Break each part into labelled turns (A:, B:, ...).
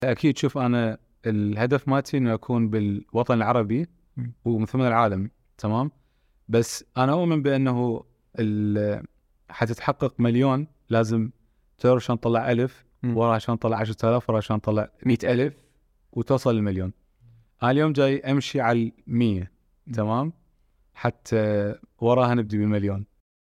A: اكيد. شوف، انا الهدف مالتي انه اكون بالوطن العربي ومن ثم العالم. تمام. بس انا اؤمن بانه حتتحقق مليون لازم تعرف شلون تطلع ألف، وراها شلون تطلع 10,000، وراها شلون تطلع 100,000 وتوصل للمليون. أنا اليوم جاي أمشي على 100. تمام. حتى وراها نبدي بالمليون.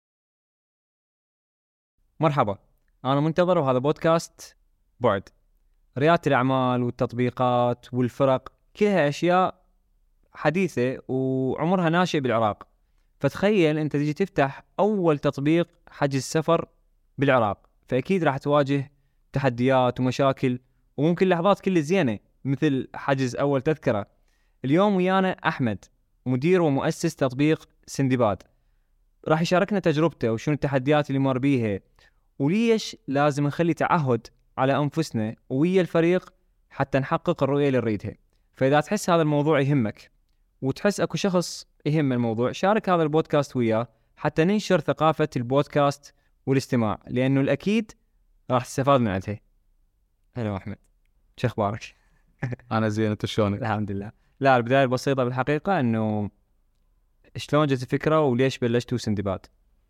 B: مرحبا، أنا منتظر وهذا بودكاست بعد. ريادة الأعمال والتطبيقات والفرق كلها أشياء حديثة وعمرها ناشئ بالعراق. فتخيل أنت تيجي تفتح أول تطبيق حجز سفر بالعراق، فأكيد راح تواجه تحديات ومشاكل وممكن لحظات كل زينة مثل حجز أول تذكرة. اليوم ويانا أحمد، مدير ومؤسس تطبيق سندباد، راح يشاركنا تجربته وشنو التحديات اللي مر بيها وليش لازم نخلي تعهد على أنفسنا ويا الفريق حتى نحقق الرؤية اللي نريدها. فإذا تحس هذا الموضوع يهمك وتحس أكو شخص يهم الموضوع، شارك هذا البودكاست وياه حتى ننشر ثقافة البودكاست والاستماع، لأنه الأكيد راح تستفاد من عندها. هلا أحمد، شو أخبارك؟
A: أنا زين، أنت شلونك؟
B: الحمد لله. لا، البداية البسيطة بالحقيقة أنه شلون جت الفكرة وليش بلشتوا سندباد؟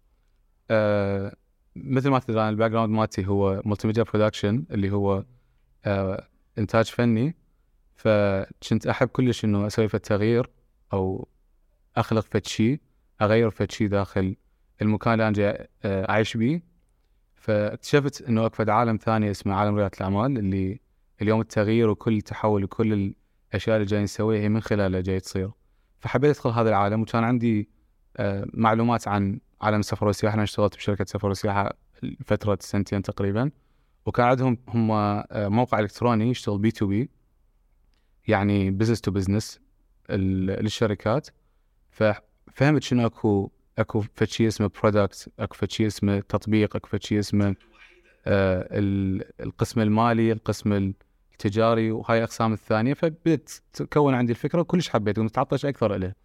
A: مثل ما تدري، أنا الباك جراوند مالتي هو ملتي ميديا برودكشن، اللي هو إنتاج فني. فكنت أحب كلش إنه أسوي في التغيير أو أخلق فد شيء، أغير فد شيء داخل المكان اللي أنا جاي أعيش بيه. فاكتشفت إنه أكفد عالم ثاني اسمه عالم ريادة الأعمال، اللي اليوم التغيير وكل التحول وكل الأشياء اللي جاي نسويها هي من خلالها جاي تصير. فحبيت أدخل هذا العالم، وكان عندي معلومات عن عالم السفر والسياحة. أنا اشتغلت بشركة سفر وسياحة فترة سنتين تقريبا، وكان عندهم هم موقع إلكتروني يشتغل بي تو بي، يعني بزنس تو بزنس للشركات. ففهمت شنو اكو فشي اسمه برودكت، اكو فشي اسمه تطبيق، اكو فشي اسمه القسم المالي، القسم التجاري، وهاي الاقسام الثانيه. فبدت تكون عندي الفكره وكلش حبيت ونتعطش اكثر اليه.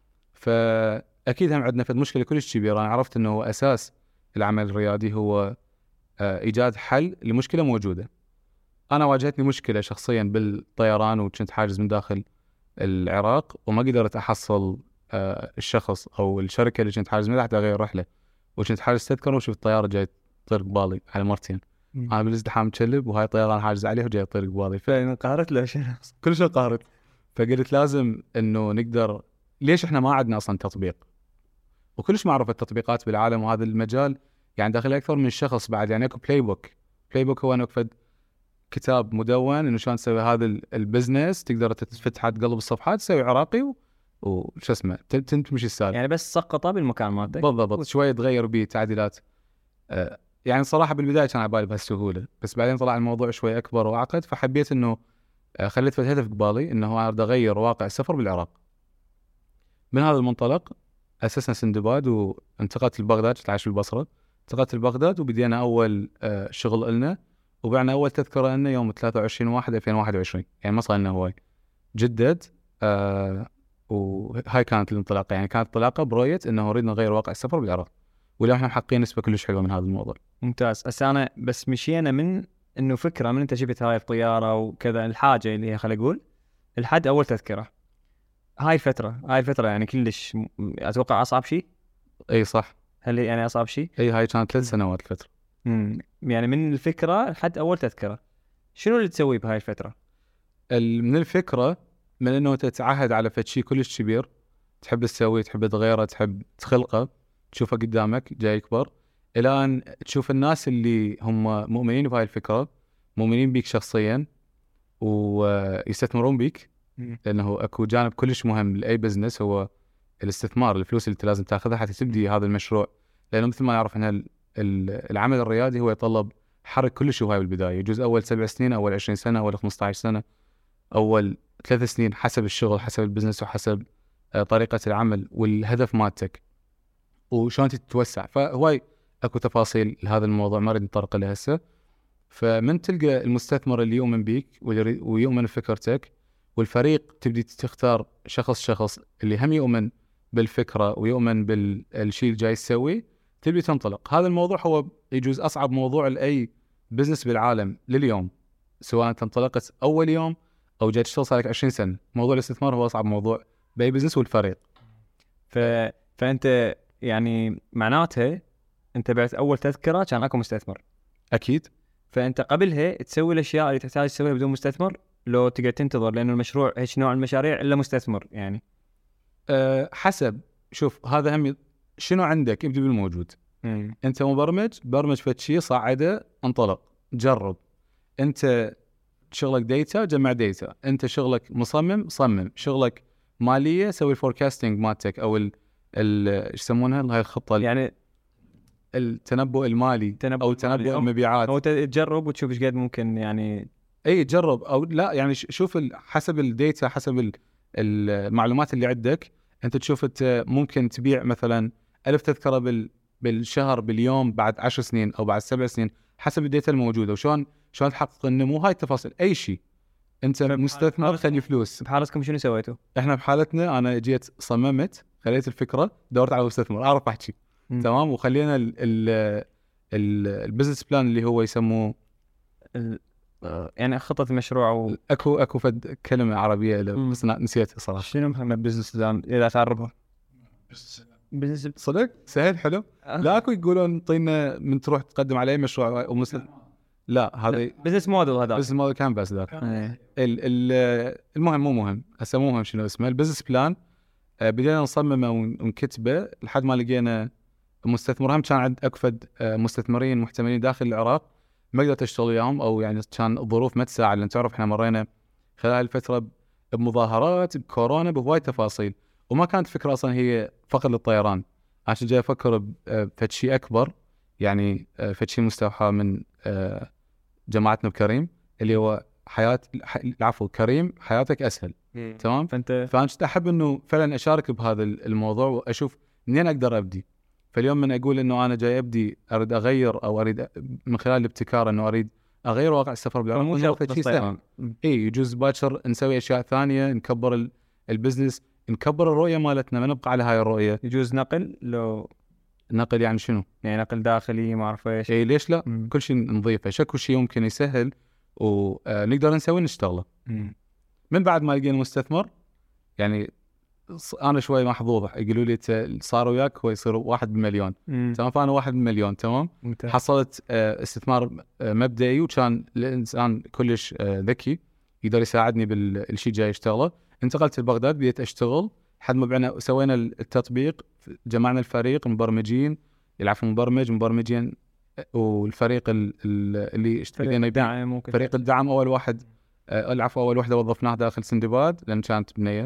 A: فاكيد هم عندنا في مشكله كلش كبيره. انا عرفت انه اساس العمل الريادي هو ايجاد حل لمشكله موجوده. انا واجهتني مشكله شخصيا بالطيران، وكنت حاجز من داخل العراق وما قدرت احصل الشخص او الشركه اللي كنت حاجز منها حتى اغير رحله، وكنت حاجز تذكره وشوف الطياره جاي تطير قبالي على مرتين. انا بالازدحام متشلب، وهاي الطياره انا حاجز عليها وجاي تطير قبالي.
B: فانقهرت له
A: كل شيء قهرت. فقلت لازم انه نقدر. ليش احنا ما عندنا اصلا تطبيق؟ وكلش معروف التطبيقات بالعالم وهذا المجال يعني داخل اكثر من شخص بعد. يعني اكو بلاي بوك. بلاي بوك هو انه كتاب مدون انه شلون تسوي هذا البزنس، تقدر تفتح تقلب الصفحات تسوي عراقي وش اسمه تمشي السالفه.
B: يعني بس سقطه بالمكان مالتك
A: بالضبط. شويه تغير بيه تعديلات. يعني صراحه بالبدايه كان على بالي بهالسهوله، بس بعدين طلع الموضوع شوي اكبر واعقد. فحبيت انه خليت في هدف قبالي انه انا اريد اغير واقع السفر بالعراق. من هذا المنطلق اسسنا سندباد، وانتقلت لبغداد. كنت عايش بالبصره، انتقلت لبغداد وبدينا اول شغل لنا، وبعنا أول تذكرة لنا يوم 23/1/2021. يعني ما صار لنا هواي. جدد. وهاي كانت الانطلاقة. يعني كانت انطلاقة برؤية إنه نريد نغير واقع السفر بالعراق، واليوم إحنا محققين نسبة كلش حلوة من هذا الموضوع.
B: ممتاز. بس أنا بس مشينا من إنه فكرة من أنت جبت هاي الطيارة وكذا، الحاجة اللي هي خلي أقول الحد أول تذكرة. هاي الفترة يعني كلش أتوقع أصعب شيء.
A: أي صح.
B: هل يعني أصعب شيء؟
A: أي هاي كانت 3 سنوات الفترة.
B: يعني من الفكرة لحد أول تذكرة، شنو اللي تسويه بهاي الفترة؟
A: من الفكرة، من إنه تتعهد على فد شيء كلش كبير تحب تسويه، تحب تغيره، تحب تخلقه، تشوفه قدامك جاي يكبر، إلى أن تشوف الناس اللي هم مؤمنين بهاي الفكرة، مؤمنين بيك شخصيا ويستثمرون بيك. لأنه أكو جانب كلش مهم لأي بزنس، هو الاستثمار، الفلوس اللي لازم تأخذها حتى تبدي هذا المشروع. لأنه مثل ما نعرف أن العمل الريادي هو يتطلب حرك كلش هواي بالبداية. يجوز أول 7 سنين، أول 20 سنة، أول 15 سنة، أول 3 سنين، حسب الشغل، حسب البزنس، وحسب طريقة العمل والهدف مالتك وشون تتوسع. فهواي أكو تفاصيل لهذا الموضوع ما أريد نطرق له هسه. فمن تلقى المستثمر اللي يؤمن بيك ويؤمن بفكرتك، والفريق تبدي تختار شخص اللي هم يؤمن بالفكرة ويؤمن بالشيء اللي جاي تسويه، تبدي تنطلق. هذا الموضوع هو يجوز أصعب موضوع لأي بزنس بالعالم لليوم. سواء انت انطلقت اول يوم او جاي تشتغل صار لك 20 سنه. موضوع الاستثمار هو اصعب موضوع باي بزنس والفريق.
B: فانت يعني معناتها انت بعت اول تذكره كان اكو مستثمر،
A: اكيد.
B: فانت قبلها تسوي الاشياء اللي تحتاج تسويها بدون مستثمر، لو تقعد تنتظر لانه المشروع هيك نوع المشاريع الا مستثمر يعني.
A: حسب. شوف هذا هم شنو عندك، ابدي بالموجود. انت مبرمج، برمج فد شيء صعده انطلق جرب. انت شغلك ديتا، جمع ديتا. انت شغلك مصمم، صمم. شغلك ماليه، سوي الفوركاستنج مالتك او ايش يسمونها هاي الخطه
B: يعني
A: التنبؤ المالي او تنبؤ المبيعات.
B: او تجرب وتشوف ايش قد ممكن يعني.
A: اي جرب او لا يعني شوف حسب الديتا، حسب المعلومات اللي عندك. انت تشوف انت ممكن تبيع مثلا 1000 تذكره بالشهر، باليوم، بعد 10 سنين او بعد 7 سنين، حسب الديتا الموجوده. وشلون تحقق النمو. هاي التفاصيل. اي شيء انت مستثمر خلي فلوس.
B: بحالتكم شنو سويتوا؟
A: احنا بحالتنا انا جيت صممت، خليت الفكره، دورت على مستثمر اعرف احكي تمام، وخلينا البزنس بلان اللي هو يسموه
B: يعني خطه المشروع
A: اكو فد كلمه عربيه بس نسيتها صراحه.
B: شنو محمد بزنس بلان اذا تعرفها؟ بزنس
A: صدق سهل حلو. لا اكو يقولون طينا من تروح تقدم على اي مشروع او لا هذا
B: بزنس موديل. هذا
A: بزنس موديل كان بس ذاك. المهم مو مهم هسه، مو مهم شنو اسمه البزنس بلان. بدينا نصممه ونكتبه لحد ما لقينا مستثمر. هم كان عند اكفد مستثمرين محتملين داخل العراق ما قدرت اشتغل وياهم، او يعني كان الظروف ما تساعد. لان تعرف احنا مرينا خلال الفتره بمظاهرات، بكورونا، بهواي تفاصيل. وما كانت فكره اصلا هي فقط للطيران، عشان جاي افكر بفد شيء اكبر، يعني فد شيء مستوحى من جماعتنا بكريم اللي هو العفو كريم حياتك اسهل. تمام. فانا كنت احب انه فعلا اشارك بهذا الموضوع واشوف منين اقدر ابدي. فاليوم من اقول انه انا جاي ابدي اريد اغير، او اريد من خلال الابتكار انه اريد اغير واقع السفر بالعراق،
B: مو شرط شيء سهل.
A: اي يجوز باكر نسوي اشياء ثانيه، نكبر البزنس، نكبر الرؤيه مالتنا، ما نبقى على هاي الرؤيه.
B: يجوز نقل، لو
A: نقل يعني شنو؟
B: يعني نقل داخلي ما اعرف ايش.
A: اي ليش لا؟ كل شيء نضيفه، شكو شيء ممكن يسهل ونقدر نسوي نشتغله. من بعد ما لقينا مستثمر، يعني انا شوي محظوظ، يقولوا لي صار وياك هو يصير 1 بالمليون. تمام. فانا 1 بالمليون. تمام. حصلت استثمار مبدئي، وكان الانسان كلش ذكي يقدر يساعدني بالشيء جاي يشتغله. انتقلت لبغداد، بديت اشتغل لحد ما سوينا التطبيق، جمعنا الفريق مبرمجين، يلعبوا مبرمجين، والفريق اللي اشتغلنا
B: الدعم.
A: فريق الدعم اول واحد اول وحده وظفناه داخل سندباد لان كانت بنيه.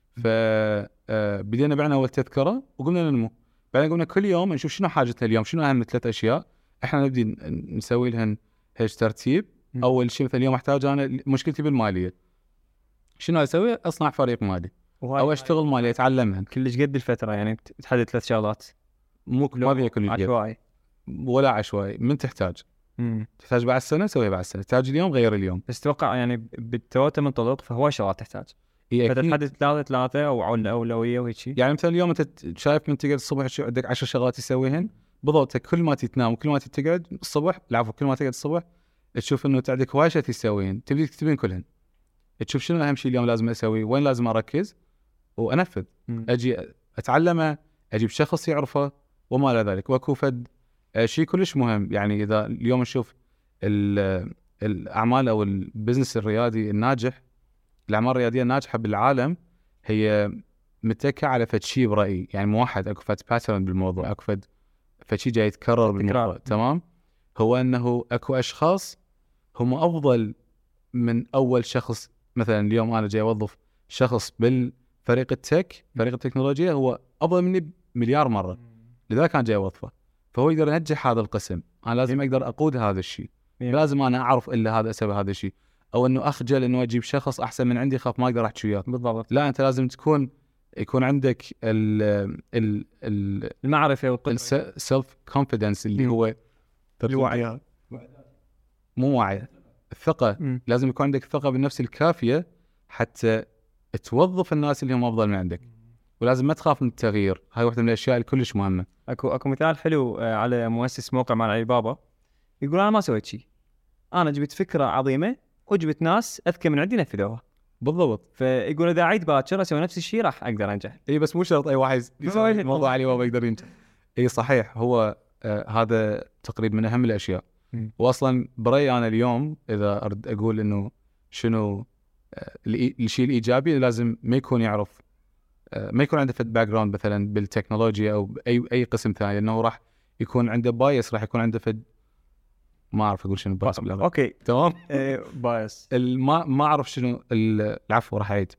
A: فبدينا بعنا اول تذكره وقمنا ننمو. بعدين قمنا كل يوم نشوف شنو حاجتنا اليوم، شنو اهم 3 اشياء احنا نبدي نسوي لهن هيج ترتيب. اول شيء مثلا اليوم احتاج انا مشكلتي بالماليه، شنو اسوي؟ اصنع فريق مالي او اشتغل مالي اتعلمهن.
B: كلش قد الفتره يعني تحدد 3 شغلات،
A: مو ما فيها كل
B: عشوائي
A: ولا عشوائي. من تحتاج تحتاج بعد السنه سويها بعد السنه، تحتاج اليوم غير اليوم.
B: بس توقع يعني بالتوتر منطلق فهو شغلات تحتاج فتحدد 3 او اولويه وهيك شيء.
A: يعني مثلا اليوم انت شايف من تقعد الصبح عندك 10 شغلات تسويهن بالضبط. كل ما تنام وكل ما تقعد الصبح، العفو كل ما تقعد الصبح تشوف انه عندك هواي شيء تسويهن، تبدي تكتبين كلهن، تشوف شنو اهم شيء اليوم لازم اسويه، وين لازم اركز وانفذ. اجي اتعلمه، اجيب شخص يعرفه وما الى ذلك. واكو فد شيء كلش مهم. يعني اذا اليوم نشوف الاعمال او البزنس الريادي الناجح، الاعمال الرياديه الناجحه بالعالم هي متكئه على فد شيء برايي، يعني موحد. اكو فد باترن بالموضوع، اكو فد شيء جاي يتكرر بالموضوع. تمام. هو انه اكو اشخاص هم افضل من اول شخص. مثلا اليوم انا جاي اوظف شخص بالفريق التك، فريق التكنولوجيا، هو افضل مني مليار مره، لذلك كان جاي اوظفه. فهو يقدر ينجح هذا القسم، انا لازم اقدر اقود هذا الشيء. لازم انا اعرف الا هذا اسوي هذا الشيء، او انه اخجل انه اجيب شخص احسن من عندي خاف ما اقدر احكي وياه.
B: بالضبط.
A: لا انت لازم يكون عندك
B: المعرفه والقدره،
A: السيلف كونفيدنس اللي هو
B: الوعي،
A: مو وعي، الثقه. لازم يكون عندك الثقه بالنفس الكافيه حتى توظف الناس اللي هم افضل من عندك. ولازم ما تخاف من التغيير، هاي واحده من الاشياء الكلش مهمه.
B: اكو مثال حلو على مؤسس موقع مال علي بابا، يقول انا ما سويت شيء، انا جبت فكره عظيمه وجبت ناس اذكى من عندي نفذوها.
A: بالضبط.
B: فيقول اذا عيد باكر اسوي نفس الشيء راح اقدر انجح.
A: اي بس مو شرط اي واحد يسوي الموضوع عليه وما يقدر ينجح. اي صحيح. هو هذا تقريبا من اهم الاشياء. واصلا برايي انا اليوم اذا ارد اقول انه شنو الشيء الايجابي، لازم ما يكون يعرف ما يكون عنده فد باك جراوند مثلا بالتكنولوجيا او اي قسم ثاني، لانه راح يكون عنده بايس، راح يكون عنده فد ما اعرف اقول شنو بايس بالعربي.
B: اوكي
A: تمام.
B: بايس
A: ما اعرف شنو العفو راح اعيد.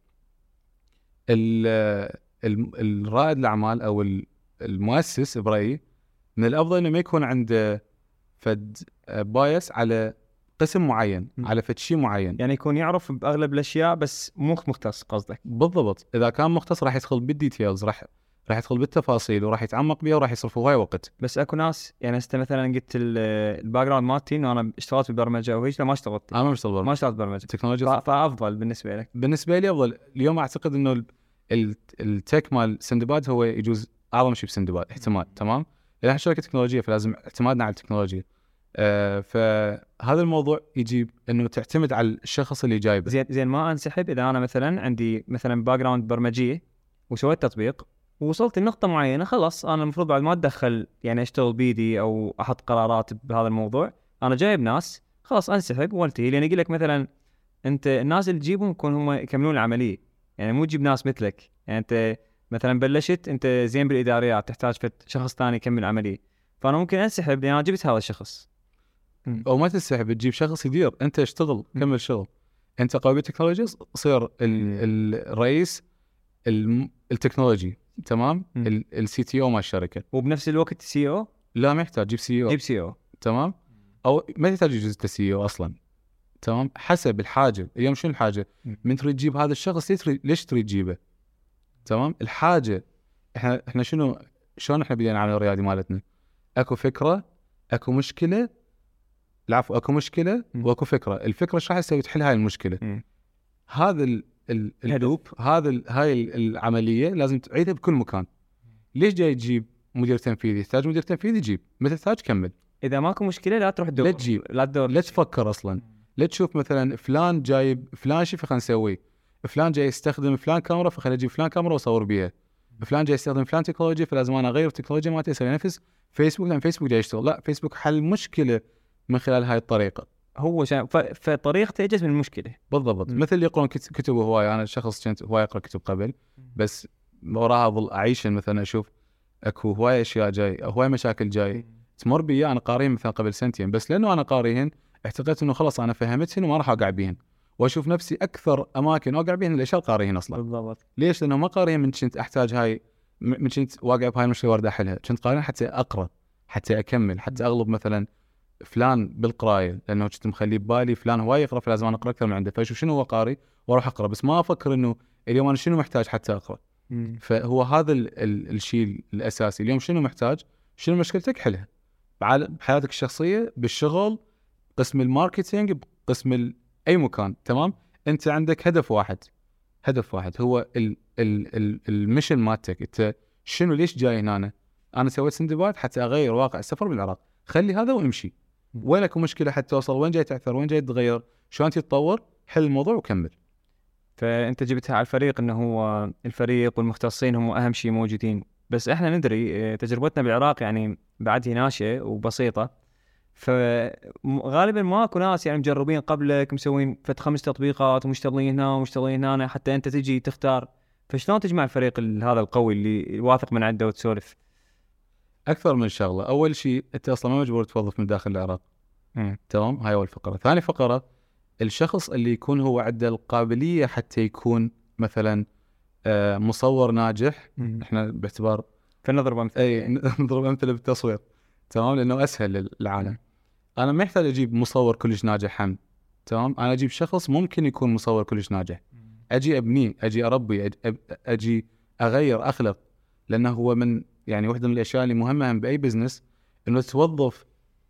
A: الرائد الاعمال او المؤسس برايي من الافضل انه ما يكون عنده فد بايس على قسم معين، على فد شيء معين.
B: يعني يكون يعرف باغلب الاشياء بس مو مختص قصدك.
A: بالضبط. اذا كان مختص راح يدخل بالديتيلز، راح يدخل بالتفاصيل وراح يتعمق بها وراح يصرف هواي وقت.
B: بس اكو ناس يعني انت مثلا قلت الباك جراوند مالتي انه انا اشتغلت بالبرمجه وهيك، ما اشتغلت.
A: انا ما
B: اشتغلت بالبرمجه.
A: تكنولوجيا
B: فافضل بالنسبه لك.
A: بالنسبه لي افضل. اليوم اعتقد انه التك مال سندباد هو يجوز اعظم شيء بسندباد احتمال. تمام. لان شركه تكنولوجيه فلازم اعتمادنا على التكنولوجيا. فهذا الموضوع يجيب انه تعتمد على الشخص اللي جايبه.
B: زين ما انسحب اذا انا مثلا عندي مثلا باك جراوند برمجيه وسويت تطبيق ووصلت لنقطه معينه، خلاص انا المفروض بعد ما اتدخل يعني اشتغل بيدي او احط قرارات بهذا الموضوع. انا جايب ناس، خلاص انسحب والتهي. لان يقول لك مثلا انت الناس اللي تجيبهم يكون هم يكملون العمليه، يعني مو تجيب ناس مثلك. يعني انت مثلا بلشت انت زين بالاداريات، تحتاج شخص ثاني يكمل العمليه، فانا ممكن انسحب لان انا جبت هذا الشخص.
A: او ما تنسحب، تجيب شخص يدير. انت اشتغل كمل شغل. انت قوي بالتكنولوجيا، صير الرئيس التكنولوجي. تمام. السي تي او مال الشركه.
B: وبنفس الوقت سي او
A: لا ما يحتاج، جيب سي او.
B: جيب سي او.
A: تمام. او ما تحتاج يجوز السي او اصلا. تمام. حسب الحاجه. اليوم شنو الحاجه؟ من تريد تجيب هذا الشخص ليش تريد تجيبه؟ تمام. الحاجه احنا شلون احنا بدينا على الريادي مالتنا؟ اكو فكره، اكو مشكله، العفو اكو مشكله واكو فكره. الفكره ايش راح تسوي تحل هاي المشكله. هذا اللوب، هاي العمليه لازم تعيدها بكل مكان. ليش جاي تجيب مدير تنفيذي؟ تحتاج مدير تنفيذي جيب، ما تحتاج كمل.
B: اذا ماكو مشكله لا تروح تدور،
A: لا تجيب، لا تفكر اصلا. لا تشوف مثلا فلان جايب فلان شيء فخلنا نسويه، فلان جاي يستخدم فلان كاميرا فخلينا نجيب فلان كاميرا واصور بيها، فلان جاي يستخدم فلان تكنولوجيا فلازم انا اغير التكنولوجيا مالتي اسوي نفس فيسبوك لان فيسبوك جاي يشتغل. لا، فيسبوك حل مشكله من خلال هاي الطريقه.
B: هو فطريقته اجت من المشكله.
A: بالضبط. مثل اللي يقرون كتب هواي. انا شخص كنت هواي اقرا كتب قبل، بس وراها اظل اعيش مثلا اشوف اكو هواي اشياء جاي، هواي مشاكل جاي تمر بي انا قاريهن مثلا قبل سنتين، بس لانه انا قاريهن اعتقدت انه خلاص انا فهمتهن وما راح اوقع بيهن، واشوف نفسي اكثر اماكن اوقع بيهن الاشياء قاريهن اصلا.
B: بالضبط.
A: ليش؟ لانه ما قاريهن من كنت احتاج هاي، من كنت واقع بهاي المشكله وارد احلها، كنت قاريهن حتى اقرا، حتى اكمل، حتى اغلب مثلا فلان بالقرايه، لانه كنت مخليه ببالي فلان هواي يقرا فلازم انا اقرا اكثر من عنده، فاشوف شنو هو قاري واروح اقرا، بس ما افكر انه اليوم انا شنو محتاج حتى اقرا. فهو هذا الشيء الاساسي. اليوم شنو محتاج، شنو مشكلتك، حلها بحياتك الشخصيه، بالشغل، قسم الماركتينج، بقسم اي مكان. تمام. انت عندك هدف واحد هو الميشن مالتك. انت شنو، ليش جاي هنا؟ انا سويت سندباد حتى اغير واقع السفر بالعراق، خلي هذا وامشي. وين اكو مشكله حتى توصل، وين جاي تعثر، وين جاي تتغير، شلون تتطور، حل الموضوع وكمل.
B: فانت جبتها على الفريق، انه هو الفريق والمختصين هم اهم شيء موجودين. بس احنا ندري تجربتنا بالعراق يعني بعد هي ناشئه وبسيطه، فغالبا ماكو ناس يعني مجربين قبلك مسوين 5 تطبيقات ومشتغلين هنا ومشتغلين هنا حتى انت تجي تختار. فشلون تجمع الفريق هذا القوي اللي واثق من عنده وتسولف؟
A: اكثر من شغله. اول شيء انت اصلا ما مجبور توظف من داخل العراق. تمام. هاي اول فقره. ثاني فقره، الشخص اللي يكون هو عنده القابليه حتى يكون مثلا مصور ناجح. احنا باعتبار
B: فنضرب امثله،
A: اي نضرب امثله بالتصوير. تمام. لانه اسهل للعالم. انا ما يحتاج اجيب مصور كلش ناجح هم. تمام. انا اجيب شخص ممكن يكون مصور كلش ناجح، اجي ابنيه، اجي اربي، اجي اغير، اخلق. لانه هو من يعني واحده من الاشياء اللي مهمه هم باي بزنس، انه توظف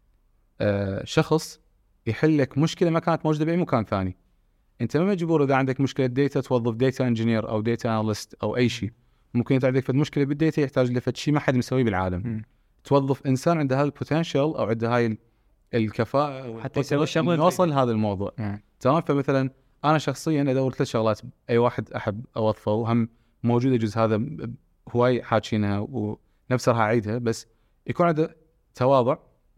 A: شخص يحل لك مشكله ما كانت موجوده باي مكان ثاني. انت ما مجبور اذا عندك مشكله ديتا توظف ديتا انجينير او ديتا اناليست او اي شيء. ممكن انت عندك مشكله بالديتا يحتاج لفد شيء ما حد مسويه بالعالم. توظف انسان عنده هذا البوتنشل او عنده هاي الكفاءه
B: حتى يسوي الشغل
A: نوصل هذا الموضوع. تمام. فمثلا انا شخصيا ادور 3 شغلات اي واحد احب اوظفه، وهم موجوده جزء هذا هواي حاكينها ونفس راح اعيدها، بس يكون عنده تواضع،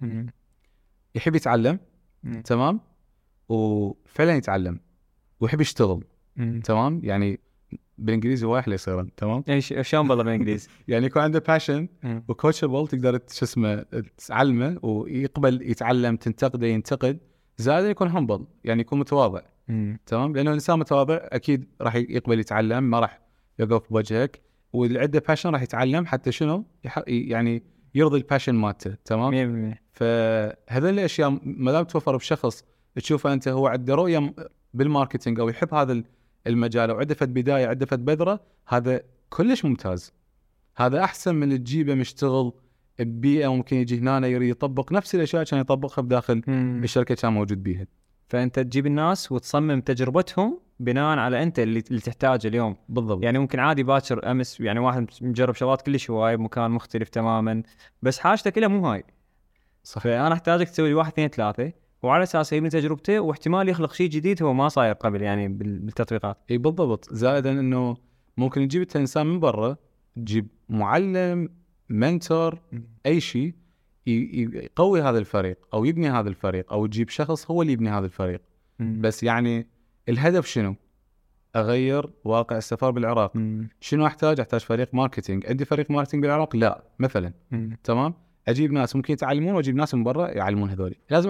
A: يحب يتعلم، تمام، وفعلا يتعلم ويحب يشتغل، تمام. يعني بالانجليزي هو احلى يصير، تمام.
B: ايش شلون بالله بالانجليزي؟
A: يعني يكون عنده باشن وكوتشبل، تقدر شو اسمه تعلمه ويقبل يتعلم، تنتقده ينتقد، زائد يكون همبل، يعني يكون متواضع، تمام. لانه الانسان متواضع اكيد راح يقبل يتعلم، ما راح يقف بوجهك، واللي عنده باشن راح يتعلم حتى شنو يعني يرضي الباشن مالته، تمام. فهذول الاشياء ما دام توفر بشخص تشوفه انت هو عنده رؤيه بالماركتينج او يحب هذا المجال وعنده فد بدايه، عنده فد بذره، هذا كلش ممتاز. هذا احسن من اللي تجيبه مشتغل ببيئه ممكن يجي هنا يريد يطبق نفس الاشياء كان يطبقها بداخل الشركه كان موجود بيها.
B: فانت تجيب الناس وتصمم تجربتهم بناء على انت اللي تحتاجه اليوم.
A: بالضبط.
B: يعني ممكن عادي باكر امس يعني واحد مجرب شغلات كلش هواي بمكان مختلف تماما، بس حاجته كلها مو هاي.
A: صح.
B: فانا احتاجك تسوي لي 1 2 3 وعلى اساس يبني تجربته، واحتمال يخلق شيء جديد هو ما صاير قبل يعني بالتطبيقات.
A: اي بالضبط. زائدا انه ممكن تجيب انسان من برا، تجيب معلم، منتور، اي شيء يقوي هذا الفريق او يبني هذا الفريق، او تجيب شخص هو اللي يبني هذا الفريق. بس يعني الهدف شنو؟ اغير واقع السفر بالعراق. شنو احتاج فريق ماركتينج. عندي فريق ماركتينج بالعراق؟ لا مثلا. تمام. اجيب ناس ممكن يتعلمون، واجيب ناس من برا يعلمون هذول. لازم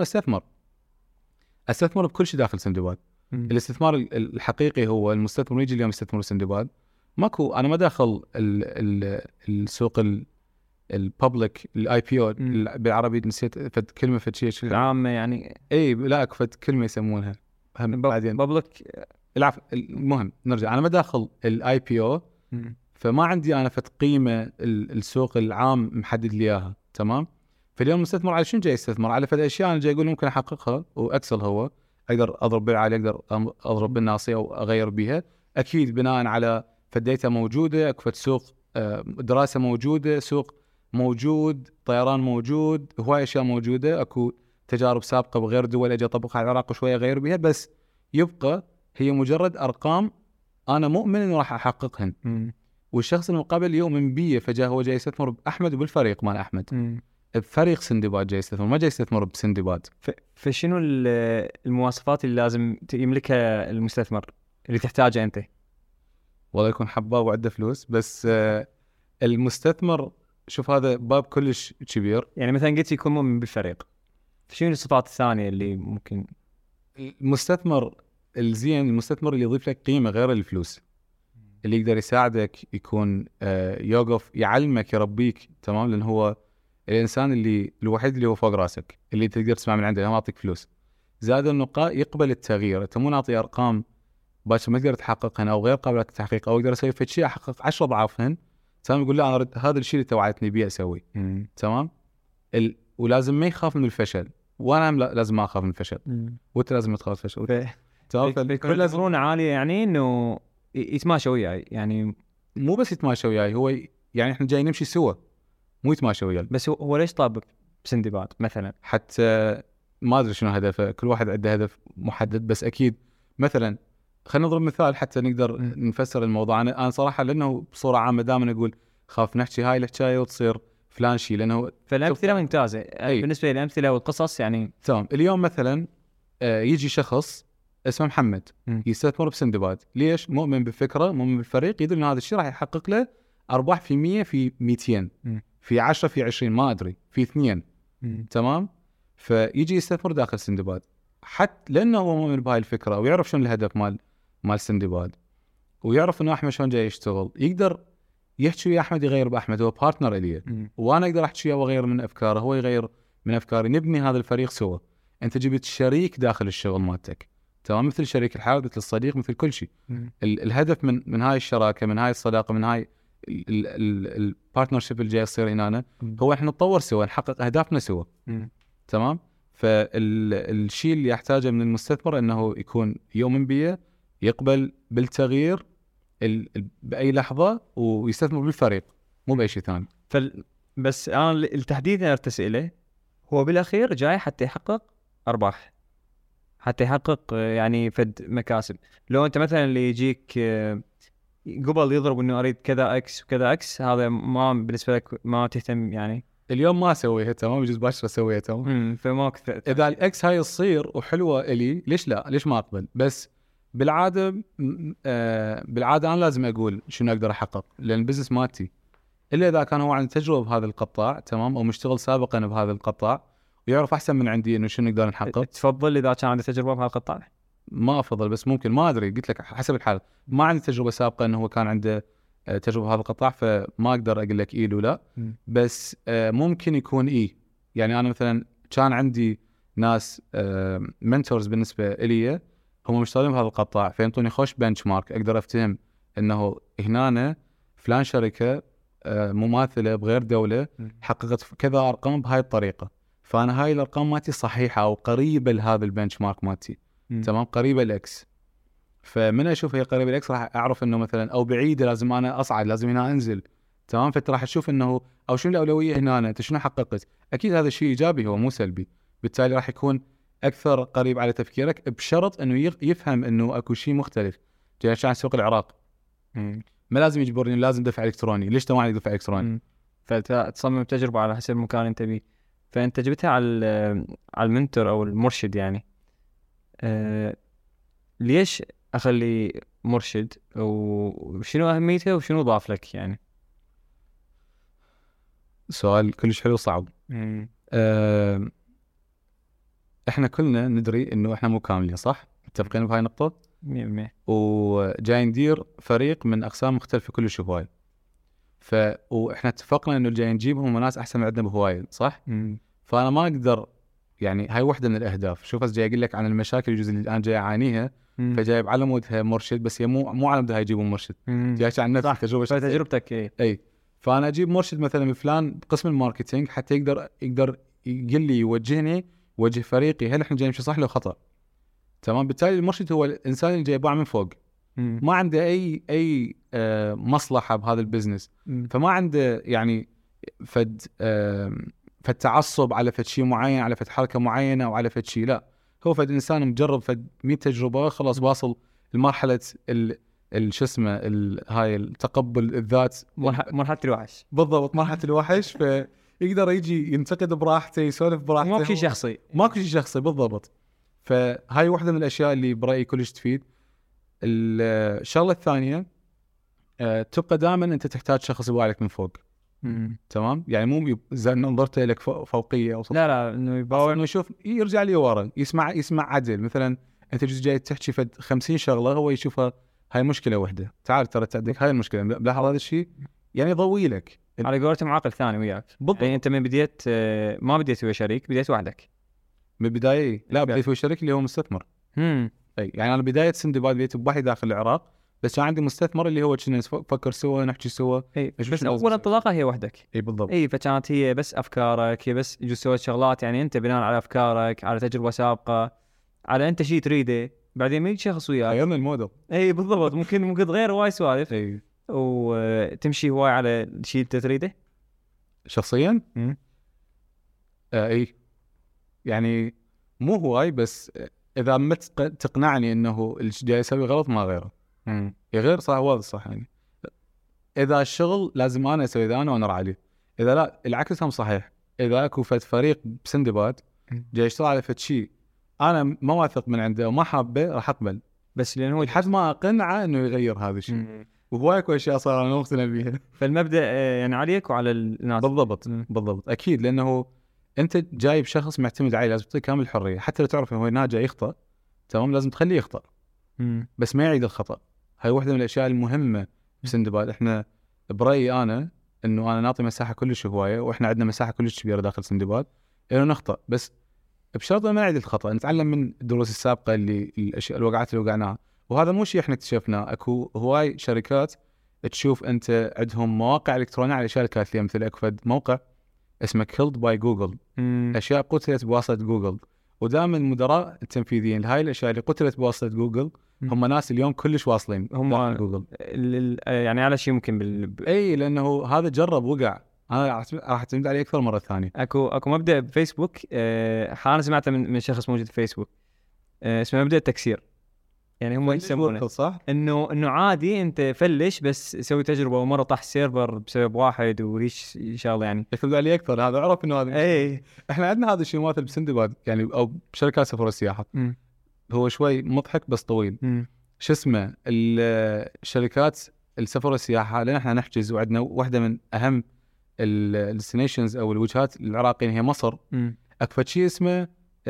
A: استثمر بكل شيء داخل سندباد. الاستثمار الحقيقي هو المستثمر يجي اليوم يستثمر سندباد، ماكو. انا ما داخل السوق الببليك الاي بي او بالعربي، نسيت فد كلمه فد شيء
B: العامه يعني.
A: اي لا فد كلمه يسمونها بعدين
B: بابليك.
A: العفو. المهم نرجع، انا ما داخل الاي بي او، فما عندي انا فد قيمه السوق العام محدد لي اياها، تمام. فاليوم المستثمر على شنو جاي يستثمر؟ على فد اشياء انا جاي اقول ممكن احققها واكسل، هو اقدر اضرب بالعالي، اقدر اضرب بالناصيه واغير بيها، اكيد بناء على فديتها موجوده، اكو فد سوق دراسه موجوده، سوق موجود، طيران موجود، هواي اشياء موجوده، اكو تجارب سابقه بغير دول اجي اطبقها على العراق وشويه اغير بيها، بس يبقى هي مجرد ارقام انا مؤمن انه راح احققهن. والشخص المقابل يؤمن بيه، فجاه هو جاي يستثمر باحمد وبالفريق مال احمد، بفريق سندباد جاي يستثمر، ما جاي يستثمر بسندباد.
B: فشنو المواصفات اللي لازم يملكها المستثمر اللي تحتاجه انت؟
A: والله يكون حباب وعنده فلوس، بس المستثمر شوف هذا باب كلش كبير.
B: يعني مثلا قلت يكون مؤمن بالفريق، شنو الصفات الثانيه اللي ممكن؟
A: المستثمر الزين، المستثمر اللي يضيف لك قيمه غير الفلوس، اللي يقدر يساعدك، يكون يوقف يعلمك يربيك، تمام. لان هو الانسان اللي الوحيد اللي هو فوق راسك، اللي تقدر تسمع من عنده، ما يعطيك فلوس. زاد انه يقبل التغيير. انت مو نعطي ارقام باش ما تقدر تحققهن او غير قابله للتحقيق، او اقدر اسوي فد شيء احقق 10 اضعافهن، تمام. يقول لا انا اريد هذا الشيء اللي توعدتني بيه اسويه، تمام. ولازم ما يخاف من الفشل، وانا لازم ما اخاف من الفشل، وانت لازم ما تخاف من الفشل، تمام.
B: فكل مرونه عاليه يعني انه يتماشى وياي، يعني
A: مو بس يتماشى وياي، هو يعني احنا جاي نمشي سوا، مو يتماشى وياي.
B: بس هو ليش طاب بسندباد مثلا؟
A: حتى ما ادري شنو هدفه، كل واحد عنده هدف محدد، بس اكيد مثلا خلينا نضرب مثال حتى نقدر نفسر الموضوع. انا صراحه لانه بصوره عامه دائما اقول خاف نحكي هاي الحكايه وتصير فلان شيء، لانه
B: فالامثله ممتازه بالنسبه لي، الامثله والقصص يعني
A: تمام. اليوم مثلا يجي شخص اسمه محمد يستثمر بسندباد، ليش؟ مؤمن بالفكره، مؤمن بالفريق، يدري ان هذا الشيء راح يحقق له ارباح في 100 في 200 في 10 في 20 ما ادري في 2 تمام. فيجي يستثمر داخل سندباد حتى لانه هو مؤمن بهاي الفكره، ويعرف شنو الهدف مال سندباد، ويعرف انه احمد شلون جاي يشتغل، يقدر يحكي ويا احمد، يغير باحمد، هو بارتنر الي، وانا اقدر احكي وياه واغير من افكاره، هو يغير من افكاري، نبني هذا الفريق سوا. انت جبت شريك داخل الشغل مالتك، تمام، مثل شريك الحياه، مثل الصديق، مثل كل شيء. الهدف من هاي الشراكه، من هاي الصداقه، من هاي البارتنرشيب اللي جاي يصير هنا، هو احنا نتطور سوا، نحقق اهدافنا سوا، تمام. فالشيء اللي يحتاجه من المستثمر انه يكون يؤمن بيه، يقبل بالتغيير باي لحظه، ويستثمر بالفريق مو باي شيء ثاني.
B: بس انا التحديد اللي ارتسي له هو بالاخير جاي حتى يحقق ارباح، حتى يحقق يعني فد مكاسب. لو انت مثلا اللي يجيك قبل يضرب انه اريد كذا اكس وكذا اكس، هذا ما بالنسبه لك ما تهتم يعني.
A: اليوم ما اسويها تمام، يجوز باكر اسويها تمام.
B: فما
A: اذا الاكس هاي تصير وحلوه الي، ليش لا؟ ليش ما اقبل؟ بس بالعاده بالعاده انا لازم اقول شنو اقدر احقق، لان البزنس مالتي الا اذا كان هو عنده تجربه بهذا القطاع تمام، او مشتغل سابقا بهذا القطاع ويعرف احسن من عندي انه شنو نقدر نحقق.
B: تفضل اذا كان عنده تجربه بهذا القطاع؟
A: ما افضل، بس ممكن، ما ادري، قلت لك حسب الحال. ما عندي تجربه سابقه انه هو كان عنده تجربه بهذا القطاع، فما اقدر اقول لك اي ولا. بس ممكن يكون اي. يعني انا مثلا كان عندي ناس منتورز بالنسبه الي هم مشتغلين بهذا القطاع، فينطوني خوش بنش مارك اقدر افتهم انه هنا فلان شركه مماثله بغير دوله حققت كذا ارقام بهاي الطريقه، فانا هاي الارقام مالتي صحيحه او قريبه لهذا البنش مارك مالتي تمام، قريبه الاكس. فمن اشوف هي قريبه الاكس راح اعرف انه مثلا، او بعيده لازم انا اصعد، لازم هنا انزل تمام. فانت راح تشوف انه او شنو الاولويه هنا، انت شنو حققت. اكيد هذا الشيء ايجابي، هو مو سلبي، بالتالي راح يكون اكثر قريب على تفكيرك، بشرط انه يفهم انه اكو شيء مختلف. جاي عشان سوق العراق ما لازم يجبرني لازم دفع الكتروني، ليش ما عندي دفع الكتروني؟
B: فتصمم تجربه على حسب المكان انت بيه. فانت جبتها على المنتور او المرشد يعني. ليش اخلي مرشد، وشنو اهميته وشنو ضاف لك يعني؟
A: سؤال كلش حلو صعب. احنا كلنا ندري انه احنا مو كاملين، صح؟ متفقين بهاي النقطه
B: 100%.
A: وجاي ندير فريق من اقسام مختلفه كلش هواي، واحنا اتفقنا انه جاي نجيبهم ناس احسن من عندنا بهواي، صح؟ فانا ما اقدر، يعني هاي واحده من الاهداف. شوف، جاي اقول لك عن المشاكل الجزء اللي انا جاي اعانيها، فجايب على مودها مرشد، بس هي مو على مودها يجيبون مرشد، جاي عن نفسي تجربه
B: تجربتك.
A: اي فانا اجيب مرشد مثلا من فلان قسم الماركتينج، حتى يقدر يقول لي، يوجهني، يوجه فريقي هل احنا جاي نمشي صح لو خطا تمام. بالتالي المرشد هو الانسان اللي جاي باع من فوق، ما عنده اي مصلحه بهذا البزنس، فما عنده يعني فالتعصب على فد شيء معين، على فد حركه معينه، او على فد شيء. لا، هو فد انسان مجرب فد 100 تجربه، خلاص واصل لمرحله شو اسمه هاي التقبل الذات،
B: مرحله الوحش.
A: بالضبط، مرحله الوحش. فيقدر يجي ينتقد براحته، يسولف براحته،
B: ماكو شيء شخصي،
A: ماكو شيء شخصي، بالضبط. فهاي واحده من الاشياء اللي برايي كلش تفيد. الشغله الثانيه، تبقى دائما انت تحتاج شخص يبالك من فوق. تمام، يعني مو زي نظرته لك فوقيه او
B: لا انه يباوع،
A: انه يشوف، يرجع لي ورا، يسمع عدل. مثلا انت جاي تحكي فد 50 شغله، هو يشوفها هاي مشكله واحده، تعال ترى عندك هاي المشكله، لاحظ هذا الشيء، يعني يضوي لك
B: على قولتهم عاقل ثاني وياك.
A: بالضبط.
B: يعني انت من بديت ما بديت ويا شريك، بديت وحدك
A: من البدايه. لا، بديت ويا شريك اللي هو مستثمر.
B: اي
A: يعني انا بدايه سندباد بديت بوحدي داخل العراق، بس كان عندي مستثمر اللي هو كنا نفكر سوا، نحكي سوا.
B: بس اول انطلاقه هي وحدك.
A: اي بالضبط.
B: اي فكانت هي بس افكارك، هي بس يجوز سويت شغلات، يعني انت بناء على افكارك، على تجربه سابقه، على انت شيء تريده، بعدين ما يجي شخص وياك
A: غيرنا الموديل.
B: اي بالضبط. ممكن تغير هواي سوالف،
A: اي
B: وتمشي هواي على الشيء اللي تريده
A: شخصيا. اي يعني مو هواي، بس اذا ما تقنعني انه اللي جاي يسوي غلط ما غيره. غير صح، واضح صح. يعني اذا الشغل لازم انا اسوي، اذا انا ونر عليه، اذا لا العكس هم صحيح. اذا اكو فد فريق بسندباد جاي يشتغل على فد شيء انا ما واثق من عنده وما حابه، راح اقبل،
B: بس لان هو
A: لحد ما اقنعه انه يغير هذا الشيء. وهواي اكو اشياء صار انا مقتنع بيها.
B: فالمبدا يعني عليك وعلى الناس.
A: بالضبط. بالضبط، اكيد، لانه انت جايب شخص معتمد عليه، لازم تعطيه كامل الحريه، حتى لو تعرف انه هو ناجي يخطأ تمام، لازم تخليه يخطأ بس ما يعيد الخطأ. هاي واحده من الاشياء المهمه بسندباد. احنا برايي انا انه انا نعطي مساحه كلش هوايه، واحنا عندنا مساحه كلش كبيره داخل سندباد انه نخطأ، بس بشرط ما نعيد الخطأ، نتعلم من الدروس السابقه، الاشياء الوقعات اللي وقعناها. وهذا مو شيء احنا اكتشفناه، اكو هواي شركات تشوف انت عندهم مواقع الكترونيه على الاشياء الكاثيه، مثل اكو فد موقع اسمه كيلد باي جوجل، اشياء قتلت بواسطه جوجل. ودائما المدراء التنفيذيين لهاي الاشياء اللي قتلت بواسطه جوجل هم ناس اليوم كلش واصلين
B: هم
A: جوجل.
B: يعني على شيء ممكن
A: اي لانه هذا جرب وقع، انا راح اعتمد عليه اكثر مره ثانيه.
B: اكو مبدا بفيسبوك، انا سمعته من شخص موجود في فيسبوك، اسمه مبدا التكسير. يعني هم يسمونه
A: صح
B: انه عادي انت فلش، بس سوي تجربه ومره طاح السيرفر بسبب واحد وهيش ان شاء الله. يعني
A: يعتمد عليه اكثر. هذا اعرف انه هذا
B: اي
A: احنا عندنا هذا الشيء ماثل بسندباد يعني، او بشركات سفر السياحه. هو شوي مضحك بس طويل. شو اسمه الشركات السفر والسياحه، لان احنا نحجز وعندنا واحده من اهم الديستنيشنز او الوجهات للعراقيين هي مصر. اكو شيء اسمه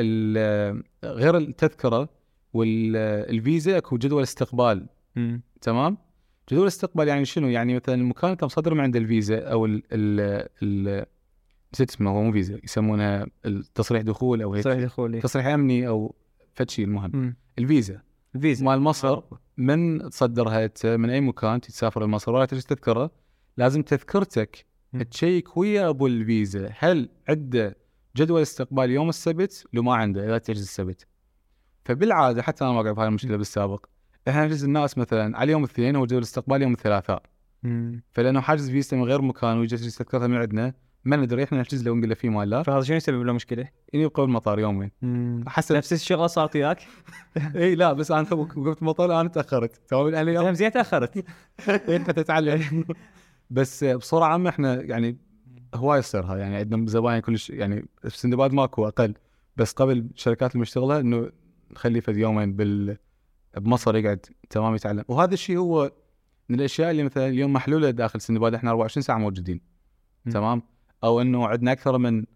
A: غير التذكره والفيزا اكو جدول استقبال. تمام. جدول استقبال يعني شنو؟ يعني مثلا المكان انت مصدر من عند الفيزا او ال نسيت اسمه، هو مو فيزا، يسمونها التصريح دخول او هيك
B: تصريح دخول،
A: تصريح امني او فشي. المهم الفيزا مال مصر من تصدرها من اي مكان تسافر لمصر ولا تجي تذكره، لازم تذكرتك تشيك ويا ابو الفيزا هل عنده جدول استقبال يوم السبت لو ما عنده، اذا تحجز السبت. فبالعاده حتى انا واقع بهاي المشكله بالسابق، احنا نحجز الناس مثلا على يوم الاثنين وجدول الاستقبال يوم الثلاثاء، فلانه حاجز فيزا من غير مكان ويجي تذكرتها من عندنا ما ندري احنا نحجز له ونقول له في مال لا.
B: فهذا شنو يسبب له مشكله؟
A: اني يبقى بالمطار يومين.
B: حسب نفس الشغله صارت وياك؟
A: اي لا بس انا وقفت المطار انا تاخرت تمام.
B: انا زين تاخرت.
A: انت تتعلم. بس بصوره عامه احنا يعني هواي يصيرها، يعني عندنا زباين كلش يعني في سندباد ماكو اقل، بس قبل الشركات المشتغله انه نخليه فد يومين بمصر يقعد تمام يتعلم. وهذا الشيء هو من الاشياء اللي مثلا اليوم محلوله داخل سندباد، احنا 24 ساعه موجودين. تمام. او انه عندنا اكثر من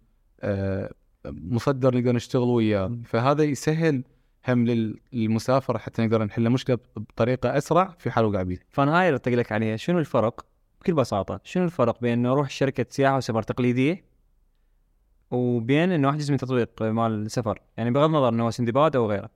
A: مصدر نقدر نشتغل وياه، فهذا يسهل هم للمسافر حتى نقدر نحل مشكله بطريقه اسرع في حال وقع بيه.
B: فانا هاي ارتق لك عليها. شنو الفرق بكل بساطه؟ شنو الفرق بين انه اروح شركه سياحه وسفر تقليديه وبين انه احجز من تطبيق مال السفر؟ يعني بغض النظر انه سندباد او غيره.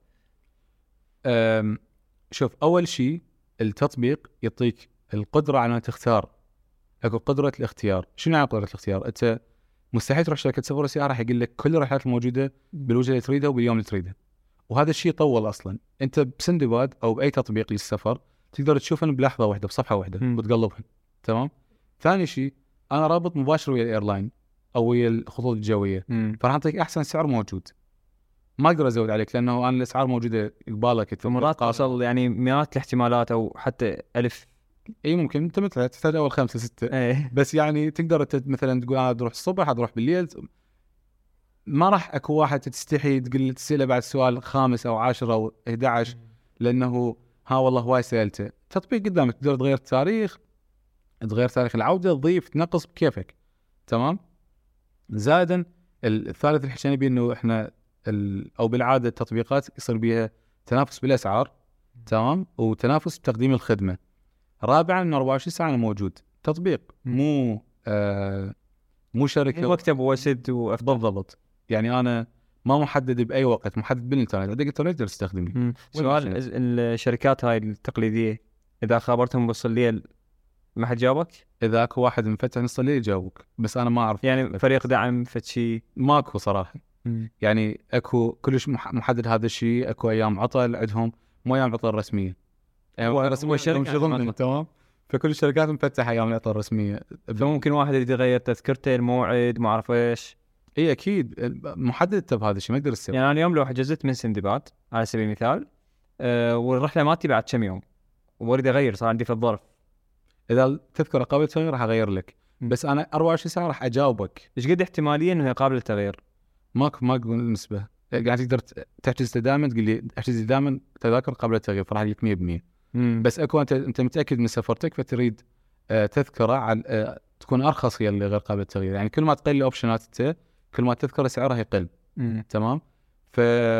A: شوف، اول شيء التطبيق يعطيك القدره على ان تختار. اكو قدره الاختيار. شنو يعني قدره الاختيار؟ انت مستحيل تروح شركه سفر وسياحه راح يقول لك كل الرحلات الموجوده بالوجه اللي تريده وباليوم اللي تريده، وهذا الشيء يطول اصلا. انت بسندباد او باي تطبيق للسفر تقدر تشوفهم بلحظه واحده بصفحه واحده وتقلبهم. تمام. ثاني شيء انا رابط مباشر ويا الايرلاين او ويا الخطوط الجويه، فراح اعطيك احسن سعر موجود، ما اقدر ازود عليك لانه انا الاسعار موجوده قبالك.
B: مرات توصل يعني مئات الاحتمالات او حتى 1000.
A: اي ممكن انت مثلا تحتاج اول 5 6 بس يعني تقدر مثلا تقول انا اروح الصبح اروح بالليل، ما راح اكو واحد تستحي تقول تساله بعد سؤال 5 أو 10 أو 11 لانه ها والله هواي سالته. تطبيق قدامك تقدر تغير التاريخ، تغير تاريخ العوده، تضيف تنقص بكيفك. تمام. زائدا الثالث اللي حكينا بيه انه احنا او بالعاده التطبيقات يصير بيها تنافس بالاسعار. تمام. وتنافس بتقديم الخدمه. رابعا انه 24 ساعه أنا موجود. تطبيق مو شركه
B: مكتب وسد
A: بالضبط. يعني انا ما محدد باي وقت، محدد بالانترنت، عندك انترنت تقدر تستخدمه.
B: سؤال، الشركات هاي التقليديه اذا خابرتهم بالصليه ما حد جاوبك؟
A: اذا اكو واحد مفتح نص الليل يجاوبك، بس انا ما اعرف
B: يعني فريق دعم فشي
A: ماكو صراحه. يعني اكو كلش محدد هذا الشيء. اكو ايام عطل عندهم، مو ايام عطل رسميه،
B: هو شغل
A: تمام. فكل الشركات مفتحه ايام العطل الرسميه.
B: فممكن واحد يريد يغير تذكرته الموعد ما اعرف ايش.
A: اي اكيد محدد بهذا الشيء ما يقدر يسوي.
B: يعني انا اليوم لو حجزت من سندباد على سبيل المثال والرحله مالتي بعد كم يوم واريد اغير، صار عندي في الظرف،
A: اذا تذكر قابل للتغيير راح اغير لك. بس انا 24 ساعه راح اجاوبك.
B: ايش قد احتماليه انه هي قابله للتغيير؟
A: ما اقول نسبه. يعني تقدر تحجز دائما تقول لي احجز دائما تذاكر قبل التغيير فراح لك 100%. بس اكو انت متاكد من سفرتك فتريد تذكره على تكون ارخص هي اللي غير قابله للتغيير. يعني كل ما تقل الاوبشنات انت كل ما تذكره سعرها يقل. تمام. ف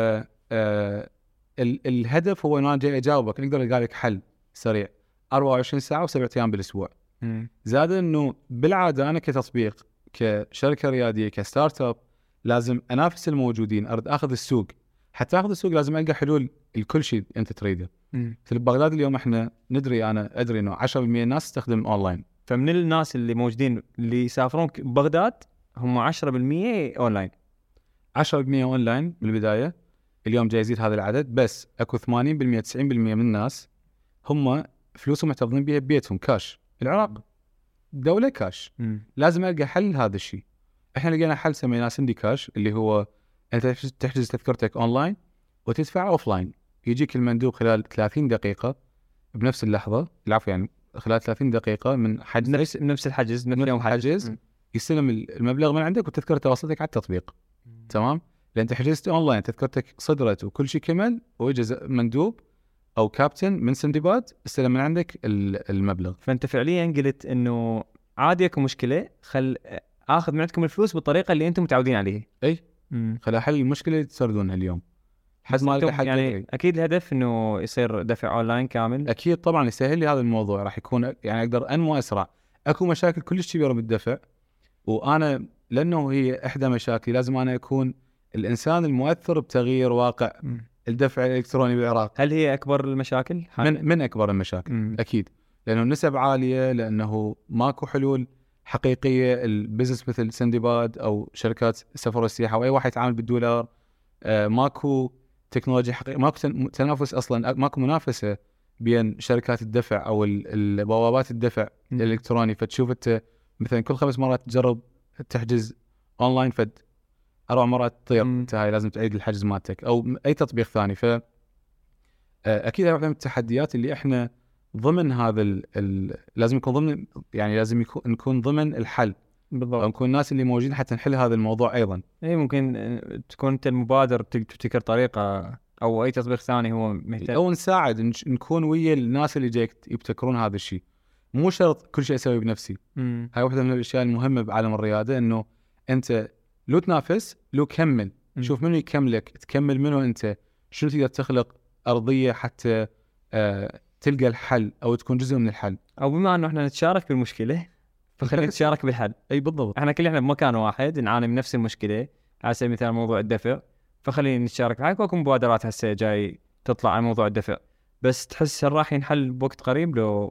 A: الهدف هو انه انا جاي اجاوبك، اقدر القى لك حل سريع 24 ساعه و7 ايام بالاسبوع. زاد انه بالعاده انا كتطبيق كشركه رياديه كستارت اب لازم انافس الموجودين، اريد اخذ السوق. حتى اخذ السوق لازم القى حلول لكل شيء انت تريده. في بغداد اليوم احنا انا ادري انه 10% الناس تستخدم اونلاين.
B: فمن الناس اللي موجودين اللي يسافرون بغداد هم 10% اونلاين.
A: 10% اونلاين بالبدايه، اليوم جاي يزيد هذا العدد. بس اكو 80% 90% من الناس هم فلوسهم محتفظين بها ببيتهم كاش. العراق دولة كاش، لازم القى حل هذا الشيء. احنا لقينا حل سميناه سندي كاش، اللي هو انت تحجز تذكرتك اونلاين وتدفع اوفلاين، يجيك المندوب خلال 30 دقيقة بنفس اللحظة، العفو يعني خلال 30 دقيقة من حجز
B: نفس الحجز، نفس يوم
A: حجز يستلم المبلغ من عندك وتذكرته وصلتك على التطبيق. تمام، لان انت حجزت اونلاين، تذكرتك صدرت وكل شيء كمل، واجى مندوب او كابتن من سندباد استلم من عندك المبلغ.
B: فانت فعليا قلت انه عادي اكو مشكله، خل اخذ من عندكم الفلوس بالطريقه اللي انتم متعودين عليها.
A: اي خل احل المشكله اللي تسردونها اليوم حد ما لقى حل.
B: يعني اكيد الهدف انه يصير دفع اونلاين كامل.
A: اكيد طبعا يسهل لي هذا الموضوع، راح يكون يعني اقدر انمو اسرع. اكو مشاكل كلش كبيره بالدفع، وانا لانه هي احدى مشاكلي لازم انا اكون الانسان المؤثر بتغيير واقع الدفع الالكتروني بالعراق.
B: هل هي اكبر المشاكل؟
A: من اكبر المشاكل اكيد، لانه النسب عاليه، لانه ماكو حلول حقيقيه. البزنس مثل سندباد او شركات السفر والسياحه او اي واحد يتعامل بالدولار، ماكو تكنولوجيا حقيقيه، ماكو تنافس اصلا، ماكو منافسه بين شركات الدفع او البوابات الدفع الالكتروني. فتشوف انت مثلا كل 5 مرات تجرب تحجز اونلاين، فد 4 مرات تطير انت، هاي لازم تعيد الحجز مالتك او اي تطبيق ثاني. ف اكيد هاي واحده من التحديات اللي احنا ضمن هذا لازم يكون ضمن، يعني لازم نكون ضمن الحل بالضبط، او نكون الناس اللي موجودين حتى نحل هذا الموضوع ايضا.
B: اي ممكن تكون انت المبادر، تبتكر طريقه او اي تطبيق ثاني هو مهتم،
A: او نساعد نكون ويا الناس اللي جايك يبتكرون هذا الشيء. مو شرط كل شيء اسويه بنفسي. هاي واحده من الاشياء المهمه بعالم الرياده، انه انت لو تنافس لو كمل، شوف منو يكملك، تكمل منو انت، شنو تقدر تخلق ارضيه حتى تلقى الحل او تكون جزء من الحل.
B: او بما انه احنا نتشارك بالمشكله فخلينا نتشارك بالحل.
A: اي بالضبط،
B: احنا كلنا بمكان واحد نعاني من نفس المشكله، على سبيل المثال موضوع الدفع، فخلينا نتشارك معك. واكو مبادرات هسه جاي تطلع عن موضوع الدفع، بس تحس راح ينحل بوقت قريب لو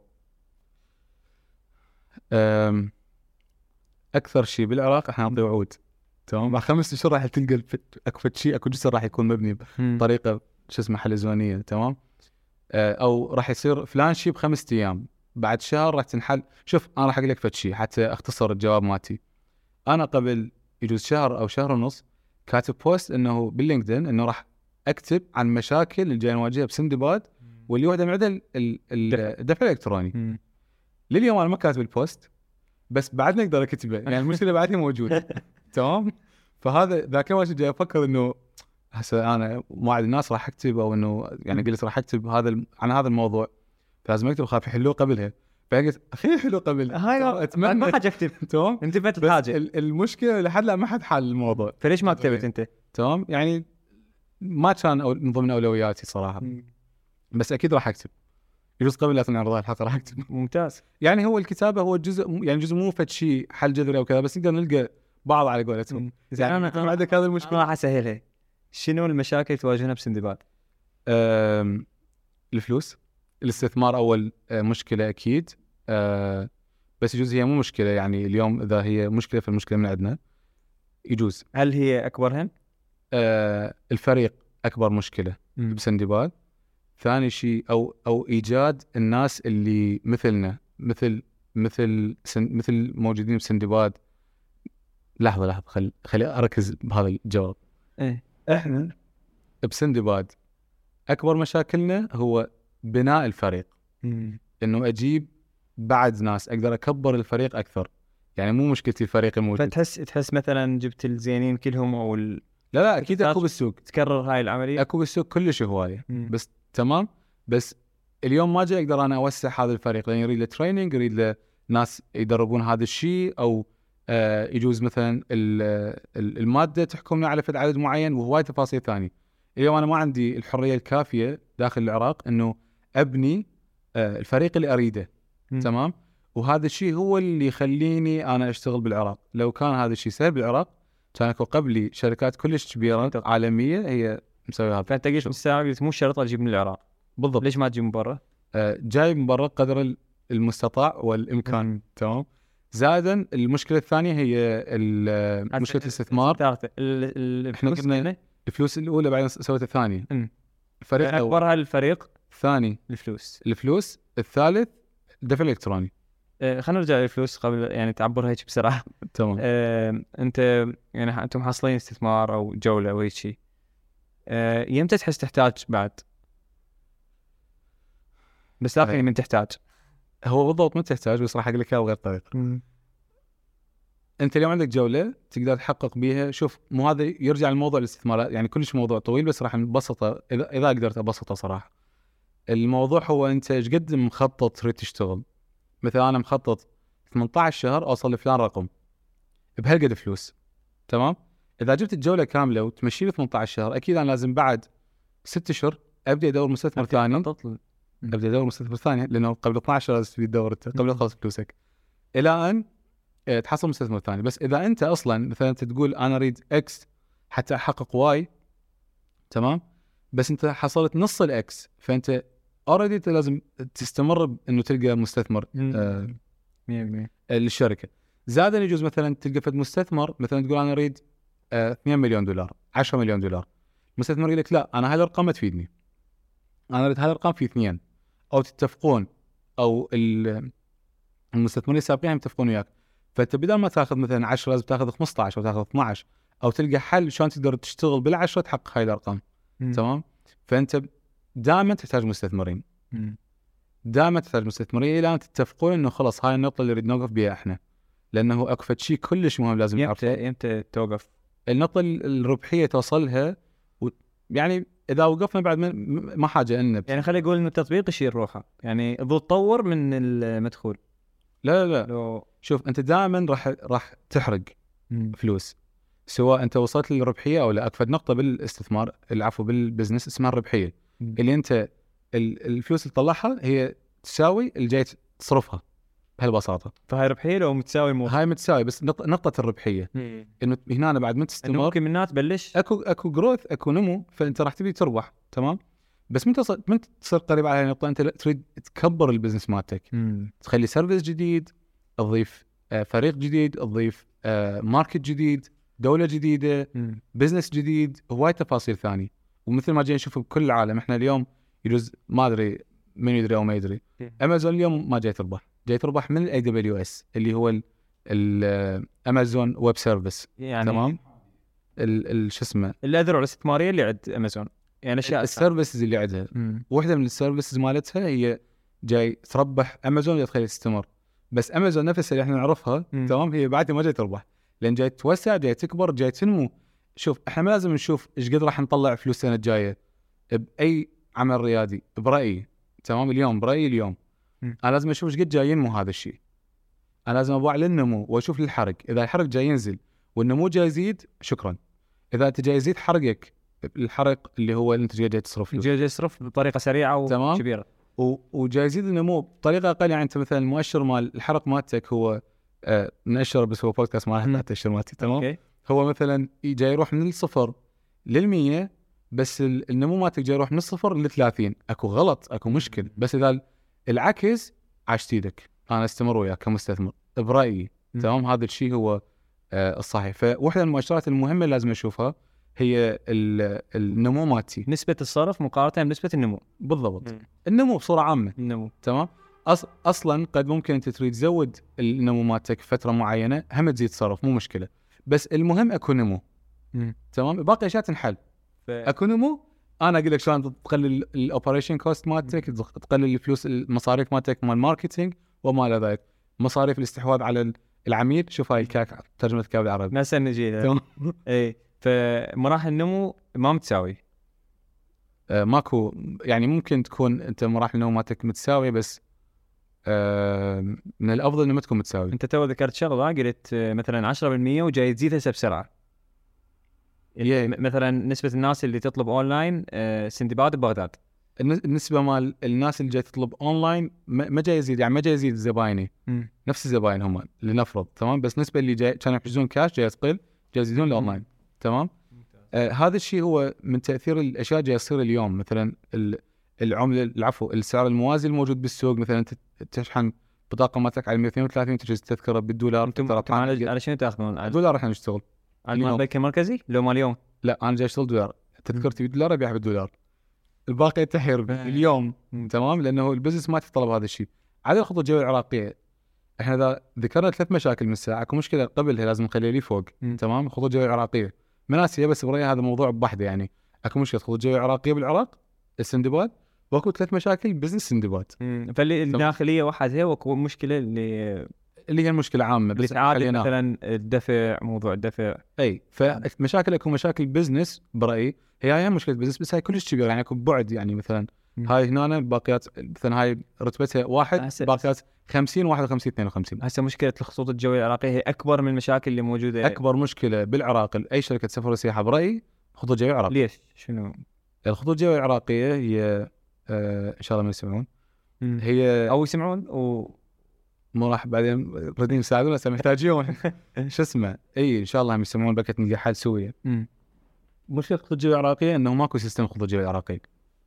A: اكثر شيء بالعراق احنا نعطي وعود. تمام، مع 5 اشهر راح تلقى اكو شيء، اكو جسر راح يكون مبني بطريقه شو اسمه حلزونيه. تمام، او راح يصير فلان شيء ب5 ايام، بعد شهر راح تنحل. شوف انا راح اقول لك فد شيء حتى اختصر الجواب مالتي. انا قبل يجوز شهر او شهر ونص كاتب بوست انه باللينكدين انه راح اكتب عن مشاكل اللي جاي نواجهها بسندباد، واللي واحده من عندها الدفع الالكتروني. لليوم انا ما كاتب البوست، بس بعدنا اقدر اكتبه، يعني المشكله بعدني موجوده. تمام، فهذا ذاك الوقت جاي افكر انه هسه انا موعد الناس راح اكتب، او انه يعني قلت راح اكتب عن هذا الموضوع، فلازم اكتب خاف يحلوه قبلها. فقلت اخي حلو قبلها،
B: هاي اتمنى ما حد يكتب.
A: تمام،
B: انتبهت الحاجه.
A: المشكله لحد لا ما حد حل الموضوع،
B: فليش ما كتبت انت؟
A: تمام، يعني ما كان من ضمن اولوياتي صراحه. بس اكيد راح اكتب، يجوز قبل لا تنعرض الحلقه راح اكتب.
B: ممتاز.
A: يعني هو الكتابه هو جزء، يعني جزء مو فد شيء حل جذري او كذا، بس نقدر نلقى بعض على قولتهم.
B: يعني انا
A: عندك هذا المشكله.
B: راح اسهلها. شنو المشاكل اللي تواجهونها بسندباد؟
A: الفلوس، الاستثمار اول مشكله اكيد. بس يجوز هي مو مشكله، يعني اليوم اذا هي مشكله فالمشكله من عندنا يجوز.
B: هل هي اكبرهن؟
A: الفريق اكبر مشكله بسندباد. ثاني شيء او ايجاد الناس اللي مثلنا، مثل موجودين بسندباد. لحظه خلي اركز بهذا الجواب. احنا بسندباد اكبر مشاكلنا هو بناء الفريق. انه اجيب بعد ناس اقدر اكبر الفريق اكثر، يعني مو مشكلتي الفريق الموجود.
B: فتحس مثلا جبت الزينين كلهم او
A: لا اكيد اكو بالسوق
B: تكرر هاي العمليه،
A: اكو بالسوق كلش هوايه. بس تمام، بس اليوم ما جاي اقدر انا اوسع هذا الفريق، لان يريد له تريننج، يريد له ناس يدربون هذا الشيء، او يجوز مثلا الماده تحكمنا على فد عدد معين، وهواي تفاصيل ثانيه. اليوم انا ما عندي الحريه الكافيه داخل العراق انه ابني الفريق اللي اريده. تمام، وهذا الشيء هو اللي يخليني انا اشتغل بالعراق. لو كان هذا الشيء سهل بالعراق كان اكو قبلي شركات كلش كبيره عالميه هي مسوي هذا.
B: فانت قلت مستوعب مو شرط اجيب من العراق.
A: بالضبط.
B: ليش ما تجيب من برا؟
A: جاي من برا قدر المستطاع والامكان. تمام. زائدا المشكله الثانيه هي مشكله الاستثمار. احنا قلنا الفلوس الاولى بعدين سويت الثانيه.
B: الفريق اكبرها الفريق
A: الثاني
B: الفلوس
A: الثالث الدفع الالكتروني.
B: خلينا نرجع للفلوس قبل يعني تعبر هيك بسرعه.
A: تمام.
B: انت يعني انتم محصلين استثمار او جوله او شيء، يمتى تحس تحتاج بعد؟ بس لا من تحتاج.
A: هو بالضبط ما تحتاج، بس راح اقول لك بغير طريقه. انت اليوم عندك جوله تقدر تحقق بيها. شوف، مو هذا يرجع لموضوع الاستثمارات، يعني كلش موضوع طويل، بس راح نبسطه اذا قدرت ابسطه صراحه. الموضوع هو انت ايش قد مخطط تريد تشتغل. مثلا انا مخطط 18 شهر اوصل لفلان رقم بهالقد فلوس، تمام. اذا جبت الجوله كامله وتمشي لي 18 شهر، اكيد انا لازم بعد 6 اشهر ابدا ادور مستثمر ثاني. ابدا ادور مستثمر ثاني، لانه قبل 12 شهر لازم تدور انت قبل لا تخلص فلوسك الى ان تحصل مستثمر ثاني. بس اذا انت اصلا مثلا انت تقول انا اريد اكس حتى احقق واي، تمام، بس انت حصلت نص الاكس، فانت اوريدي انت لازم تستمر انه تلقى مستثمر
B: 100%
A: للشركه. زائدا يجوز مثلا تلقى فد مستثمر، مثلا تقول انا اريد 2 مليون دولار 10 مليون دولار، المستثمر يقول لك لا انا هاي الارقام ما تفيدني، انا اريد هاي الارقام في اثنين، او تتفقون او المستثمرين السابقين يتفقون وياك. فانت بدل ما تاخذ مثلا 10 لازم تاخذ 15 او تاخذ 12، او تلقى حل شلون تقدر تشتغل بال10 تحقق هاي الارقام. تمام. فانت دائما تحتاج مستثمرين، دائما تحتاج مستثمرين الى ان تتفقون انه خلاص هاي النقطه اللي نريد نوقف بها احنا، لانه اكو شيء كلش مهم لازم نعرفه.
B: يمتى توقف؟
A: النقطه الربحيه توصلها يعني اذا وقفنا بعد ما حاجه لنا
B: يعني خلي اقول انه التطبيق يشيل روحه، يعني ضو تطور من المدخول.
A: لا شوف، انت دائما راح تحرق فلوس، سواء انت وصلت للربحيه او لا. اكفد نقطه بالاستثمار، العفو، بالبزنس اسمها الربحيه، اللي انت الفلوس اللي تطلعها هي تساوي اللي جاي تصرفها بهالبساطه.
B: فهاي ربحيه لو متساوي
A: هاي متساوي، بس نقطه الربحيه انه هنا أنا بعد ما تستمر
B: ممكن من الناس تبلش
A: اكو جروث، اكو نمو، فانت راح تبي تربح. تمام. بس من تصير قريب على النقطه، انت تريد تكبر البزنس مالتك، تخلي سيرفيس جديد، تضيف فريق جديد، تضيف ماركت جديد، دوله جديده، بزنس جديد، هواي تفاصيل ثانيه. ومثل ما جاي نشوف بكل العالم، احنا اليوم يجوز ما ادري من يدري او ما يدري، امازون اليوم ما جاي تربح، جاي تربح من الاي دبليو اس اللي هو الامازون ويب سيرفيس،
B: يعني
A: تمام. شو اسمه،
B: الاذرع الاستثماريه اللي عند امازون، يعني اشياء
A: السيرفيسز اللي عندها. واحده من السيرفيسز مالتها هي جاي تربح امازون وتخلي تستمر. بس امازون نفسها اللي احنا نعرفها، تمام، هي بعد ما جاي تربح، لان جاي توسع، جاي تكبر، جاي تنمو. شوف، احنا ما لازم نشوف ايش قد راح نطلع فلوس السنه الجايه باي عمل ريادي برايي، تمام. اليوم برايي اليوم انا لازم اشوف ايش قد جاي ينمو هذا الشيء. انا لازم ابوع للنمو واشوف للحرق، اذا الحرق جاي ينزل والنمو جاي يزيد، شكرا. اذا انت جاي يزيد حرقك، الحرق اللي هو انت جاي تصرف،
B: جاي يصرف بطريقه سريعه وكبيره،
A: وجاي يزيد النمو بطريقه اقل. يعني انت مثلا المؤشر مال الحرق مالتك هو نشر، بس هو بودكاست ما راح تشر مالتي، تمام. هو مثلا جاي يروح من الصفر لل100، بس النمو مالتك جاي يروح من الصفر ل30. اكو غلط، اكو مشكل. بس اذا العكس، عاشت ايدك، انا استمر وياك كمستثمر برايي، تمام. هذا الشيء هو الصحيح. فواحده من المؤشرات المهمه اللي لازم اشوفها هي النمو مالتي،
B: نسبه الصرف مقارنه بنسبه النمو.
A: بالضبط. النمو بصوره عامه،
B: النمو،
A: تمام. اصلا قد ممكن انت تريد تزود النمو مالتك فتره معينه، هم تزيد صرف، مو مشكله، بس المهم اكو نمو. تمام. باقي اشياء تنحل. اكو نمو، انا اقول لك شلون تقلل الاوبريشن كوست مالتك، تقلل الفلوس، المصاريف مالتك مال ماركتينج وما الى ذلك، مصاريف الاستحواذ على العميل. شوف هاي الكاك، ترجمه الكاك بالعربي،
B: ناس نجي اي. فمراحل النمو ما متساوي،
A: ماكو، يعني ممكن تكون انت مراحل النمو مالتك متساويه، بس من الافضل انه ما تكون متساوي.
B: انت تو ذكرت شغله، قلت مثلا 10% وجاي تزيد هسه بسرعه. مثلا نسبه الناس اللي تطلب اونلاين سندباد ببغداد،
A: النسبه مال الناس اللي جاي تطلب اونلاين ما جاي يزيد، يعني ما جاي يزيد زبايني، نفس الزباين هم لنفرض، تمام. بس نسبه اللي جاي كانوا يحجزون كاش جاي تقل، جاي يزيدون الاونلاين، تمام. هذا الشيء هو من تاثير الاشياء جاي يصير اليوم. مثلا العمله، العفو، السعر الموازي الموجود بالسوق. مثلا انت تشحن بطاقه مالتك على 132 تجي تذكره بالدولار،
B: على شنو تاخذون؟
A: دولار احنا نشتغل
B: على البنك المركزي لو ما اليوم؟
A: لا، انا جاي اشتغل دولار، تذكرتي بالدولار ابيعها بالدولار، الباقي تحير اليوم، تمام. لانه البزنس ما تتطلب هذا الشيء. على خطوه الجوله العراقيه، احنا اذا ذكرنا 3 مشاكل من الساعه، اكو مشكله قبلها لازم نخليها لي فوق. تمام. خطوط جويه عراقيه من اسيا، بس برايي هذا موضوع بحده. يعني اكو مشكله خطوط جويه عراقيه بالعراق السندباد، واكو 3 مشاكل بزنس سندباد.
B: فاللي الداخليه وحدها، واكو مشكله اللي
A: هي المشكله عامه
B: اللي
A: بس
B: تعادل مثلا الدفع، موضوع الدفع.
A: اي فمشاكل اكو مشاكل بزنس برايي، هي مشكله بزنس، بس هاي كلش كبيره. يعني اكو بعد، يعني مثلا هاي هنا باقيات مثلا هاي رتبتها 1 باقيات 50 51 52.
B: هسه مشكله الخطوط الجويه العراقيه هي اكبر من المشاكل اللي موجوده.
A: اكبر مشكله بالعراق اي شركه سفر وسياحه برايي خطوط الجويه العراقيه.
B: ليش؟ شنو
A: الخطوط الجويه العراقيه هي ان شاء الله ما يسمعون، هي
B: او يسمعون
A: مو راح بعدين ردين يساعدونا هسه محتاجين شو اسمه. اي ان شاء الله هم يسمعون بكت نلقى حل سويه. مشكله الخطوط الجويه العراقيه انه ماكو سيستم خطوط الجويه العراقيه.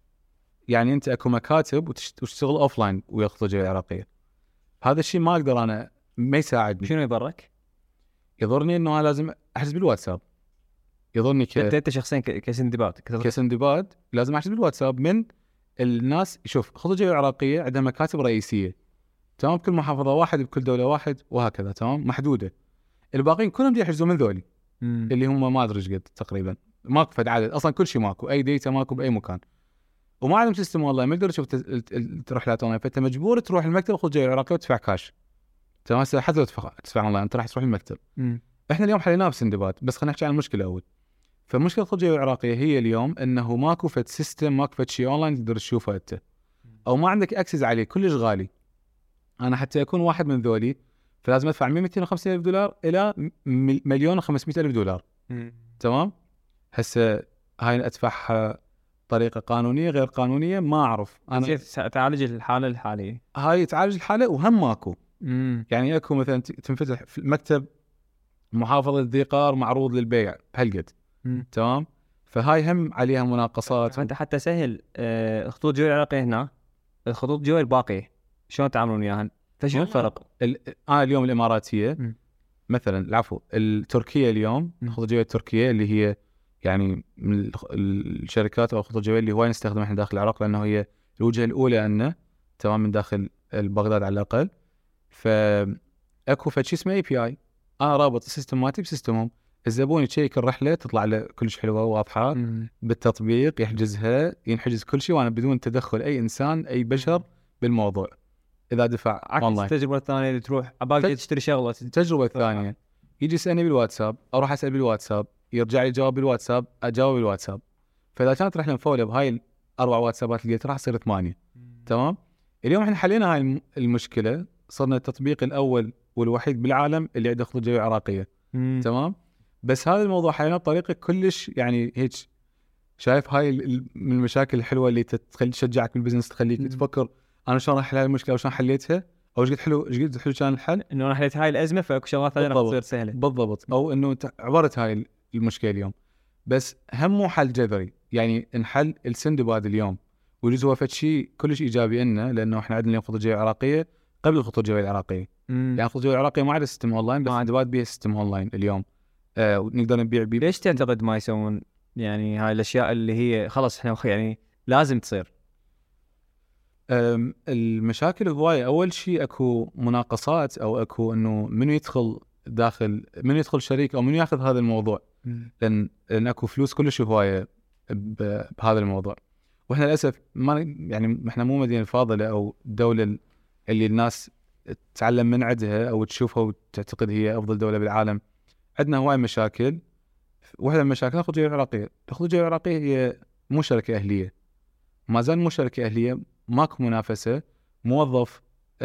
A: يعني انت اكو مكاتب وتشتغل اوف لاين ويا الخطوط الجويه العراقيه. هذا الشيء ما اقدر انا، ما يساعدني.
B: شنو يضرك؟
A: يضرني انه انا لازم احجز بالواتساب. يضرني
B: انت شخصيا كسندباد
A: كسندباد لازم احجز بالواتساب من الناس. شوف خطوط الجويه العراقيه عندها مكاتب رئيسيه، تمام، بكل محافظه واحد، بكل دوله واحد، وهكذا، تمام، محدوده. الباقيين كلهم دي يحجزوا من ذولي اللي هم ما ادري ايش قد تقريبا، ماكو فد عدد اصلا، كل شيء ماكو، اي ديتا ماكو باي مكان، وما عندهم سيستم والله. ما تقدر تشوف رحلات اونلاين، فانت مجبور تروح المكتب خذ جاي العراقي وتدفع كاش. تمام. حتى لو تدفع اونلاين انت راح تروح المكتب. احنا اليوم حليناه بسندباد، بس خلينا نحكي عن المشكله اول. فمشكله خذ جاي العراقيه هي اليوم انه ماكو فد سيستم، ماكو فد شيء اونلاين تقدر تشوفه انت، او ما عندك اكسس عليه، كلش غالي. انا حتى اكون واحد من ذولي فلازم ادفع من $250,000 الى $1,500,000. تمام. هسه هاي ادفعها طريقه قانونيه غير قانونيه ما اعرف انا.
B: تعالج الحاله الحاليه،
A: هاي تعالج الحاله وهم ماكو. يعني اكو مثلا تنفتح في المكتب محافظه ذي قار معروض للبيع بهالقد. تمام. فهاي هم عليها مناقصات.
B: فانت حتى سهل خطوط جوي العراقيه هنا، الخطوط جوي الباقيه شلون تعاملون وياهن؟ فشنو الفرق؟
A: انا اليوم الاماراتيه مثلا، العفو التركيه اليوم الخطوط الجويه التركيه اللي هي يعني من الشركات او الخطوط الجويه اللي هواي نستخدمها احنا داخل العراق، لانه هي الوجهه الاولى عندنا، تمام، من داخل بغداد على الاقل. فاكو فشي اسمه اي بي اي، انا رابط السيستم مالتي بسيستمهم. الزبون يشيك الرحله تطلع له كلش حلوه واضحه بالتطبيق، يحجزها، ينحجز كل شيء، وانا بدون تدخل اي انسان اي بشر بالموضوع. اذا دفع
B: عكس التجربه الثانيه اللي تروح عبالك تشتري شغله.
A: التجربه الثانيه يجي يسالني بالواتساب، اروح اسال بالواتساب، يرجع لي جواب بالواتساب، اجاوب بالواتساب. فاذا كانت رحله مفوله بهاي الاربع واتسابات اللي قلت راح تصير 8. تمام. اليوم احنا حلينا هاي المشكله، صرنا التطبيق الاول والوحيد بالعالم اللي عنده خطوط جويه عراقيه. تمام. بس هذا الموضوع حليناه بطريقه كلش يعني هيك، شايف هاي من المشاكل الحلوه اللي تشجعك بالبزنس، تخليك تفكر انا شلون راح احل هاي المشكله وشلون حليتها، او ايش قد حلو كان الحل،
B: انه انا حليت هاي الازمه فاكو شغلات ثانيه راح تصير سهله.
A: بالضبط. او انه عبرت هاي المشكله اليوم. بس هم مو حل جذري، يعني انحل السندباد اليوم ويجوز هو فد شيء كلش ايجابي لنا، لانه احنا عندنا اليوم خطوط جويه عراقيه قبل الخطوط الجويه العراقيه. يعني الخطوط الجويه العراقيه ما عندها سيستم اونلاين، بس سندباد بيها سيستم اونلاين اليوم ونقدر نبيع بيه.
B: ليش تعتقد ما يسوون يعني هاي الاشياء اللي هي خلاص احنا يعني لازم تصير؟
A: المشاكل هوايه. اول شيء اكو مناقصات، او اكو انه منو يدخل داخل، منو يدخل شريك، او منو ياخذ هذا الموضوع. لان اكو فلوس كلش هوايه بهذا الموضوع. واحنا للاسف ما يعني احنا مو مدينه فاضله او الدوله اللي الناس تتعلم من عندها او تشوفها وتعتقد هي افضل دوله بالعالم. عندنا هواي مشاكل. واحده من المشاكل الخطوط الجويه العراقيه. الخطوط الجويه العراقيه هي مو شركه اهليه، ما زال مو شركه اهليه، ماكو منافسه، موظف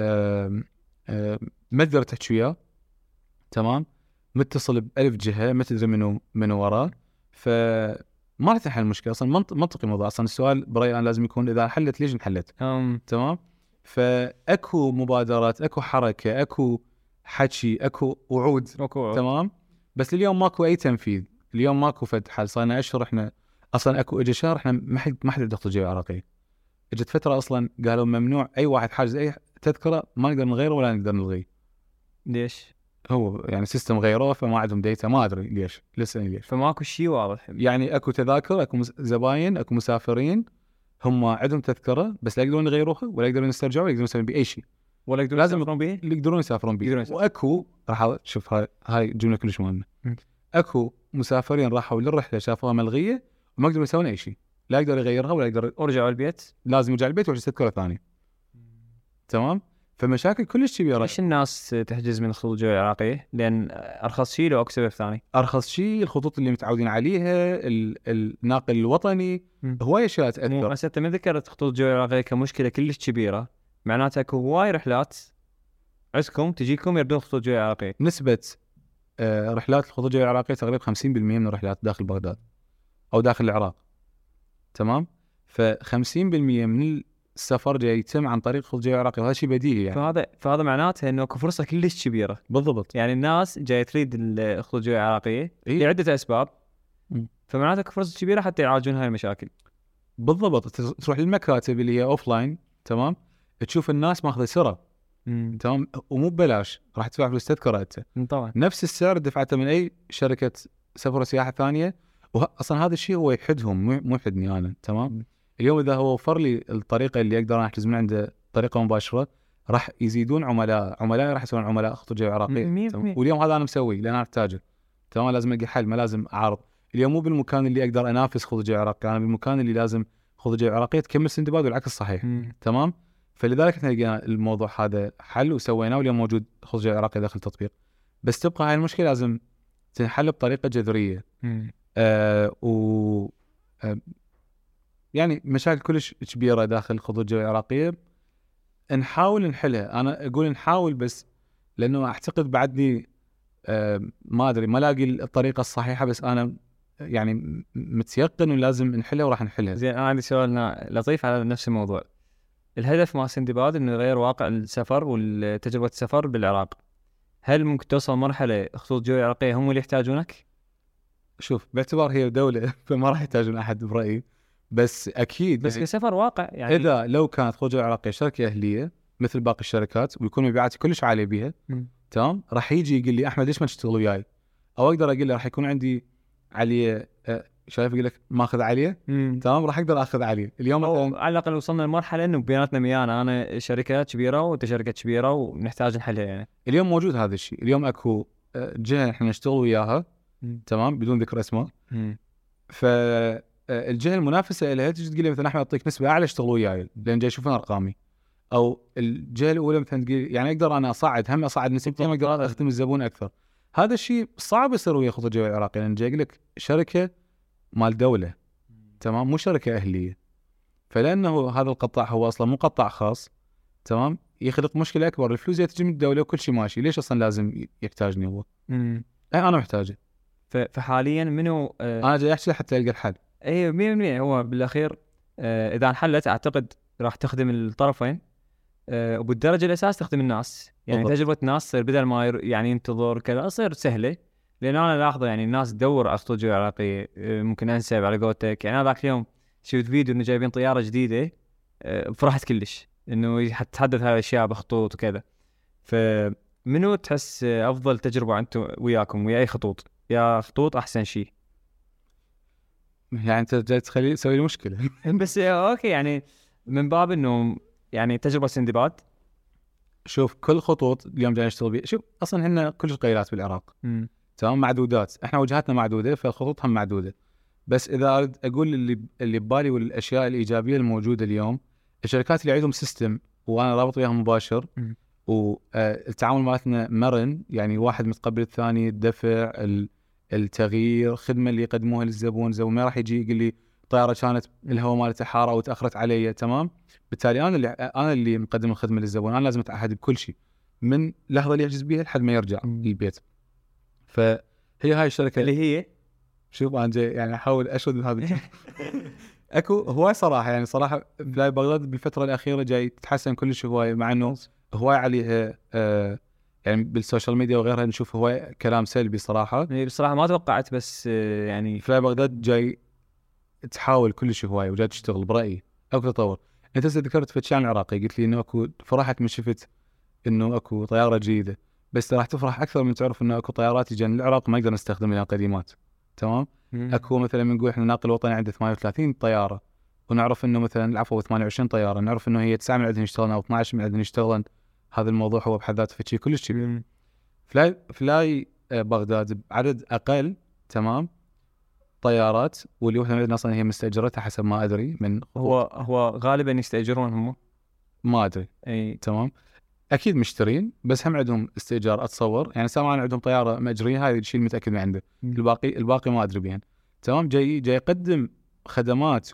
A: ما تقدر تحكي وياه، تمام، متصل ب1000 جهه، ما تدري منو وراه. فما راح تنحل المشكله اصلا. منطقي الموضوع اصلا. السؤال برايي انا لازم يكون اذا حلت ليش انحلت. تمام. فاكو مبادرات، اكو حركه، اكو حكي، اكو وعود. تمام. بس اليوم ماكو اي تنفيذ. اليوم ماكو فد حل. صارنا اشهر احنا اصلا اكو اجى شهر احنا ما حد يدخل جويه عراقيه. اجت فتره اصلا قالوا ممنوع اي واحد حاجز اي تذكره ما نقدر نغيره ولا نقدر نلغيه.
B: ليش؟
A: هو يعني سيستم غيره فما عندهم ديتا، ما ادري ليش، لسه ليش.
B: فماكو شيء واضح.
A: يعني اكو تذاكر، اكو زباين، اكو مسافرين هم عندهم تذكره بس لا يقدرون يغيروها ولا يقدرون يسترجعوا ولا يقدرون يسوون باي شيء.
B: ولا يقدرون
A: لازم
B: يسافرون به؟
A: اللي يقدرون يسافرون به.
B: يقدرون يسافرون.
A: واكو راح شوف هاي جمله كلش مهمه. اكو مسافرين راحوا للرحله شافوها ملغيه وما يقدرون يسوون اي شيء، لا يقدر يغيرها ولا يقدر،
B: ورجعوا البيت
A: لازم يرجع البيت ويحجز تذكره ثانيه. تمام. فمشاكل كلش كبيره.
B: ليش الناس تحجز من الخطوط الجويه العراقيه؟ لان ارخص شيء لو اكو سبب ثاني.
A: ارخص شيء، الخطوط اللي متعودين عليها، الناقل الوطني، هواي اشياء تاثر.
B: هسه انت ما ذكرت خطوط الجويه العراقيه كمشكله كلش كبيره، معناتها اكو هواي رحلات عندكم تجيكم يردون خطوط الجويه العراقيه.
A: نسبه رحلات الخطوط الجويه العراقيه تقريبا 50% من الرحلات داخل بغداد او داخل العراق. تمام. ف50% من السفر جاي يتم عن طريق الخطوط الجويه العراقيه، وهذا شيء بديهي يعني.
B: فهذا معناته انه اكو فرصه كلش كبيره.
A: بالضبط.
B: يعني الناس جايه تريد الخطوط الجويه العراقيه
A: إيه؟
B: لعده اسباب، فمعناته اكو فرصه كبيره حتى يعالجون هاي المشاكل.
A: بالضبط. تروح للمكاتب اللي هي اوف لاين، تمام، تشوف الناس ماخذه سرة، تمام، ومو ببلاش، راح تدفع فلوس تذكره انت
B: طبعا
A: نفس السعر دفعته من اي شركه سفر وسياحه ثانيه. اصلا هذا الشيء هو يحدهم، مو يحدني انا. تمام. اليوم اذا هو وفر لي الطريقه اللي اقدر انا احجز من عنده طريقه مباشره، راح يزيدون عملاء راح يصيرون عملاء خطوط الجويه العراقيه. واليوم هذا انا مسوي لان انا احتاجه. تمام. لازم الاقي حل، ما لازم اعارض. اليوم مو بالمكان اللي اقدر انافس خطوط الجويه العراقيه، انا بالمكان اللي لازم خطوط الجويه العراقيه تكمل سندباد والعكس صحيح. تمام. فلذلك احنا لقينا الموضوع هذا حل وسويناه، واليوم موجود خطوط الجويه العراقيه داخل التطبيق. بس تبقى هاي المشكله لازم تنحل بطريقه جذريه. يعني مشاكل كلش كبيره داخل خطوط الجويه العراقيه نحاول نحلها. انا اقول نحاول بس لانه اعتقد بعدني ما ادري، ما لاقي الطريقه الصحيحه، بس انا يعني متيقن انه لازم نحلها وراح نحلها.
B: زين، انا عندي سؤال لطيف على نفس الموضوع. الهدف مع سندباد انه يغير واقع السفر والتجربه السفر بالعراق. هل ممكن توصل مرحله خطوط الجويه العراقيه هم اللي يحتاجونك؟
A: شوف، باعتبار هي دوله فما راح يحتاجون احد برايي، بس اكيد
B: بس كسفر واقع يعني.
A: اذا لو كانت خطوط الجويه العراقيه شركه اهليه مثل باقي الشركات ويكون مبيعاتي كلش عاليه بيها، تمام، راح يجي يقول لي احمد ليش ما تشتغل وياي؟ او اقدر اقول له راح يكون عندي عليه شايف يقول لك ماخذ عليه، تمام، راح اقدر اخذ عليه. اليوم
B: على الاقل وصلنا لمرحله انه بيناتنا ميانا، انا شركه كبيره وانت شركه كبيره ونحتاج نحلها يعني.
A: اليوم موجود هذا الشيء. اليوم اكو جهه احنا نشتغل وياها، تمام، بدون ذكر اسماء. فالجهه المنافسه لها تجي تقول لي مثلا احمد اعطيك نسبه اعلى اشتغل وياي لان جاي يشوفون ارقامي. او الجهه الاولى مثلا تقول يعني اقدر انا اصعد نسبتي، ما اقدر اخدم الزبون اكثر. هذا الشيء صعب يصير ويا خطوط الجويه العراقيه لان جاي يقول لك شركه مال دوله، تمام، مو شركه اهليه. فلانه هذا القطاع هو اصلا مو قطاع خاص، تمام، يخلق مشكله اكبر. الفلوس تجي من الدوله وكل شيء ماشي، ليش اصلا لازم يحتاجني هو؟ انا محتاجه.
B: فحاليا منو
A: انا جاي احكي حتى القى الحل.
B: اي 100%. هو بالاخير اذا انحلت اعتقد راح تخدم الطرفين، وبالدرجه الاساس تخدم الناس. يعني بالضبط. تجربه الناس تصير بدل ما يعني ينتظر كذا تصير سهله. لان انا لاحظه يعني الناس تدور على خطوط الجويه العراقيه. ممكن انسب على قولتك. يعني انا ذاك اليوم شفت فيديو انه جايبين طياره جديده، فرحت كلش انه تتحدث هاي الاشياء بخطوط وكذا. فمنو تحس افضل تجربه انتم وياكم ويا اي خطوط؟ يا خطوط احسن شيء؟
A: يعني انت جاي تسوي لي مشكله.
B: بس اوكي، يعني من باب انه يعني تجربه سندباد.
A: شوف، كل خطوط اليوم جاي نشتغل بيها. شوف اصلا احنا كلش قليلات بالعراق، تمام، معدودات، احنا وجهاتنا معدوده فالخطوط هم معدوده. بس اذا اريد اقول اللي ببالي والاشياء الايجابيه الموجوده اليوم، الشركات اللي عندهم سيستم وانا رابط وياهم مباشر، والتعامل مالتنا مرن، يعني واحد متقبل الثاني، الدفع، التغيير، الخدمه اللي يقدموها للزبون، الزبون ما راح يجي يقول لي طياره كانت الهواء مالتها حاره وتاخرت علي، تمام. بالتالي انا اللي مقدم الخدمه للزبون، انا لازم اتعهد بكل شيء من لحظه اللي يحجز بيها لحد ما يرجع البيت. فهي هاي الشركه
B: اللي هي،
A: شوف انا جاي يعني احاول اشد من هذا اكو هواي صراحه، يعني صراحه بلاي بغداد بالفتره الاخيره جاي تتحسن كلش هواي، مع انه هواي عليها يعني بالسوشيال ميديا وغيرها نشوف هواي كلام سلبي صراحه.
B: بصراحه ما توقعت، بس يعني
A: فلاي بغداد جاي تحاول كلش هواي وجاي تشتغل برايي اكو تطور. انت ذكرت فتشان العراقي، قلت لي انه اكو، فرحت من شفت انه اكو طياره جديده، بس راح تفرح اكثر من تعرف انه اكو طيارات جايه العراق ما نقدر نستخدم لها قديمات، تمام. اكو مثلا بنقول احنا ناقل وطني عنده 38 طياره، ونعرف انه مثلا العفو 28 طياره، نعرف انه هي 9 من عندهم يشتغلن او 12 من عندهم يشتغلن هذا الموضوع هو بحد ذاته شيء كلش كبير. فلاي بغداد بعدد اقل، تمام، طيارات، واللي واحده اصلا هي مستاجرتها حسب ما ادري من
B: هو غالبا يستاجرون هم،
A: ما ادري،
B: اي
A: تمام. اكيد مشترين، بس هم عندهم استئجار اتصور، يعني سواء عندهم طياره مأجرين، هذا الشيء المتاكد من عنده. الباقي ما ادري بين، تمام. جاي يقدم خدمات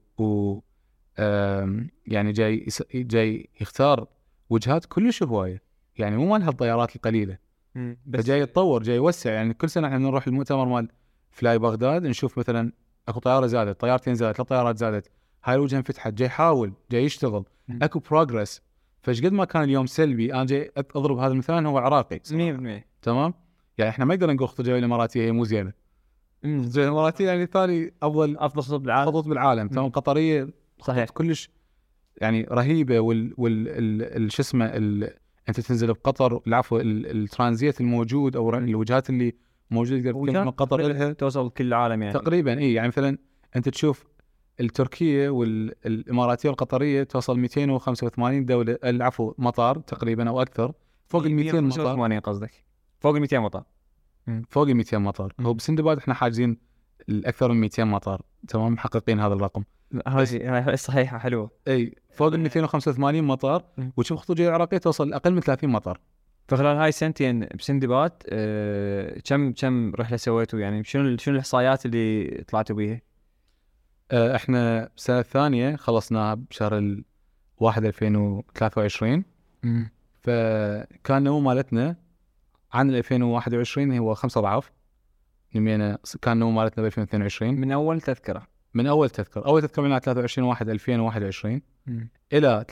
A: يعني جاي يختار وجهات كلش هوايه، يعني مو مال هالطيارات القليله. فجاي يتطور، جاي يوسع. يعني كل سنه احنا نروح المؤتمر مال فلاي بغداد، نشوف مثلا اكو طياره زادت، طيارتين زادت، 3 طيارات زادت، هاي الوجهه انفتحت، جاي يحاول، جاي يشتغل، اكو بروجرس. فايش قد ما كان اليوم سلبي، انا جاي اضرب هذا المثال، هو عراقي
B: 100%.
A: تمام. يعني احنا ما نقدر نقول الخطوط الجويه الاماراتيه هي مو زينه. الخطوط الجويه الاماراتيه يعني ثاني افضل خطوط بالعالم، تمام. قطريه
B: صحيح
A: كلش يعني رهيبه. شو اسمه انت تنزل بقطر، العفو، الترانزيت الموجود او الوجهات اللي موجوده من قطر لها
B: توصل كل العالم يعني
A: تقريبا. يعني مثلا انت تشوف التركيه والاماراتيه والقطريه توصل 285 دوله، العفو مطار تقريبا او اكثر، فوق ال 200 مطار.
B: 185 قصدك، فوق ال 200 مطار.
A: فوق ال 200 مطار. هو بسندباد احنا حاجزين الاكثر من 200 مطار، تمام، محققين هذا الرقم.
B: هاي صحيحه حلوه.
A: اي فوق ال 285 مطار، وتشوف خطوط الجويه العراقيه توصل اقل من 30 مطار.
B: فخلال هاي سنتين بسندباد كم رحله سويتوا؟ يعني شنو الاحصائيات اللي طلعتوا بيها؟
A: احنا السنه الثانيه خلصناها بشهر 1 2023. فكان النمو مالتنا عن 2021 هو 5 أضعاف. كان النمو مالتنا ب 2022
B: من اول تذكره
A: اول تذكره من 23/1/2021 الى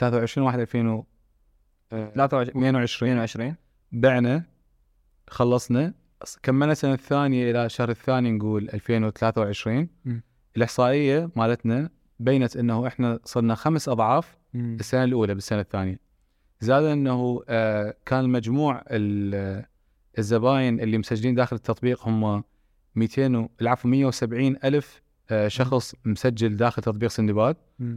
A: 23/1/2022 بعنا، خلصنا، كملنا السنه الثانيه الى الشهر الثاني نقول 2023. الاحصائيه مالتنا بينت انه احنا صرنا 5 أضعاف السنه الاولى بالسنه الثانيه. زاد انه كان مجموع الزباين اللي مسجلين داخل التطبيق هم 170 ألف شخص مسجل داخل تطبيق سندباد،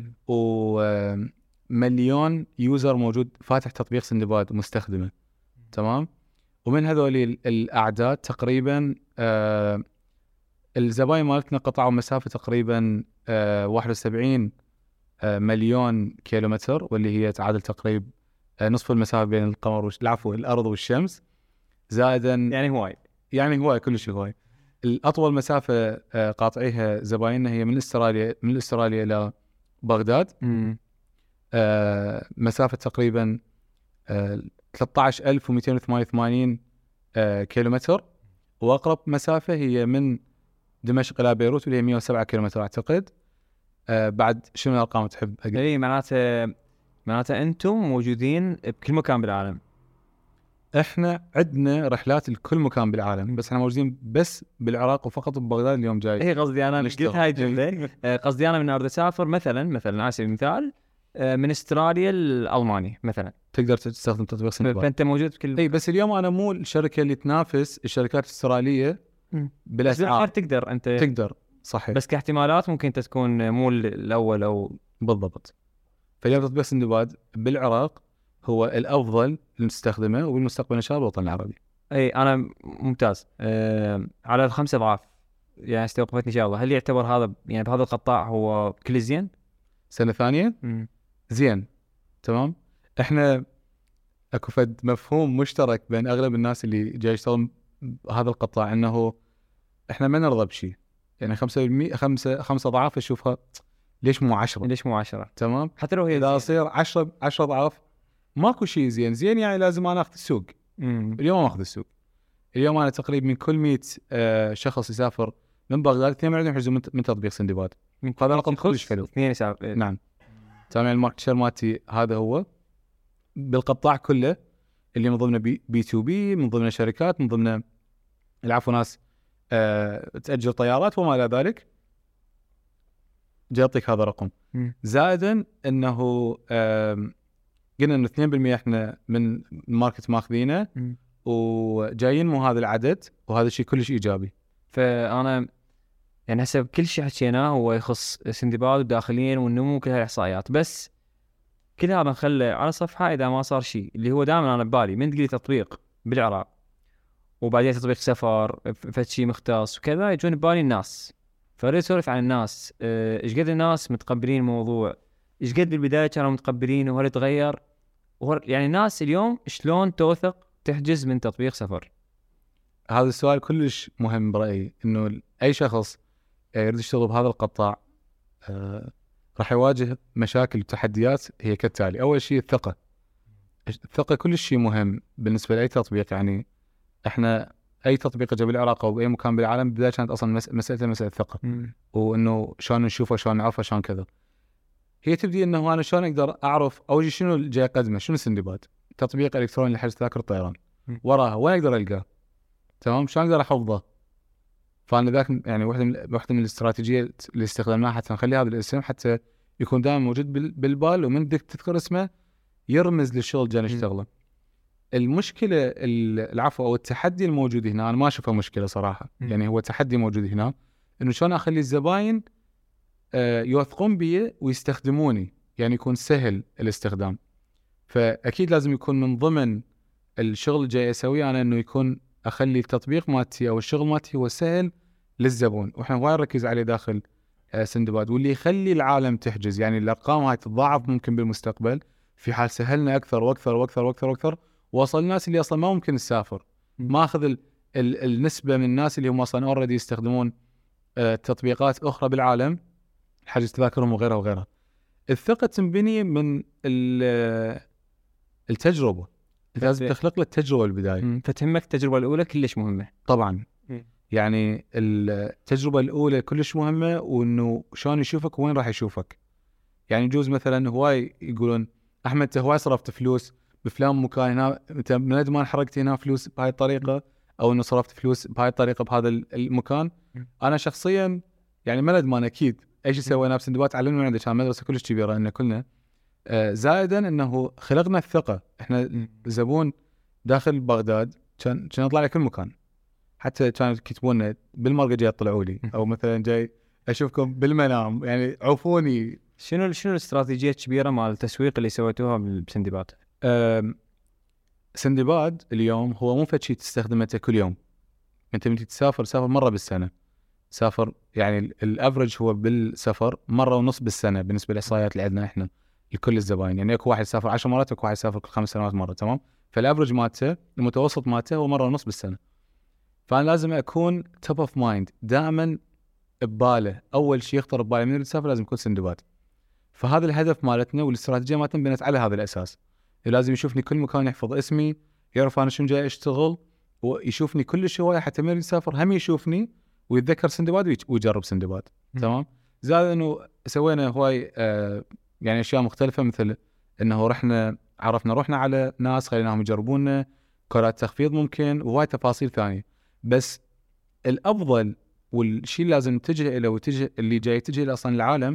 A: ومليون يوزر موجود فاتح تطبيق سندباد ومستخدمه، تمام. ومن هذول الأعداد تقريبا الزباين مالتنا قطعوا مسافة تقريبا 71 مليون كيلومتر، واللي هي تعادل تقريبا نصف المسافة بين القمر الأرض والشمس. زائدا يعني هواي كلش هواي. الأطول مسافة قاطعيها زبايننا هي من استراليا إلى بغداد، مسافة تقريبا 13288 كيلومتر. وأقرب مسافة هي من دمشق إلى بيروت، واللي هي 107 كيلومتر أعتقد. بعد شنو الأرقام تحب أقول؟
B: اي معناته أنتم موجودين بكل مكان بالعالم.
A: احنا عندنا رحلات لكل مكان بالعالم، بس احنا موجودين بس بالعراق وفقط ببغداد اليوم جاي.
B: اي قصدي انا قلت هاي الجمله قصدي انا من اريد اسافر مثلا على سبيل المثال من استراليا لالمانيا مثلا،
A: تقدر تستخدم تطبيق سندباد،
B: فانت موجود بكل.
A: اي بس اليوم انا مو الشركه اللي تنافس الشركات الاستراليه بالاسعار.
B: تقدر انت
A: تقدر صحيح،
B: بس كاحتمالات ممكن انت تكون مو الاول او
A: بالضبط. فاليوم تطبيق سندباد بالعراق هو الافضل لنستخدمه، وبالمستقبل ان شاء الله الوطن العربي.
B: اي انا ممتاز. على ال5 أضعاف يعني استوقفتني ان شاء الله. هل يعتبر هذا يعني بهذا القطاع هو كل زين؟
A: سنه ثانيه زين، تمام. احنا اكو فد مفهوم مشترك بين اغلب الناس اللي جاي يشتغلون بهذا القطاع، انه احنا ما نرضى بشيء. يعني 5% 5 أضعاف اشوفها ليش مو 10؟
B: ليش مو 10؟
A: تمام.
B: حتى لو هي
A: اذا يصير 10 أضعاف ماكو شيء زين يعني لازم انا اخذ السوق. اليوم ما اخذ السوق. اليوم انا تقريبا من كل 100 شخص يسافر من بغداد 2 عندهم يحجزون من تطبيق سندباد. هذا رقم كلش حلو.
B: 2 يسافر.
A: نعم، تمام. الماركت شير مالتي هذا هو بالقطاع كله، اللي من ضمنه بي تو بي، من ضمنه شركات، من ضمنه العفو ناس تأجر طيارات وما إلى ذلك. جاي أعطيك هذا الرقم. زائدا أنه قلنا أنه 2% إحنا من الماركت ماخذينه، وجايين مو هذا العدد، وهذا الشيء كلش إيجابي.
B: فأنا يعني حسب كل شيء حكيناه هو يخص سندباد والداخلين والنمو وكل هالإحصائيات، بس كل هذا نخله على صفحه اذا ما صار شيء، اللي هو دائما انا ببالي من تقولي تطبيق بالعراق وبعدين تطبيق سفر فد شيء مختص وكذا، يجون ببالي الناس. فاريد اسولف عن الناس، ايش قد الناس متقبلين الموضوع، ايش قد بالبدايه كانوا متقبلين وهل تغير، يعني الناس اليوم شلون توثق تحجز من تطبيق سفر؟
A: هذا السؤال كلش مهم برأيي، إنه أي شخص يريد يشتغل بهذا القطاع راح يواجه مشاكل وتحديات هي كالتالي. أول شيء الثقة كلش شيء مهم بالنسبة لأي تطبيق. يعني إحنا أي تطبيق جا بالعراق أو بأي مكان بالعالم بداية كانت أصلا مسألة ثقة، وإنه شلون نشوفه شلون نعرفه شلون كذا. هي تبدي إنه أنا شلون أقدر أعرف أول شيء شنو جاي أقدمه، شنو سندباد، تطبيق إلكتروني لحجز تذاكر الطيران، وراها وين أقدر ألقاه، تمام، شلون أقدر أحفظه. فأنا ذاك يعني واحدة من الاستراتيجيات اللي استخدمناها حتى نخلي هذا الاسم حتى يكون دائما موجود بالبال، ومن بدك تذكر اسمه يرمز للشغل جاي نشتغله. المشكلة العفو أو التحدي الموجود هنا، أنا ما أشوفه مشكلة صراحة، يعني هو تحدي موجود هنا، إنه شلون أخلي الزباين يوثقون بي ويستخدموني، يعني يكون سهل الاستخدام. فأكيد لازم يكون من ضمن الشغل اللي جاي أسويه أنا إنه يكون أخلي التطبيق مالتي أو الشغل مالتي هو سهل للزبون، وإحنا وايد نركز عليه داخل سندباد، واللي يخلي العالم تحجز. يعني الأرقام هاي تتضاعف ممكن بالمستقبل في حال سهلنا أكثر وأكثر وأكثر وأكثر وأكثر، وصل الناس اللي أصلا ما ممكن تسافر. ما أخذ النسبة من الناس اللي هم أصلا أوريدي يستخدمون تطبيقات أخرى بالعالم حجز تذاكرهم وغيرها وغيرها. الثقة تنبني من التجربة، لازم تخلق له التجربة البداية.
B: فتهمك التجربة الأولى كلش مهمة
A: طبعا. يعني التجربة الأولى كلش مهمة، وإنه شلون يشوفك وين راح يشوفك. يعني يجوز مثلا هواي يقولون أحمد أنت هواي صرفت فلوس بفلان مكان هنا، أنت من قد ما حرقت هنا فلوس بهاي الطريقة، أو إنه صرفت فلوس بهاي الطريقة بهذا المكان. أنا شخصيا يعني من قد ما أكيد أي شيء سوينا بسندباد علمنا عندنا كان مدرسة كلش كبيرة إن كلنا زائدا إنه خلقنا الثقة. إحنا زبون داخل بغداد كان أطلع لكل مكان، حتى كانوا يكتبون بالمرقة جاي يطلعوا لي، أو مثلا جاي أشوفكم بالمنام، يعني عوفوني.
B: شنو الاستراتيجية الكبيرة مال التسويق اللي سويتوها بسندباد؟
A: سندباد اليوم هو مو فشي تستخدمه كل يوم. أنت متى تسافر مرة بالسنة، سافر يعني الافرج هو بالسفر مرة ونص بالسنة بالنسبة للإحصائيات اللي عندنا إحنا لكل الزباين. يعني اكو واحد يسافر 10 مرات، اكو واحد يسافر كل 5 سنوات مرة، تمام. فالافرج مالته المتوسط مالته هو مرة ونص بالسنة. فأنا لازم أكون توب اوف مايند دائما بباله، أول شيء يخطر ببالي من يسافر لازم يكون سندباد. فهذا الهدف مالتنا والاستراتيجية مالتنا بنت على هذا الأساس. لازم يشوفني كل مكان، يحفظ اسمي، يعرف أنا شنو جاي أشتغل، ويشوفني كل شوية حتى من يسافر هم يشوفني ويتذكر سندباد ويجرب سندباد، تمام. زائد إنه سوينا هواي يعني أشياء مختلفة، مثل إنه عرفنا على ناس خليناهم يجربونا، كرات تخفيض ممكن، وهاي تفاصيل ثانية. بس الأفضل والشيء لازم نتجه إليه وتجه اللي جاي يتجه إلى أصلا العالم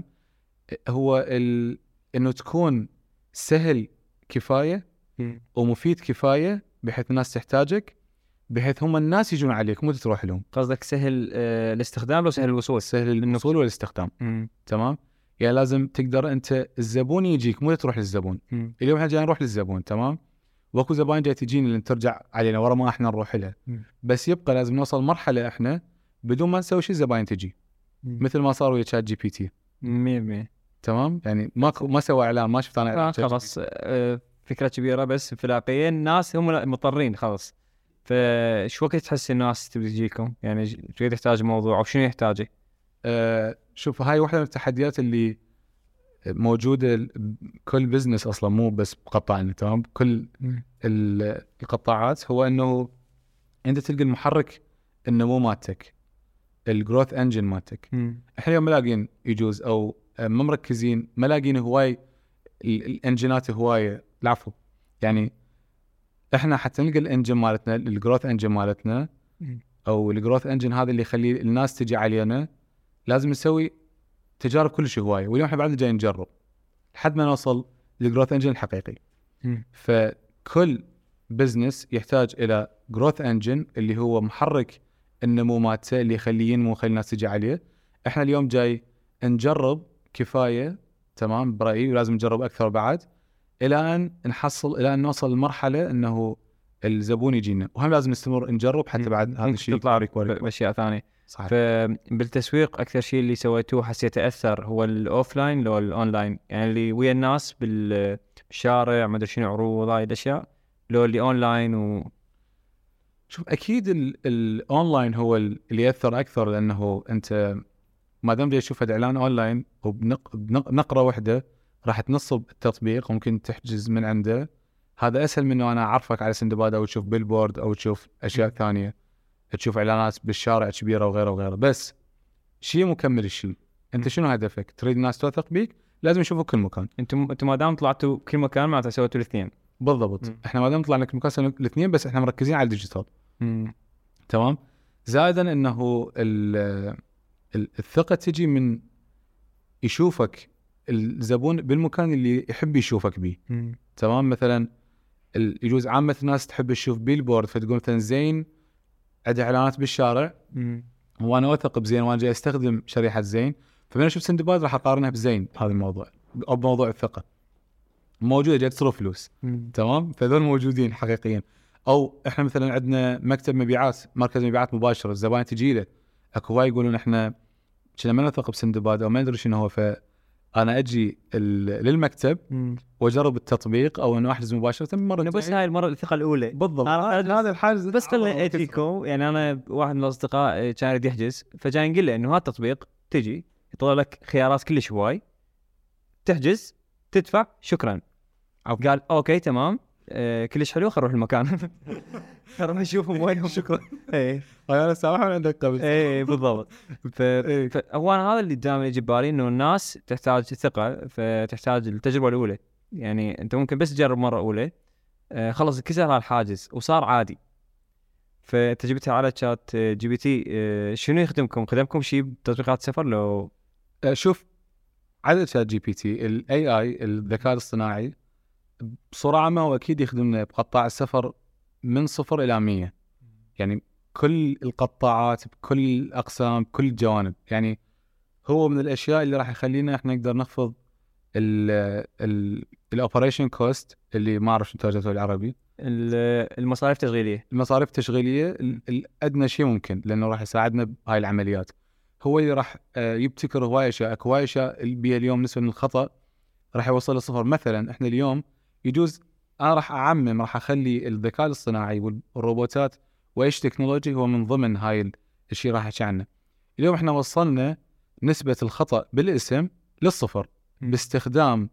A: هو إنه تكون سهل كفاية ومفيد كفاية بحيث الناس تحتاجك، بحيث هم الناس يجون عليك مو تروح لهم.
B: قصدك سهل الاستخدام لو سهل الوصول؟
A: سهل الوصول والاستخدام. تمام. يعني لازم تقدر أنت الزبون يجيك مو تروح للزبون. اليوم احنا جاي نروح للزبون، تمام، واكو زباين جاي تجيني اللي ترجع علينا ورا ما احنا نروح لها. بس يبقى لازم نوصل مرحلة احنا بدون ما نسوي شيء الزباين تجي. مثل ما صار ويا شات جي بي تي
B: 100%.
A: تمام. يعني ما سوى اعلان، ما شفت انا
B: خلاص فكرة كبيرة، بس فلاقيين الناس هم مضطرين خلاص. فشو وقت تحس الناس تبي تجيكم؟ يعني شو يحتاج الموضوع او شنو يحتاجه؟
A: شوف هاي واحدة من التحديات اللي موجودة كل بزنس أصلا، مو بس بقطاعنا، تمام، كل القطاعات، هو أنه أنت تلقى المحرك النمو مالتك، الجروث انجن مالتك. احنا اليوم ملاقين يجوز أو ما مركزين، ملاقين هواي الانجينات هواية، العفو، يعني احنا حتى نلقى الانجن مالتنا، الجروث انجن مالتنا أو الجروث انجن هذا اللي يخلي الناس تجي علينا، لازم نسوي تجارب كل شيء هواية. واليوم احنا بعد جاي نجرب لحد ما نوصل للجروث انجن الحقيقي. فكل بزنس يحتاج الى جروث انجن اللي هو محرك النمو مالته اللي يخليه ينمو ويخلي الناس تجي عليه. احنا اليوم جاي نجرب كفاية، تمام، برأيي، ولازم نجرب اكثر بعد الى ان نوصل لمرحله انه الزبون يجينا، وهم لازم نستمر نجرب حتى بعد هذا الشيء
B: تطلع باشياء ثانيه.
A: صحيح.
B: فبالتسويق اكثر شيء اللي سويتوه حسيت اثر هو الاوفلاين لو الاونلاين، يعني اللي ويا الناس بالشارع ما ادري شنو عروض هاي الاشياء، لو اللي اونلاين
A: شوف اكيد الاونلاين هو اللي ياثر اكثر، لانه انت ما دام جاي تشوف اعلان اونلاين وبنقره واحده راح تنصب التطبيق وممكن تحجز من عنده. هذا اسهل من انه انا اعرفك على سندباد او تشوف بيلبورد او تشوف اشياء ثانيه، تشوف اعلانات بالشارع كبيره وغيره وغيره. بس شيء مكمل الشيء، انت شنو هدفك؟ تريد الناس تثق بيك، لازم يشوفوا كل مكان.
B: انتم ما دام طلعتوا كل مكان معناته سويتوا الاثنين.
A: بالضبط. احنا ما دام طلعنا كل مكان سوينا الاثنين، بس احنا مركزين على الديجيتال. تمام. زائدا انه الثقه تجي من يشوفك الزبون بالمكان اللي يحب يشوفك به. تمام. مثلا يجوز عامه الناس تحب تشوف بيلبورد، فتقول مثلا زين عندي اعلانات بالشارع وانا واثق بزين وانا جاي استخدم شريحه زين، فبين اشوف سندباد راح اقارنها بزين بهذا الموضوع او بموضوع الثقه. موجوده جاي تصرف فلوس. تمام. فذول موجودين حقيقيا. او احنا مثلا عندنا مكتب مبيعات، مركز مبيعات مباشر، الزبائن تجي له اكو هواي يقولون احنا كنا ما نثق بسندباد او ما ندري شنو هو، فانا اجي للمكتب واجرب التطبيق او انه احجز مباشره مره.
B: بس هاي المره الثقه الاولى
A: بالضبط. هذا الحاجز.
B: بس خليني اجيكم، يعني انا واحد من الاصدقاء كان يريد يحجز، فجاي نقول له انه هذا التطبيق تجي يطلع لك خيارات كلش هواي، تحجز تدفع شكرا. قال اوكي تمام كلش حلو، خل نروح المكان نروح نشوفهم وينهم.
A: شكرا.
B: اي
A: انا سامح من عندك قبل.
B: اي بالضبط. فهو هذا اللي دائما يجي ببالي، انه الناس تحتاج ثقه، فتحتاج التجربه الاولى. يعني انت ممكن بس تجرب مره اولى خلص كسر هالحاجز وصار عادي. فانت جبتها على شات جي بي تي، شنو يخدمكم؟ خدمكم شيء بتطبيقات السفر لو
A: شوف على شات جي بي تي الاي اي الذكاء الاصطناعي بصورة عامة هو أكيد يخدمنا بقطاع السفر من 0 إلى 100. يعني كل القطاعات بكل الأقسام بكل الجوانب. يعني هو من الأشياء اللي راح يخلينا إحنا نقدر نخفض الأوبريشن كوست، اللي ما أعرف شو ترجمته بالعربي،
B: المصاريف التشغيلية.
A: المصاريف التشغيلية الأدنى شيء ممكن، لأنه راح يساعدنا بهاي العمليات. هو اللي راح يبتكر هواي أشياء البيئة اليوم نسبة من الخطأ راح يوصل ل0. مثلا إحنا اليوم يجوز أنا راح أعمم، راح أخلي الذكاء الاصطناعي والروبوتات وإيش تكنولوجي هو من ضمن هاي الشيء راح أحكي عنه. اليوم إحنا وصلنا نسبة الخطأ بالاسم ل0 باستخدام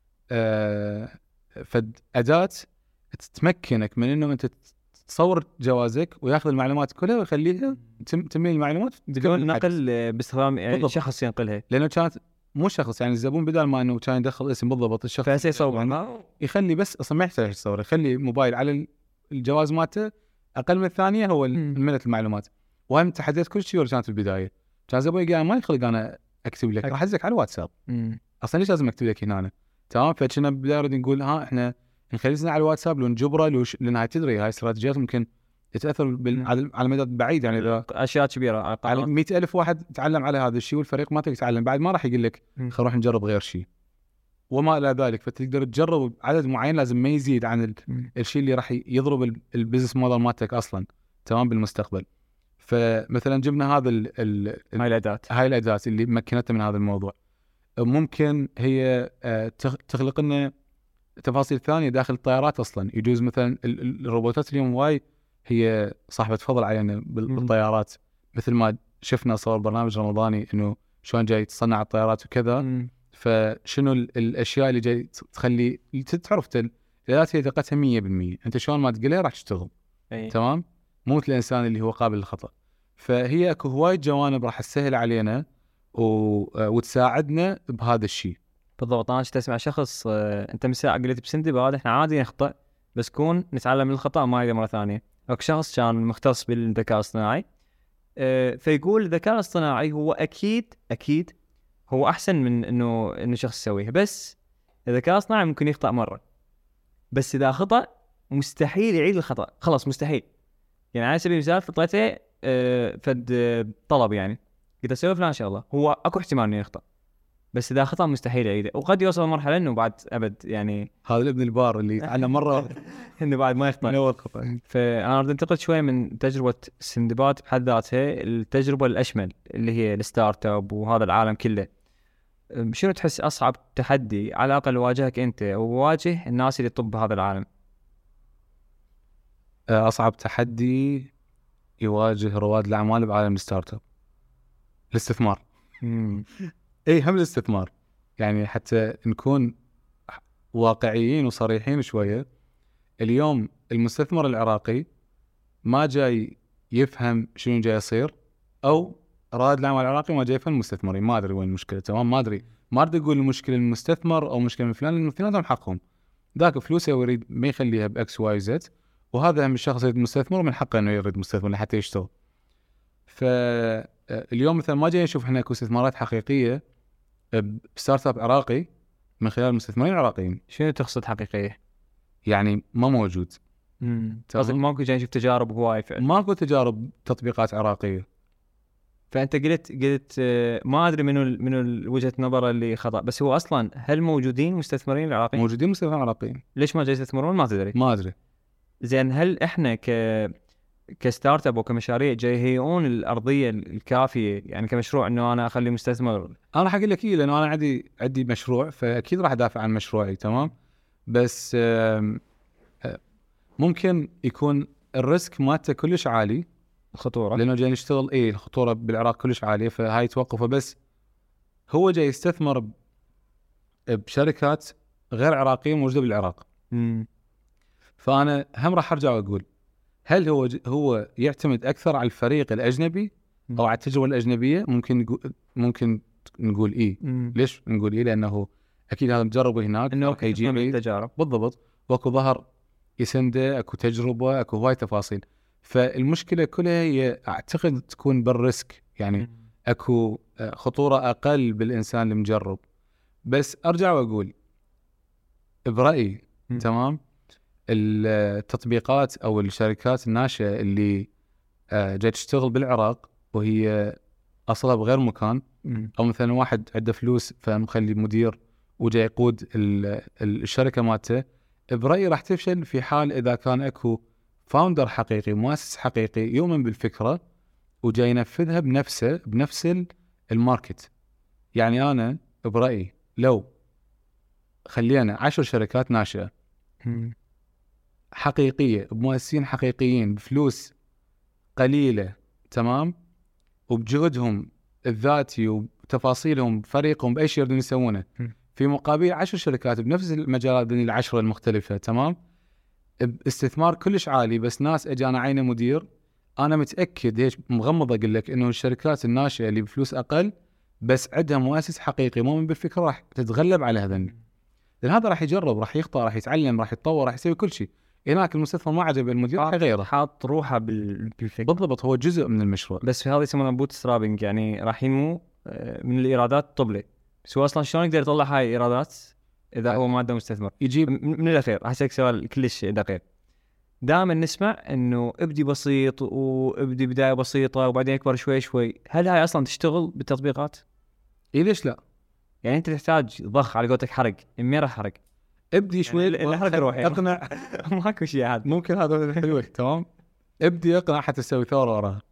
A: فد أداة تمكنك من إنه أنت تصور جوازك وياخذ المعلومات كلها ويخليها تملي المعلومات
B: بدون نقل، باستخدام يعني شخص ينقلها،
A: لأنه كانت مو شخص. يعني الزبون بدل ما انه كان يدخل اسم بالضبط الشخص
B: فسيصور
A: يخلي بس اصلا ما يحتاج يصور، يخلي موبايل على الجواز مالته اقل من الثانيه هو ملت المعلومات. وهم تحديت كل شيء كانت البدايه. كان الزبون قال ما يخلق انا اكتب لك، راح ازك على الواتساب. اصلا ليش لازم اكتب لك هنا؟ تمام. فكنا بدايه نقول ها احنا نخلينا على الواتساب لو نجبره لان هاي تدري هاي استراتيجيات ممكن تتاثر على مدى بعيد. يعني اذا
B: اشياء كبيره
A: على 100,000 واحد تعلم على هذا الشيء والفريق ما تتعلم بعد، ما راح يقول لك خلينا نروح نجرب غير شيء وما الى ذلك. فتقدر تجرب عدد معين لازم ما يزيد عن الشيء اللي راح يضرب البيزنس موديل مالتك اصلا. تمام. بالمستقبل. فمثلا جبنا هذا هاي الاداه اللي مكنتنا من هذا الموضوع. ممكن هي تخلق لنا تفاصيل ثانيه داخل الطيارات. اصلا يجوز مثلا الروبوتات اليوم واي هي صاحبة فضل علينا بالطيارات، مثل ما شفنا صور برنامج رمضاني انه شلون جاي تصنع الطيارات وكذا. فشنو الاشياء اللي جاي تخلي تعرف الالات هي دقتها 100%، انت شلون ما تقولها راح تشتغل. تمام. مو مثل الانسان اللي هو قابل للخطا. فهي اكو هواي جوانب راح تسهل علينا وتساعدنا بهذا الشيء.
B: بالضبط. انا تسمع شخص انت من ساعه قلت بسندباد احنا عادي نخطئ بس كون نتعلم من الخطا ما يعيده مره ثانيه. اكو شخص كان مختص بالذكاء الاصطناعي فيقول الذكاء الاصطناعي هو اكيد هو احسن من انه شخص يسويه، بس الذكاء الاصطناعي ممكن يخطأ مره، بس اذا خطأ مستحيل يعيد الخطأ، خلاص مستحيل. يعني على سبيل المثال فد طلب، يعني قلت اسوي فلان شغله، هو اكو احتمال انه يخطأ بس اذا خطا مستحيل يعيده، وقد يوصل مرحله انه بعد ابد يعني
A: هذا ابن البار اللي يتعلم مره
B: انه بعد ما يخطا.
A: من اول خطا.
B: فانا اريد انتقل شوي من تجربه السندباد بحد ذاتها التجربه الاشمل اللي هي الستارت اب وهذا العالم كله. شنو تحس اصعب تحدي على الاقل واجهك انت وواجه الناس اللي يطب بهذا العالم؟
A: اصعب تحدي يواجه رواد الاعمال بعالم الستارت اب الاستثمار. اي هم الاستثمار، يعني حتى نكون واقعيين وصريحين شويه. اليوم المستثمر العراقي ما جاي يفهم شنو جاي يصير، او رائد الاعمال العراقي ما جاي يفهم المستثمرين. ما ادري وين المشكله، تمام؟ ما ادري اقول المشكله المستثمر او مشكله من فلان، لان الاثنين عندهم حقهم. ذاك فلوسه ويريد ما يخليها باكس واي زد، وهذا هم الشخص يريد مستثمر من حقه انه يريد مستثمر لحتى يشتغل. فاليوم مثلا ما جاي نشوف احنا اكو استثمارات حقيقيه بستارت اب عراقي من خلال المستثمرين العراقيين.
B: شنو تقصد حقيقيه؟
A: يعني ما موجود.
B: قصدك ماكو جاي نشوف تجارب هواي فعلا؟
A: ماكو تجارب تطبيقات عراقيه.
B: فانت قلت ما ادري منو وجهه نظره اللي خطا، بس هو اصلا هل موجودين مستثمرين العراقيين؟
A: موجودين مستثمرين عراقيين.
B: ليش ما جاي يستثمرون؟ ما تدري.
A: ما ادري.
B: زين، هل احنا كستارت اب وكمشاريع جاي يهيئون الارضيه الكافيه يعني كمشروع انه انا اخلي مستثمر؟
A: انا حقول لك ايه، لانه انا عندي مشروع، فاكيد راح ادافع عن مشروعي، تمام؟ بس ممكن يكون الريسك مالته كلش عالي،
B: الخطوره،
A: لانه جاي نشتغل الخطوره بالعراق كلش عاليه، فهاي توقفه. بس هو جاي يستثمر بشركات غير عراقيه موجوده بالعراق. فانا هم راح ارجع واقول، هل هو يعتمد اكثر على الفريق الاجنبي او على التجربه الاجنبيه؟ ممكن نقول ليش نقول لانه اكيد هذا مجربه هناك،
B: انه يجي من التجارب.
A: بالضبط، واكو ظهر يسنده، اكو تجربه، اكو هواي تفاصيل. فالمشكله كلها هي اعتقد تكون بالريسك، يعني اكو خطوره اقل بالانسان المجرب. بس ارجع واقول برايي، تمام، التطبيقات او الشركات الناشئه اللي جاي تشتغل بالعراق وهي اصلها بغير مكان، او مثلا واحد عنده فلوس فمخلي مدير وجاي يقود الشركه مالته، برايي راح تفشل في حال اذا كان اكو فاوندر حقيقي، مؤسس حقيقي يؤمن بالفكره وجاي ينفذها بنفس الماركت. يعني انا برايي لو خلينا 10 شركات ناشئه حقيقيه بمؤسسين حقيقيين بفلوس قليله، تمام، وبجهدهم الذاتي وتفاصيلهم بفريقهم باي شيء يريدون يسوونه، في مقابل 10 شركات بنفس المجالات العشره المختلفه، تمام، باستثمار كلش عالي، بس ناس اجانا عينه مدير. انا متاكد هيك مغمض اقول لك انه الشركات الناشئه اللي بفلوس اقل بس عندها مؤسس حقيقي مؤمن بالفكره راح تتغلب على هذن، لان هذا راح يجرب، راح يخطأ، راح يتعلم، راح يتطور، راح يسوي كل شيء. هناك المستثمر ما عجب المدير راح يغيره،
B: حاط روحه بالفكره.
A: بالضبط، هو جزء من المشروع.
B: بس في هذا يسمونه بوت سترابنج، يعني راح ينمو من الايرادات طبله. بس هو اصلا شلون يقدر يطلع هاي الايرادات اذا هو ما عنده مستثمر؟
A: يجيب
B: من الاخير هسألك سؤال كلش دقيق. دائما نسمع انه ابدي بسيط وابدي بدايه بسيطه وبعدين اكبر شوي شوي. هل هاي اصلا تشتغل بالتطبيقات؟
A: ليش لا؟
B: يعني انت تحتاج ضخ على قولتك حرق، من راح حرق؟
A: ابدي شوي
B: يعني الحرق روحي
A: اقنع
B: ماكو شيء عاد،
A: ممكن هذا حلوه، تمام. ابدي اقنع حتى تسوي ثوره وراها.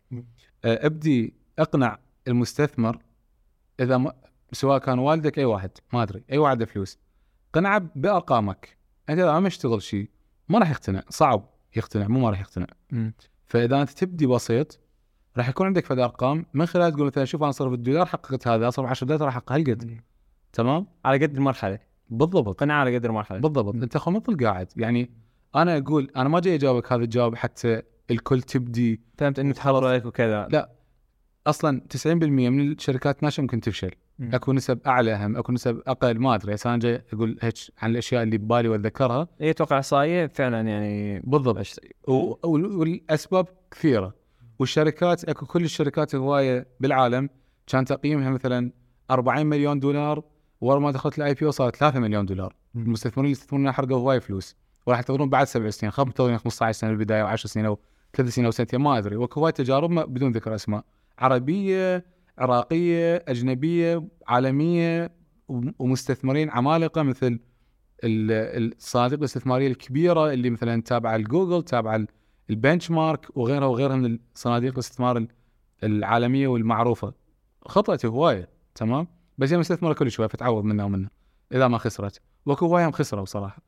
A: ابدي اقنع المستثمر، اذا سواء كان والدك اي واحد، ما ادري اي واحد فلوس، قنعه بارقامك. انت اذا ما اشتغل شيء ما راح يقتنع، صعب يقتنع، مو ما راح يقتنع. فاذا انت تبدي بسيط راح يكون عندك فد ارقام من خلال تقول مثلا شوف انا صرف $1 حققت هذا، اصرف $10 راح احقق هالقد، تمام،
B: على قد المرحله.
A: بالضبط،
B: قناعه على قد المرحله،
A: بالضبط. انت خو مثل قاعد، يعني انا اقول انا ما جاي اجاوبك هذا الجواب حتى الكل تبدي
B: فهمت انه تحرك وكذا.
A: لا، اصلا 90% من الشركات ناشئه ممكن تفشل. اكو نسب اعلى، هم اكو نسب اقل، ما ادري. انا جاي اقول هيك عن الاشياء اللي ببالي واتذكرها.
B: اي اتوقع احصائيه فعلا يعني
A: بالضبط. والاسباب كثيره، والشركات اكو كل الشركات هوايه بالعالم كان تقييمها مثلا $40 مليون، ورا ما دخلت الاي بي او صارت $3 مليون. المستثمرين اللي يستثمرون حرقوا هواي فلوس، وراح ينتظرون بعد 7 سنين، منتظرين 15 سنه بالبدايه، و10 سنين او 3 سنين او سنتين، ما ادري. واكو هواي تجارب بدون ذكر اسماء، عربيه، عراقيه، اجنبيه، عالميه، ومستثمرين عمالقه مثل الصناديق الاستثماريه الكبيره اللي مثلا تابعه لجوجل، تابعه البنش مارك وغيرها من صناديق الاستثمار العالميه والمعروفه. خطأت هوايه تمام، بس هي مستثمره كل شويه فتعوض منها ومنها اذا ما خسرت، وكو هوايه خسروا بصراحه.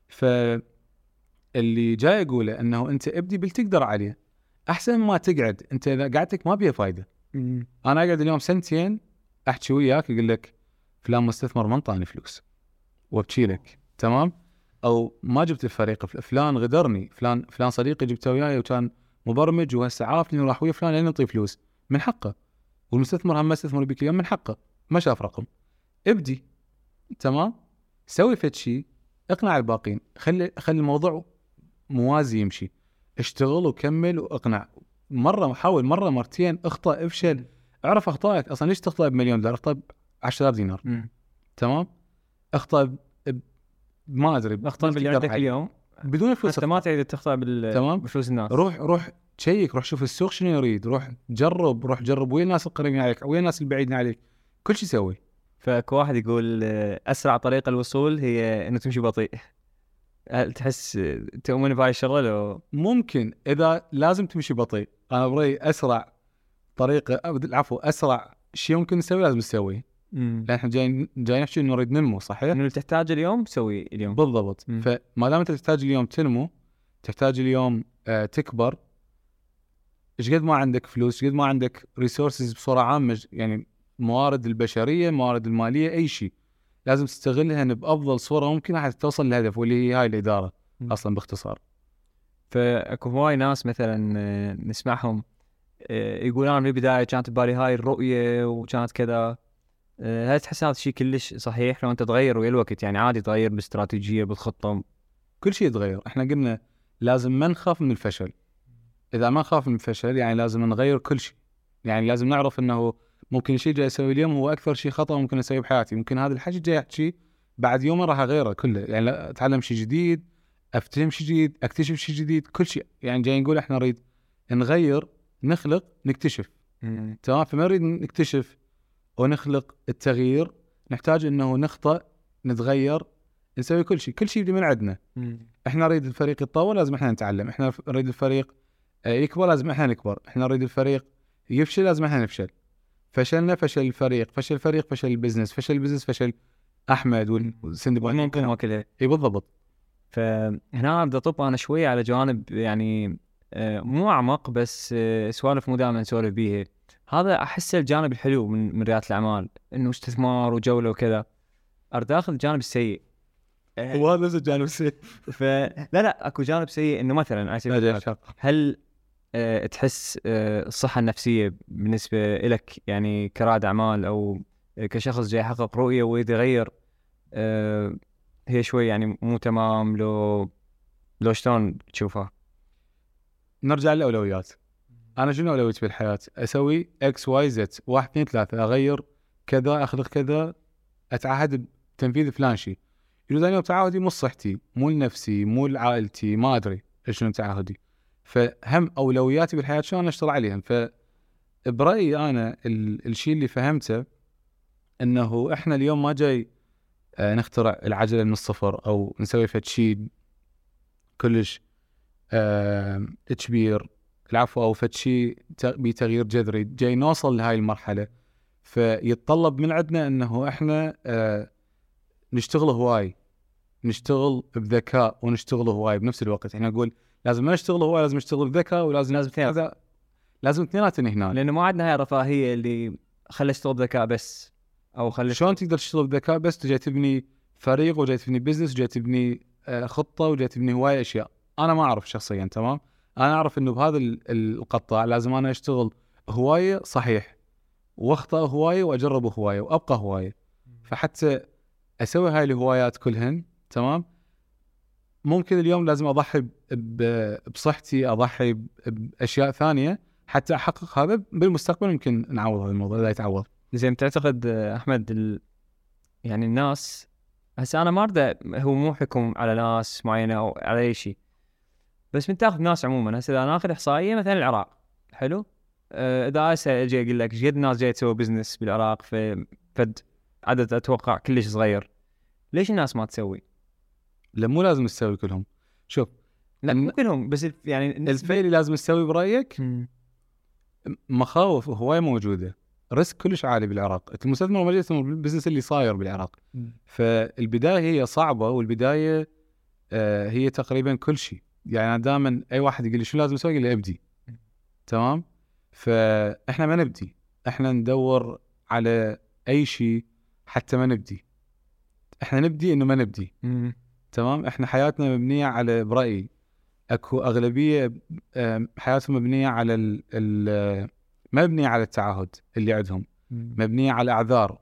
A: فاللي جاي اقوله انه انت ابدي بالتقدر عليه احسن ما تقعد. انت اذا قعدتك ما بيها فايده. انا اقعد اليوم سنتين احكي وياك اقول لك فلان مستثمر ما انطاني فلوس وابكي لك تمام، او ما جبت الفريق، فلان غدرني، فلان صديقي جبته وياي وكان مبرمج وهسه عافني وراح ويا فلان لين يعطي فلوس، من حقه. والمستثمر هم استثمر بك اليوم من حقه، ما شاف رقم. ابدي تمام، سوي فد شيء، اقنع الباقين، خلي الموضوع موازي يمشي، اشتغل وكمل واقنع. مره حاول، مره مرتين، اخطأ افشل، اعرف اخطائك. اصلا ليش تخطأ ب$1,000,000؟ اخطأ ب$10,000 تمام، اخطأ ما ادري،
B: اخطأ باللي عندك اليوم
A: بدون فلوس،
B: حتى ما تعيد تخطأ بفلوس الناس.
A: روح تشيك، روح شوف السوق شنو يريد، روح جرب ويا الناس القريبين عليك ويا الناس البعيدين عليك، كل شيء سوي.
B: فاكو واحد يقول اسرع طريقه الوصول هي انه تمشي بطيء. هل تحس تؤمن بهاي الشغله لو
A: ممكن؟ اذا لازم تمشي بطيء، انا برايي اسرع طريقه، اسرع شيء ممكن نسوي لازم نسويه. لان احنا جاي نحكي انه نريد ننمو، صحيح؟
B: انه تحتاج اليوم سوي اليوم
A: بالضبط. فما دام انت تحتاج اليوم تنمو، تحتاج اليوم تكبر، ايش قد ما عندك فلوس، ايش قد ما عندك ريسورسز بصوره عامه، يعني موارد البشريه، موارد الماليه، اي شيء لازم تستغلها بافضل صوره ممكنه حتى توصل للهدف، واللي هي هاي الاداره اصلا باختصار.
B: فاكو هواي ناس مثلا نسمعهم يقولون بالبدايه كانت ببالي هاي الرؤيه وكانت كذا. هل تحس هذا الشيء كلش صحيح لو انت تغير ويا الوقت؟ يعني عادي تغير بالاستراتيجيه بالخطه،
A: كل شيء يتغير. احنا قلنا لازم ما نخاف من الفشل. اذا ما نخاف من الفشل يعني لازم نغير كل شيء. يعني لازم نعرف انه ممكن الشيء جاي اسويه اليوم هو اكثر شيء خطا ممكن اسويه بحياتي، ممكن هذا الحكي جاي احكي بعد يوم راح اغيره كله. يعني اتعلم شيء جديد، افتهم شيء جديد، اكتشف شيء جديد، كل شيء. يعني جاي نقول احنا نريد نغير، نخلق، نكتشف. تمام، فما نريد نكتشف ونخلق التغيير، نحتاج انه نخطأ، نتغير، نسوي كل شيء. كل شيء يبدي من عندنا. احنا نريد الفريق يتطور، لازم احنا نتعلم. احنا نريد الفريق يكبر، لازم احنا نكبر. احنا نريد الفريق يفشل، لازم احنا نفشل. فشلنا، فشل الفريق، فشل الفريق، فشل البزنس، فشل البزنس، فشل احمد والسندباد
B: كلها.
A: اي بالضبط.
B: فهنا بدي اطب انا شويه على جوانب يعني مو اعمق، بس سوالف مو دائما نسولف بيها. هذا احس الجانب الحلو من رياده الاعمال، انه استثمار وجوله وكذا. اريد اخذ الجانب السيء.
A: هو هذا الجانب السيء.
B: لا اكو جانب سيء، انه مثلا هل تحس الصحه النفسيه بالنسبه لك يعني كرائد اعمال او كشخص جاي يحقق رؤيه ويريد يغير هي شوي يعني مو تمام؟ لو شلون تشوفها؟
A: نرجع للاولويات. انا شنو اولويتي في الحياه؟ اسوي اكس واي زد، 1 2 3، اغير كذا، اخلق كذا، اتعهد بتنفيذ فلان شيء. يقولون انا تعهدي مو صحتي، مو لنفسي، مو لعائلتي، ما ادري شنو تعهدي. فهم اولوياتي بالحياه شلون اشتغل عليهم. فبرايي انا الشيء اللي فهمته انه احنا اليوم ما جاي نخترع العجله من الصفر او نسوي فد شيء كلش كبير، العفو، او فد شيء بتغيير جذري. جاي نوصل لهاي المرحله، فيتطلب من عندنا انه احنا نشتغل هواي، نشتغل بذكاء ونشتغل هواي بنفس الوقت. احنا نقول لازم ما نشتغل هواي، لازم نشتغل بذكاء، ولازم لازم اثنيناتهم هنا،
B: لانه ما عندنا هاي الرفاهيه اللي خلي اشتغل بذكاء بس، او خلي
A: شلون تقدر تشتغل بذكاء بس؟ تجي تبني فريق، وجاي تبني بزنس، وجاي تبني خطه، وجاي تبني هواي اشياء. انا ما اعرف شخصيا، تمام. انا اعرف انه بهذا القطاع لازم انا اشتغل هوايه صحيح، واخطأ هوايه، واجرب هوايه، وابقى هوايه. فحتى اسوي هاي الهوايات كلهن، تمام، ممكن اليوم لازم اضحي بصحتي، اضحي باشياء ثانيه حتى احقق هذا. بالمستقبل يمكن نعوض هذا الموضوع اذا يتعوض.
B: زين، تعتقد احمد يعني الناس هسه، انا ما اريد هو مو حكم على ناس معينه او على اي شيء، بس من تاخذ ناس عموما. هسه اذا ناخذ احصائيه مثلا العراق، حلو، اذا هسه اجي اقول لك ايش قد ناس جاي تسوي بزنس بالعراق في فد عدد اتوقع كلش صغير، ليش الناس ما تسوي؟
A: لا مو لازم تسوي كلهم. شوف
B: لا مو كلهم، بس يعني
A: الفئة اللي لازم تسوي برايك مخاوف هواي موجوده، ريسك كلش عالي بالعراق. المستثمر ما جاي يستثمر بالبزنس اللي صاير بالعراق. فالبدايه هي صعبه، والبدايه هي تقريبا كل شيء. يعني أنا دائما اي واحد يقول لي شو لازم اسوي، اقول له ابدي. تمام. فاحنا ما نبدي، احنا ندور على اي شيء حتى ما نبدي. احنا نبدي انه ما نبدي. تمام. احنا حياتنا مبنيه على، برايي اكو اغلبيه حياتهم مبنيه على ما مبنيه على التعهد اللي عندهم، مبنيه على اعذار.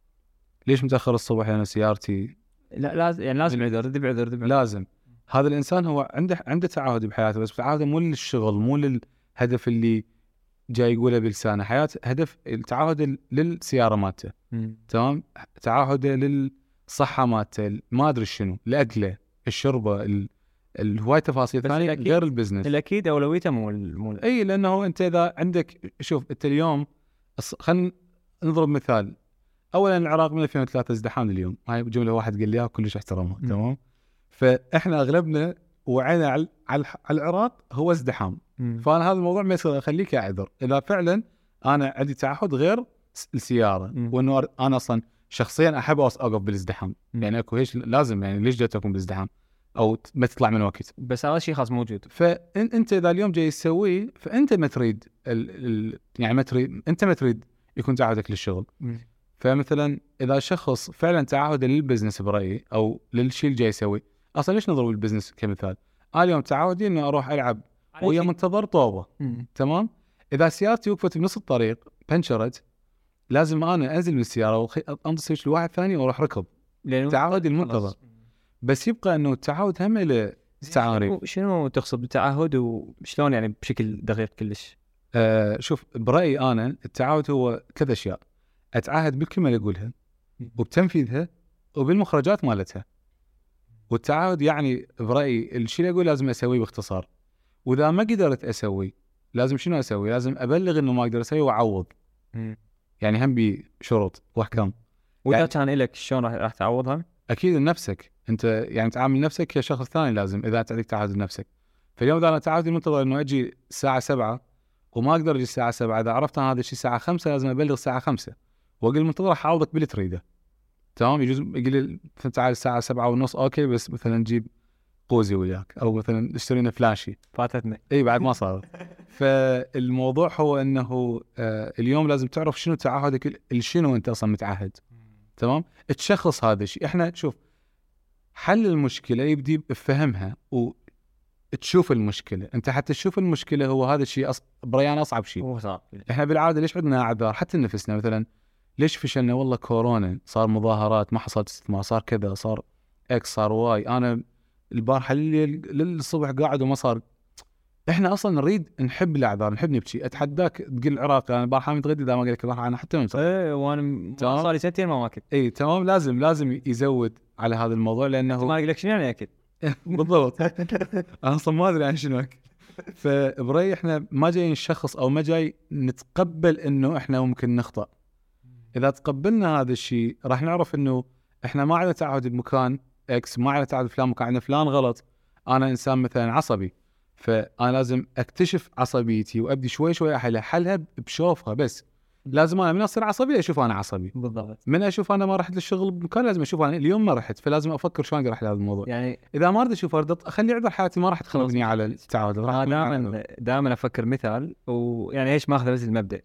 A: ليش متاخر الصبح انا سيارتي؟
B: لا لازم، يعني لازم عذر، ذي بعذر
A: لازم. هذا الانسان هو عنده تعهد بحياته، بس تعهده مو للشغل، مو للهدف اللي جاي يقوله بلسانه. هدف التعهد للسياره مالته. تمام. تعهده للصحه مالته، ما ادري شنو، الاكله، الشربه، الهواي تفاصيل ثانيه غير البزنس.
B: الاكيد اولويته مو
A: اي، لانه انت اذا عندك، شوف انت اليوم خلينا نضرب مثال. اولا العراق من 2003 ازدحام اليوم، هاي جمله واحد قال لي اياها كلش احترمها. تمام. فاحنا اغلبنا وعينا على العراق هو ازدحام. فانا هذا الموضوع ما يصير اخليك اعذر اذا فعلا انا عندي تعهد غير السياره، وانه انا اصلا شخصيا احب اوقف بالازدحام. يعني اكو هيش لازم، يعني ليش جاي تكون بالازدحام او ما تطلع من وقت؟
B: بس هذا الشيء خاص موجود.
A: فانت اذا اليوم جاي تسويه، فانت ما تريد يعني ما تريد، انت ما تريد يكون تعهدك للشغل. فمثلا اذا شخص فعلا تعهده للبزنس برايي او للشيء اللي جاي يسوي، اصلا ليش نضرب البزنس كمثال؟ انا اليوم تعهدي اني اروح العب ويا منتظر طوبه. تمام. اذا سيارتي وقفت بنص الطريق بنشرت، لازم انا انزل من السياره وانطسش لواحد ثاني واروح ركض. تعهدي المنتظر. بس يبقى انه التعهد هم له تعاريف.
B: شنو تقصد بالتعهد وشلون يعني بشكل دقيق كلش؟
A: شوف برايي انا التعهد هو 3 اشياء: اتعهد بالكلمه اللي اقولها، وبتنفيذها، وبالمخرجات مالتها. والتعهد يعني برايي الشيء اللي اقول لازم اسويه باختصار، واذا ما قدرت اسوي لازم شنو اسوي؟ لازم ابلغ انه ما اقدر اسوي واعوض. يعني هم بشروط واحكام.
B: واذا
A: يعني
B: كان لك شلون راح تعوضها؟
A: اكيد لنفسك انت، يعني تعامل نفسك كشخص ثاني. لازم اذا انت عندك تعهد لنفسك. فاليوم اذا انا تعهدي منتظر انه اجي الساعه 7 وما اقدر اجي الساعه 7، اذا عرفت انا هذا الشيء الساعه 5 لازم ابلغ الساعه 5 واقول منتظر راح اعوضك باللي تريده. تمام. يجوز يقول لي تعال الساعه 7:30، اوكي، بس مثلا نجيب قوزي وياك، او مثلا اشترينا فلاشي
B: فاتتنا.
A: اي بعد ما صارت. فالموضوع هو انه اليوم لازم تعرف شنو تعهدك، شنو انت اصلا متعهد. تمام. تشخص هذا الشيء. احنا شوف، حل المشكله يبدي بفهمها وتشوف المشكله. انت حتى تشوف المشكله هو هذا الشيء بريان اصعب شيء.
B: هو صعب.
A: احنا بالعاده ليش عندنا اعذار حتى لنفسنا؟ مثلا ليش فشلنا؟ والله كورونا، صار مظاهرات، ما حصلت استثمار، صار كذا، صار اكس، صار واي، انا البارحه للصبح قاعد وما صار. احنا اصلا نريد نحب الاعذار، نحب نبكي. اتحداك تقول العراق انا البارحه متغدي، اذا ما قال لك البارحه انا حتى ما
B: ايه، وانا صار لي 2 سنين ما اكل.
A: اي تمام. لازم يزود على هذا الموضوع، لانه
B: ما اقول لك شنو يعني اكل.
A: بالضبط. انا اصلا ما ادري عن شنو اكل. فبري احنا ما جاي نشخص او ما جاي نتقبل انه احنا ممكن نخطأ. اذا تقبلنا هذا الشيء راح نعرف انه احنا ما عندنا تعهد بمكان اكس، ما عندنا تعهد بفلان مكان، عندنا فلان غلط. انا انسان مثلا عصبي، فانا لازم اكتشف عصبيتي وابدي شوي شوي حلها بشوفها. بس لازم انا من اصير عصبي اشوف انا عصبي
B: بالضبط.
A: من اشوف انا ما رحت للشغل بمكان، لازم اشوف انا اليوم ما رحت، فلازم افكر شلون اقدر احل هذا الموضوع.
B: يعني
A: اذا ما اريد اشوف اخلي عذر حياتي ما راح تخربني على التعهد.
B: دائما افكر مثال، ويعني ايش ماخذ بس المبدا.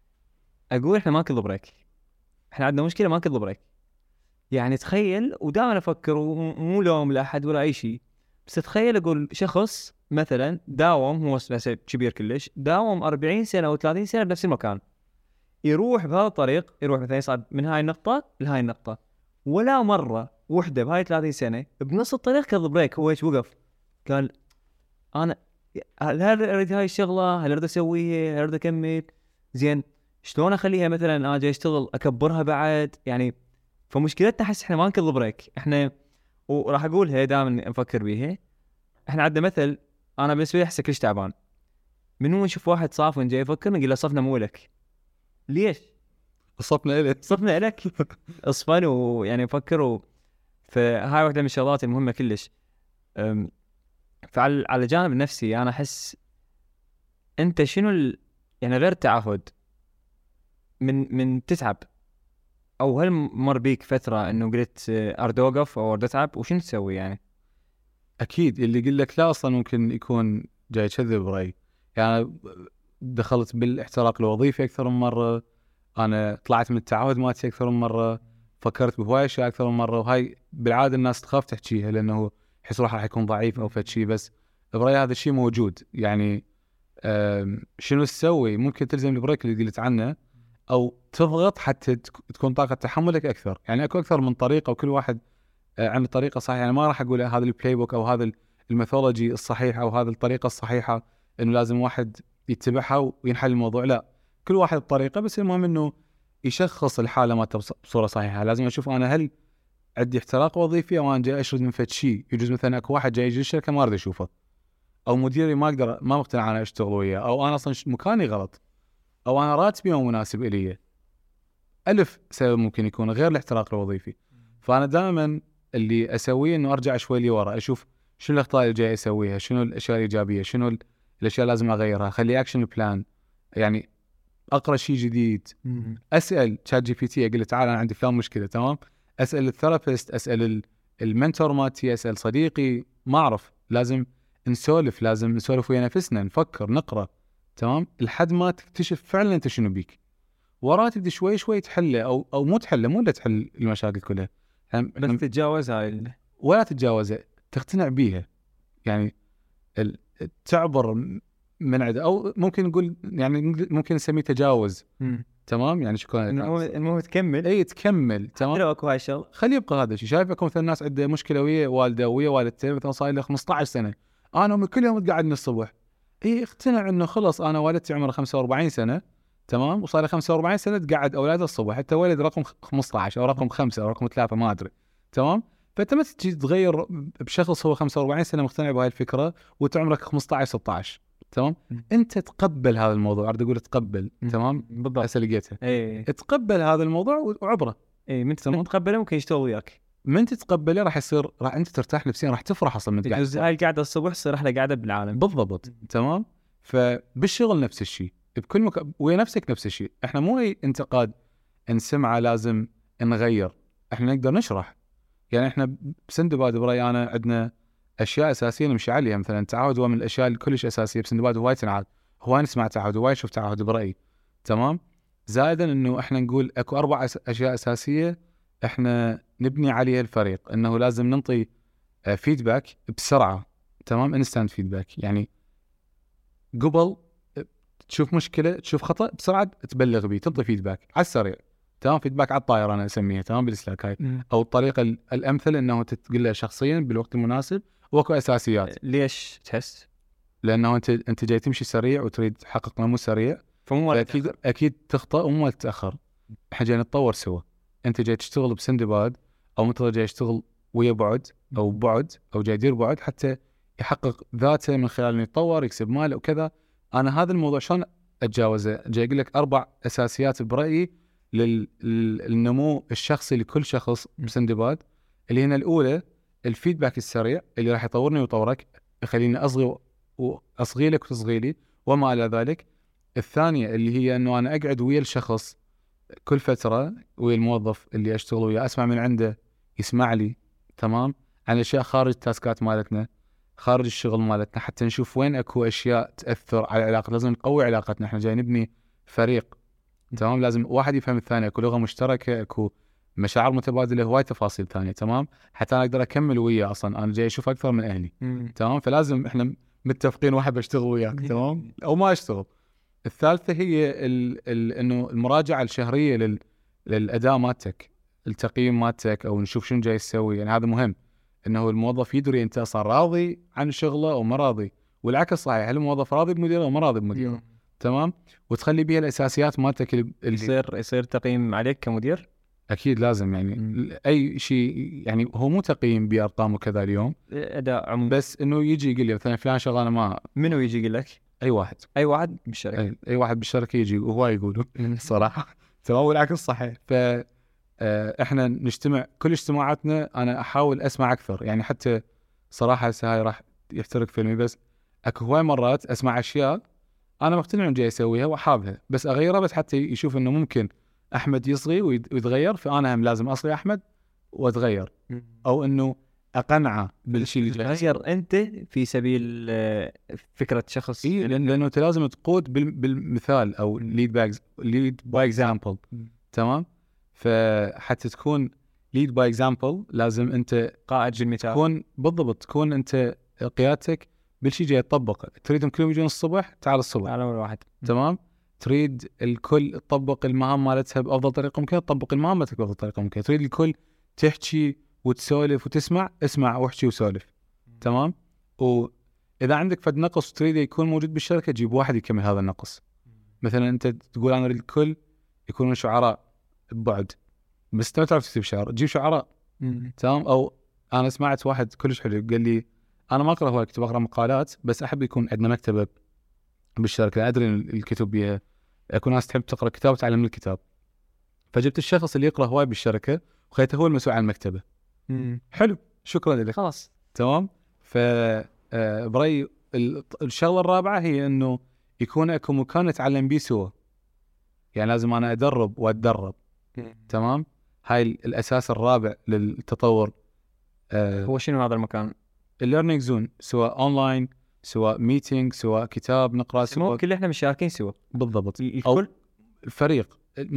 B: اقول احنا ما نكذب بريك، احنا عندنا مشكله ما نكذب بريك. يعني تخيل، ودائما افكر، ومو لوم لاحد ولا اي شيء، بس تخيل اقول شخص مثلا داوم، هو مثلا كبير كلش، داوم 40 سنه و30 سنه بنفس المكان، يروح بهذا الطريق، يروح مثلا يصعد من هاي النقطه لهاي النقطه، ولا مره وحده بهاي 30 سنه بنص الطريق كذب بريك. هو ايش وقف قال انا هل اريد هاي الشغله، هل اريد اسويها، هل اريد اكمل، زين شلون اخليها مثلا انا جاي اشتغل اكبرها بعد. يعني فمشكلتنا احس احنا ما نكذب بريك. احنا وراح اقولها دائما نفكر بيها. احنا عندنا مثل، انا بالنسبه لي احس كلش تعبان من هو نشوف واحد صافن جاي يفكر نقول له صفنا مو لك. ليش؟
A: صفنا إليه.
B: صفنا لك اصفن ويعني فكروا. فهاي واحدة من الشغلات المهمة كلش. فعلى الجانب النفسي أنا أحس أنت شنو يعني غير التعهد من تتعب، أو هل مر بيك فترة إنه قلت أرد أوقف أو أرد أتعب وشنو تسوي يعني؟
A: أكيد اللي يقول لك لا أصلا ممكن يكون جاي يكذب رأي. يعني دخلت بالاحتراق الوظيفي أكثر من مرة، أنا طلعت من التعهد مالتي أكثر من مرة، فكرت بهواي أشياء أكثر من مرة، وهاي بالعادة الناس تخاف تحكيها لأنه يحس روحه راح يكون ضعيف أو فشي. بس برأيي هذا الشيء موجود. يعني شنو تسوي؟ ممكن تلزم البريك اللي قلت عنه، أو تضغط حتى تكون طاقة تحملك أكثر. يعني أكو أكثر من طريقة وكل واحد عن الطريقة صحيحة. يعني ما راح أقول هذا البلاي بوك أو هذا الميثولوجي الصحيح أو هذا الطريقة الصحيحة إنه لازم واحد يتبعها وينحل الموضوع. لا، كل واحد بطريقة، بس المهم إنه يشخص الحالة ما بصورة صحيحة. لازم أشوف أنا هل عندي احتراق وظيفي أو أنا جاي أشرد من فد شيء. يجوز مثلا أكو واحد جاي يجي الشركة ما أريد أشوفه، أو مديري ما مقتنع أنا أشتغل وياه، أو أنا أصلا مكاني غلط، أو أنا راتبي مو مناسب إلي. ألف سبب ممكن يكون غير الاحتراق الوظيفي. فأنا دائما اللي أسويه إنه أرجع شوي لي ورا، أشوف شنو الأخطاء اللي جاي أسويها، شنو الأشياء الإيجابية، شنو الأشياء لازم أغيرها، خلي أكشن بلان. يعني أقرأ شيء جديد، أسأل شات جي بي تي، أقول له تعال أنا عندي فلان مشكلة، تمام، أسأل الثيرابيست، أسأل المنتور مالتي، أسأل صديقي، ما أعرف. لازم نسولف ويا نفسنا، نفكر، نقرأ، تمام، لحد ما تكتشف فعلا أنت شنو بيك. وراه تبدي شوي شوي تحله، أو مو تحله، مو إلا تحل المشاكل كلها،
B: بس تتجاوز هاي
A: ولا تتجاوزها، تقتنع بيها. يعني تعبر من عده، أو ممكن نقول يعني ممكن نسميه تجاوز. تمام، يعني شكرا.
B: المهم تكمل.
A: اي تكمل، تمام.
B: لو اكو هاي الشغل
A: خلي يبقى هذا الشيء. شايف اكو مثلا ناس عنده مشكله ويا والده ويا والدته مثلا صار له 15 سنه، انا كل يوم قاعد من الصبح. اي اقتنع انه خلص انا والدتي عمرها 45 سنه، تمام، وصار له 45 سنه تقعد اولاده الصبح، حتى ولد رقم 15 او رقم 5 او رقم 3 ما ادري، تمام. فانت ما تجي تغير بشخص هو 45 سنه مقتنع بهاي الفكره وانت عمرك 15 16، تمام. انت تقبل هذا الموضوع، اريد اقول تقبل، تمام،
B: بالضبط.
A: هسه لقيتها.
B: اي
A: تقبل هذا الموضوع وعبره.
B: اي من تتقبله ممكن يشتغل وياك.
A: من تتقبله راح انت ترتاح نفسيا، راح تفرح اصلا من
B: قاعد. هاي القعده الصبح تصير احلى قعده بالعالم.
A: بالضبط، تمام. فبالشغل نفس الشيء، بكل ويا نفسك نفس الشيء. احنا مو اي انتقاد نسمعه لازم نغير، احنا نقدر نشرح. يعني احنا بسندباد برايي انا عندنا اشياء اساسيه نمشي عليها. مثلا التعهد هو من الاشياء اللي كلش اساسيه بسندباد، هواي تنعاد، هواي نسمع تعهد، هواي نشوف تعهد برايي، تمام. زائدا انه احنا نقول اكو 4 اشياء اساسيه احنا نبني عليها الفريق، انه لازم ننطي فيدباك بسرعه، تمام، انستانت فيدباك. يعني قبل تشوف مشكله، تشوف خطا، بسرعه تبلغ بيه، تنطي فيدباك على السريع، تمام. فيدباك على الطاير انا اسميها، تمام، بالسلاك هاي. او الطريقه الامثل انه تقول له شخصيا بالوقت المناسب. واكو اساسيات.
B: ليش تحس؟
A: لانه انت جاي تمشي سريع وتريد تحقق نمو سريع،
B: فمو
A: اكيد تخطا ومو تتاخر. احنا جاي نتطور سوا. انت جاي تشتغل بسندباد، او انت جاي تشتغل ويا بعد او بعد، او جاي يدير بعد حتى يحقق ذاته من خلال انه يتطور، يكسب مال وكذا. انا هذا الموضوع شلون اتجاوزه؟ جاي اقول لك 4 اساسيات برايي للنمو الشخصي لكل شخص بسندباد. اللي هنا الاولى الفيدباك السريع اللي راح يطورني ويطورك، يخليني اصغي لك وتصغي لي وما الى ذلك. الثانيه اللي هي انه انا اقعد ويا الشخص كل فتره، ويا الموظف اللي اشتغل وياه، اسمع من عنده، يسمع لي، تمام، عن اشياء خارج التاسكات مالتنا، خارج الشغل مالتنا، حتى نشوف وين اكو اشياء تاثر على العلاقه. لازم نقوي علاقتنا، احنا جاي نبني فريق، تمام. لازم واحد يفهم الثاني، اكو لغه مشتركه، اكو مشاعر متبادله، هواي تفاصيل ثانيه، تمام، حتى انا اقدر اكمل وياه. اصلا انا جاي اشوف اكثر من اهلي، تمام. فلازم احنا متفقين واحد بشتغل وياك، تمام، او ما اشتغل. الثالثه هي انه المراجعه الشهريه للاداء مالتك، التقييم مالتك، او نشوف شنو جاي تسوي. يعني هذا مهم، انه الموظف يدري انت اصلا راضي عن شغله او ما راضي، والعكس صحيح، هل الموظف راضي بمديره او ما راضي بمديره، تمام. وتخلي بيها الاساسيات مالتك اللي
B: يصير تقييم عليك كمدير.
A: اكيد لازم، يعني اي شيء، يعني هو مو تقييم بارقام وكذا اليوم،
B: اداء عموما،
A: بس انه يجي يقول لي مثلا فلان شغلانه ما.
B: منو يجي يقول لك؟
A: اي واحد
B: اي واحد بالشركه.
A: اي واحد بالشركه يجي وهو يقولوا صراحه، تمام والعكس صحيح. ف احنا نجتمع كل اجتماعاتنا انا احاول اسمع اكثر، يعني حتى صراحه هسه هاي راح يحترق فيلمي، بس اكو هواي مرات اسمع اشياء انا مقتنع انه جاي اسويها وحابها، بس اغيرها بس حتى يشوف انه ممكن احمد يصغي ويتغير، فانا هم لازم اصغي احمد واتغير، او انه اقنعه بالشيء اللي جاي
B: تغير انت في سبيل فكره شخص.
A: اي، لانه انت لازم تقود بالمثال او ليد باي اكزامبل. تمام. فحتى تكون ليد باي اكزامبل لازم انت
B: قائد بالمثال.
A: تكون بالضبط، تكون انت قيادتك بالشيء جاي تطبق. تريدهم كلهم يجون الصبح، تعال الصبح.
B: على اول واحد.
A: تمام. تريد الكل تطبق المهام مالتها بافضل طريقه ممكنه، تطبق المهام مالتك بافضل طريقه ممكنه. تريد الكل تحكي وتسولف وتسمع، اسمع واحكي وسولف. تمام. واذا عندك فد نقص تريد يكون موجود بالشركه، جيب واحد يكمل هذا النقص. مثلا انت تقول انا اريد الكل يكونون شعراء ببعد، بس انت ما تعرف تكتب شعر، جيب شعراء. تمام. او انا سمعت واحد كلش حلو قال لي انا ما اقرا هواي كتب، اقرا مقالات، بس احب يكون عندنا مكتبه بالشركه، ادري الكتب بيها، اكون ناس تحب تقرا كتاب وتعلم الكتاب. فجبت الشخص اللي يقرا هواي بالشركه وخليته هو المسؤول عن المكتبه. حلو، شكرا لك.
B: خلاص.
A: تمام. ف برايي الشغله الرابعه هي انه يكون اكو مكان نتعلم بيه سوا، يعني لازم انا ادرب واتدرب. تمام. هاي الاساس الرابع للتطور.
B: هو شنو هذا المكان؟
A: الليرنينج زون، سواء اونلاين، سواء ميتينج، سواء كتاب نقرا سوا.
B: ممكن احنا مشاركين سوا.
A: بالضبط.
B: الكل
A: فريق،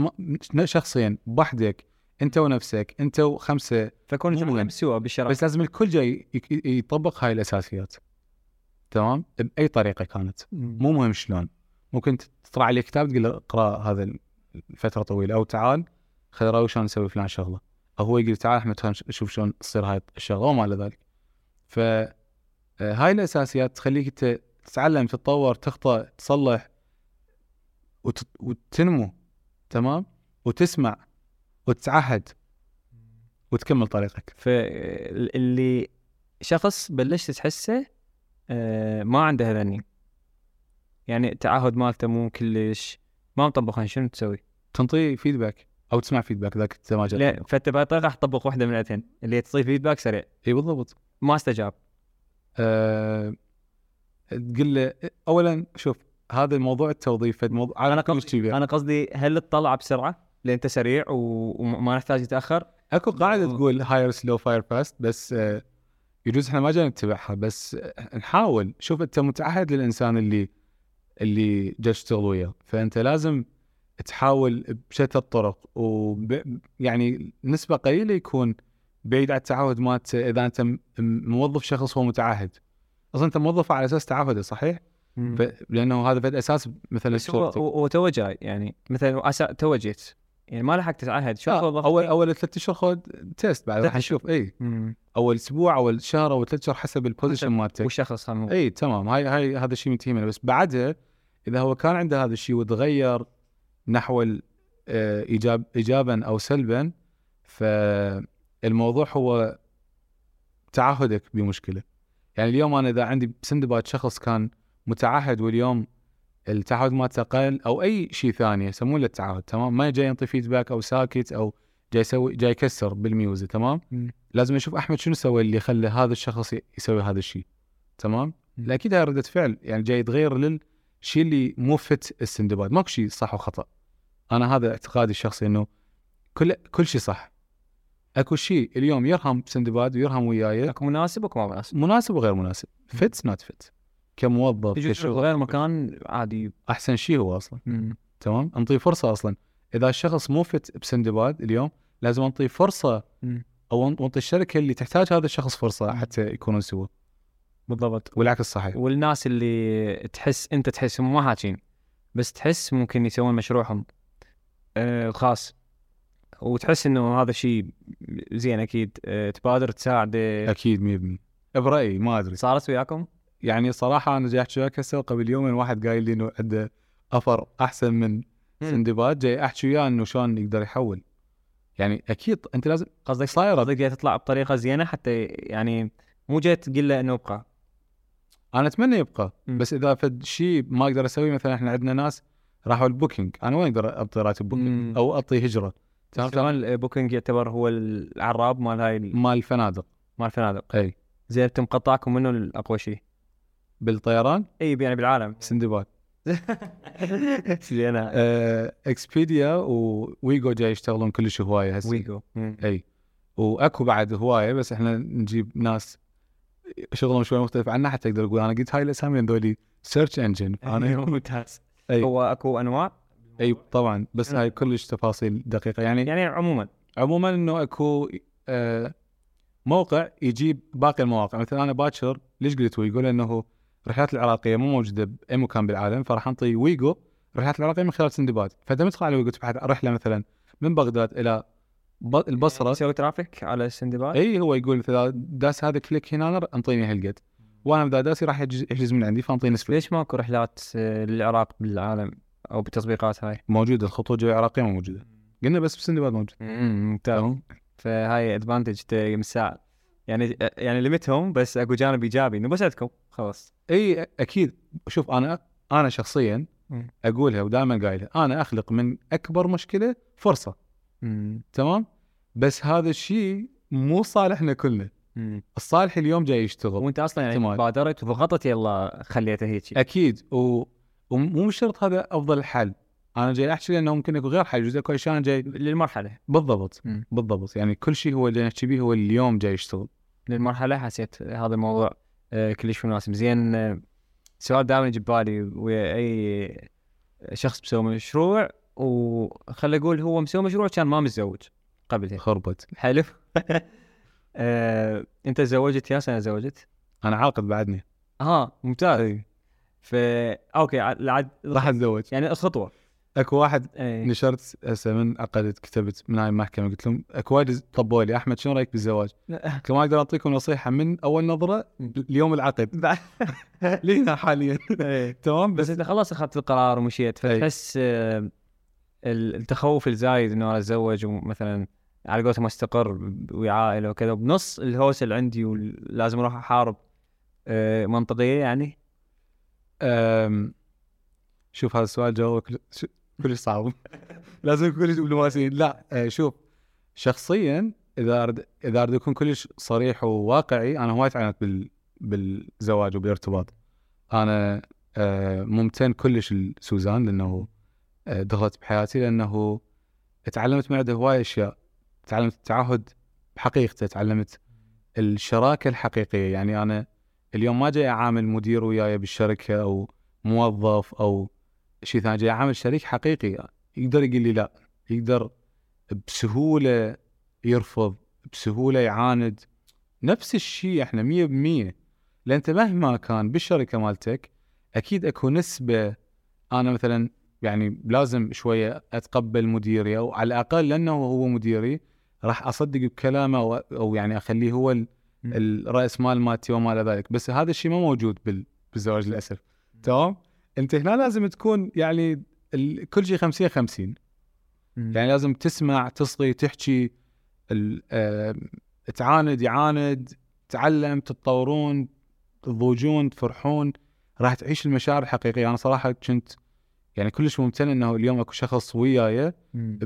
A: شخصين بوحدك، انت ونفسك، انت وخمسه،
B: فكون نتعلم سوا بالشراكه،
A: بس لازم الكل جاي يطبق هاي الاساسيات. تمام. باي طريقه كانت، مو مهم شلون. ممكن تطلع عليه كتاب تقول له اقرا هذا فتره طويله، او تعال خلينا نراوي شلون نسوي فلان شغله، او هو يقول تعال احمد شوف شلون تصير هاي الشغله وما الى ذلك. فهاي الاساسيات تخليك انت تتعلم، تتطور، تخطأ، تصلح وتنمو. تمام. وتسمع وتتعهد وتكمل طريقك.
B: فاللي شخص بلشت تحسه ما عنده هذني، يعني التعهد مالته مو كلش ما مطبقها، شنو تسوي؟
A: تنطيه فيدباك او تسمع فيدباك ذاك انت ما جاء.
B: لا، فانت بطريقه راح تطبق واحده من الاثنين، اللي تعطيه فيدباك سريع.
A: اي بالضبط.
B: ما استجاب.
A: تقول له اولا شوف هذا الموضوع التوظيف موضوع
B: انا قصدي هل تطلع بسرعه لان انت سريع وما نحتاج يتاخر.
A: اكو قاعده تقول هاير سلو فاير فاست، بس يجوز احنا ما جاي نتبعها، بس نحاول. شوف انت متعهد للانسان اللي جاي تشتغل وياه، فانت لازم تحاول بشتى الطرق، يعني نسبه قليله يكون بعيد عن التعهد مالته. اذا انت موظف شخص هو متعهد، اصلا انت موظف على اساس تعهده، صحيح؟ لانه هذا فد اساس مثلا
B: هو تو جاي، يعني مثلا تو جيت، يعني ما لحقت تتعهد. شو
A: اول 3 اشهر خذ تيست، بعد راح نشوف. اي اول اسبوع، اول شهر، اول 3 اشهر حسب البوزيشن مالتك
B: والشخص.
A: اي تمام. هاي هذا الشيء متهمنا. بس بعدها اذا هو كان عنده هذا الشيء وتغير نحو ايجابا او سلبا، فالموضوع هو تعهدك بمشكله. يعني اليوم انا اذا عندي بسندباد شخص كان متعهد واليوم التعهد مالته قل او اي شيء ثاني يسمونه له التعهد، تمام، ما جاي ينطي فيدباك او ساكت او جاي يكسر بالميوزك، تمام، لازم اشوف احمد شنو سوى اللي خلى هذا الشخص يسوي هذا الشيء. تمام. لا اكيد هاي ردة فعل، يعني جاي يتغير للشيء اللي مو فت السندباد. ماكو شيء صح وخطا. انا هذا اعتقادي الشخصي، انه كل شيء صح. اكو شيء اليوم يرهم سندباد ويرهم وياي،
B: اكو مناسب وما مناسب،
A: مناسب وغير مناسب، فيتس نوت فيت. كموظف
B: كشغل غير مكان عادي،
A: احسن شيء هو اصلا. تمام. انطي فرصه. اصلا اذا الشخص مو فت بسندباد اليوم لازم انطي فرصه، او انطي الشركه اللي تحتاج هذا الشخص فرصه حتى يكونون سوا.
B: بالضبط.
A: والعكس صحيح.
B: والناس اللي انت تحس هم ما حاكين، بس تحس ممكن يسوون مشروعهم خاص، وتحس انه هذا شيء زين، اكيد تبادر تساعده.
A: اكيد 100%. برايي ما ادري
B: صارت وياكم؟
A: يعني صراحه انا جاي احكي وياك هسه، قبل يومين واحد قايل لي انه عنده افر احسن من سندباد، جاي احكي وياه انه شلون يقدر يحول. يعني اكيد انت لازم
B: قصدك جاي تطلع بطريقه زينه، حتى يعني مو جاي تقول له انه ابقى.
A: انا اتمنى يبقى، بس اذا فد شيء ما اقدر اسويه، مثلا احنا عندنا ناس راحوا البوكينج، انا وين اقدر اعطي راتب بوكينج او اعطي هجره؟
B: كمان بوكينج يعتبر هو العراب مال هاي
A: مال الفنادق.
B: مال الفنادق.
A: اي
B: زين انتم مقطعكم منه الاقوى شيء
A: بالطيران
B: اي يعني بالعالم؟
A: سندباد.
B: زين.
A: اكسبيديا وويجو جاي يشتغلون كلش هوايه هسه.
B: ويجو.
A: اي واكو بعد هوايه، بس احنا نجيب ناس شغلهم شوي مختلف عنا حتى اقدر اقول انا قلت هاي الاسامي هذولي سيرش انجن. انا
B: ممتاز.
A: أي.
B: هو اكو انواع؟
A: اي طبعا، بس هاي كلش تفاصيل دقيقه يعني عموما انه اكو موقع يجيب باقي المواقع. مثلا انا باكر ليش قلت ويجو؟ لانه الرحلات العراقيه مو موجوده باي مكان بالعالم، فراح نعطي ويجو الرحلات العراقيه من خلال سندباد. فانت تدخل على ويجو تبحث رحله مثلا من بغداد الى البصره،
B: يسوي ترافيك على سندباد.
A: اي هو يقول اذا داس هذا كليك هنا انطيني هالقد، وانا اذا داسي راح يحجز من عندي فانطيني نسبه.
B: ليش ماكو رحلات للعراق بالعالم او بالتطبيقات هاي؟
A: موجوده الخطوط الجويه العراقيه ما موجوده، قلنا بس بسندباد موجود.
B: ممتاز. فهاي ادفانتج من الساعه يعني ليمتهم، بس اكو جانب ايجابي انه بس عندكم خلاص.
A: اي اكيد. شوف انا شخصيا اقولها ودائما قايلها، انا اخلق من اكبر مشكله فرصه. تمام، بس هذا الشيء مو صالحنا كلنا. الصالح اليوم جاي يشتغل
B: وانت اصلا يعني بادرت وضغطت يلا خليته هيك.
A: اكيد ومو شرط هذا افضل الحل. انا جاي احكي لانه ممكن يكون غير حل، جزء كل شيء جاي
B: للمرحله
A: بالضبط. بالضبط، يعني كل شيء هو اللي نحكي به هو اليوم جاي يشتغل
B: للمرحله. حسيت هذا الموضوع كلش مناسب. زين سؤال دائما يجي ببالي ويا اي شخص مسوي مشروع، وخلي اقول هو مسوي مشروع كان ما متزوج قبلها.
A: خربت.
B: حلو. انت تزوجت يا سنه تزوجت؟
A: انا عاقد بعدني.
B: ممتاز. اوكي عاد
A: راح اتزوج
B: يعني الخطوه.
A: اكو واحد نشرت هسه من عقدت كتبت من هاي المحكمه، قلت لهم اكو واحد طبوا لي احمد شنو رايك بالزواج؟ قلت لهم ما اقدر اعطيكم نصيحه من اول نظره اليوم العقد لينا حاليا. تمام،
B: بس انت خلاص اخذت القرار ومشيت، فتحس التخوف الزايد انه انا اتزوج ومثلا على قولتهم استقر وعائله وكذا بنص الهوس اللي عندي ولازم اروح احارب منطقيه يعني.
A: شوف هذا السؤال جوابه كلش صعب. لازم كلش دبلوماسيين. لا شوف شخصيا اذا اريد اكون كلش صريح وواقعي، انا هواي تعانيت بالزواج وبالارتباط. انا ممتن كلش لسوزان لانه دخلت بحياتي، لانه تعلمت من عندها هواي اشياء. تعلمت التعهد بحقيقته، تعلمت الشراكه الحقيقيه. يعني انا اليوم ما جاي اعامل مدير وياي بالشركه او موظف او شيء ثاني، جاي اعامل شريك حقيقي يقدر يقول لي لا، يقدر بسهوله يرفض، بسهوله يعاند. نفس الشيء احنا 100%. لان انت مهما كان بالشركه مالتك اكيد اكو نسبه. انا مثلا يعني لازم شويه اتقبل مديري، او على الاقل لانه هو مديري راح اصدق بكلامه او يعني اخليه هو الراس مال مالتي وما الى ذلك. بس هذا الشيء ما موجود بالزواج للاسف. تمام، انت هنا لازم تكون يعني كل شيء 50-50. يعني لازم تسمع، تصغي، تحكي، تعاند، يعاند، تعلم، تتطورون، تضوجون، تفرحون، راح تعيش المشاعر الحقيقيه. انا صراحه كنت يعني كلش ممتن انه اليوم اكو شخص وياي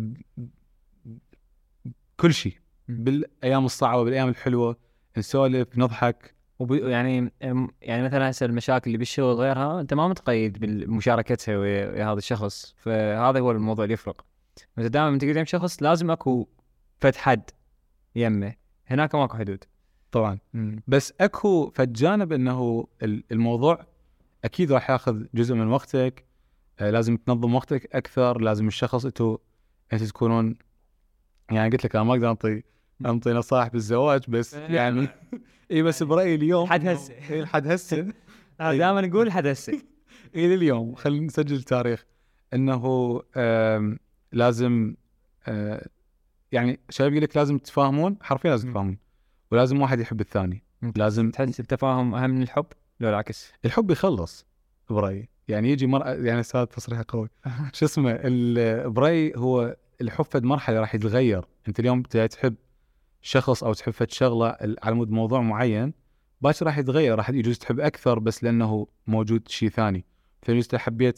A: كل شيء، بالايام الصعبه بالايام الحلوه، نسولف نضحك.
B: يعني مثلا هسه المشاكل اللي بالشغل غيرها انت ما متقيد بمشاركتها ويا هذا الشخص، فهذا هو الموضوع اللي يفرق. انت دائما من تقعد مع شخص لازم اكو فد حد يمه، هناك ماكو حدود
A: طبعا. بس اكو فد جانب انه الموضوع اكيد راح ياخذ جزء من وقتك. لازم تنظم وقتك اكثر. لازم الشخص انت تكونون يعني قلت لك انا ما اقدر انطي نصائح بالزواج، بس يعني اي بس برايي اليوم حد هسه
B: دائما نقول حد هسه
A: الى اليوم خلينا نسجل تاريخ انه لازم يعني شباب يقول لك لازم تتفاهمون، حرفيا لازم تتفاهمون، ولازم واحد يحب الثاني. لازم
B: تحس التفاهم اهم من الحب لو العكس؟
A: الحب يخلص برايي. يعني يجي يعني هذا تصريح قوي شو اسمه برايي هو الحب فد مرحله راح يتغير. انت اليوم تحب شخص او تحب فد شغله على مود موضوع معين، باكر راح يتغير، راح يجوز تحب اكثر بس لانه موجود شيء ثاني. فيجوز حبيت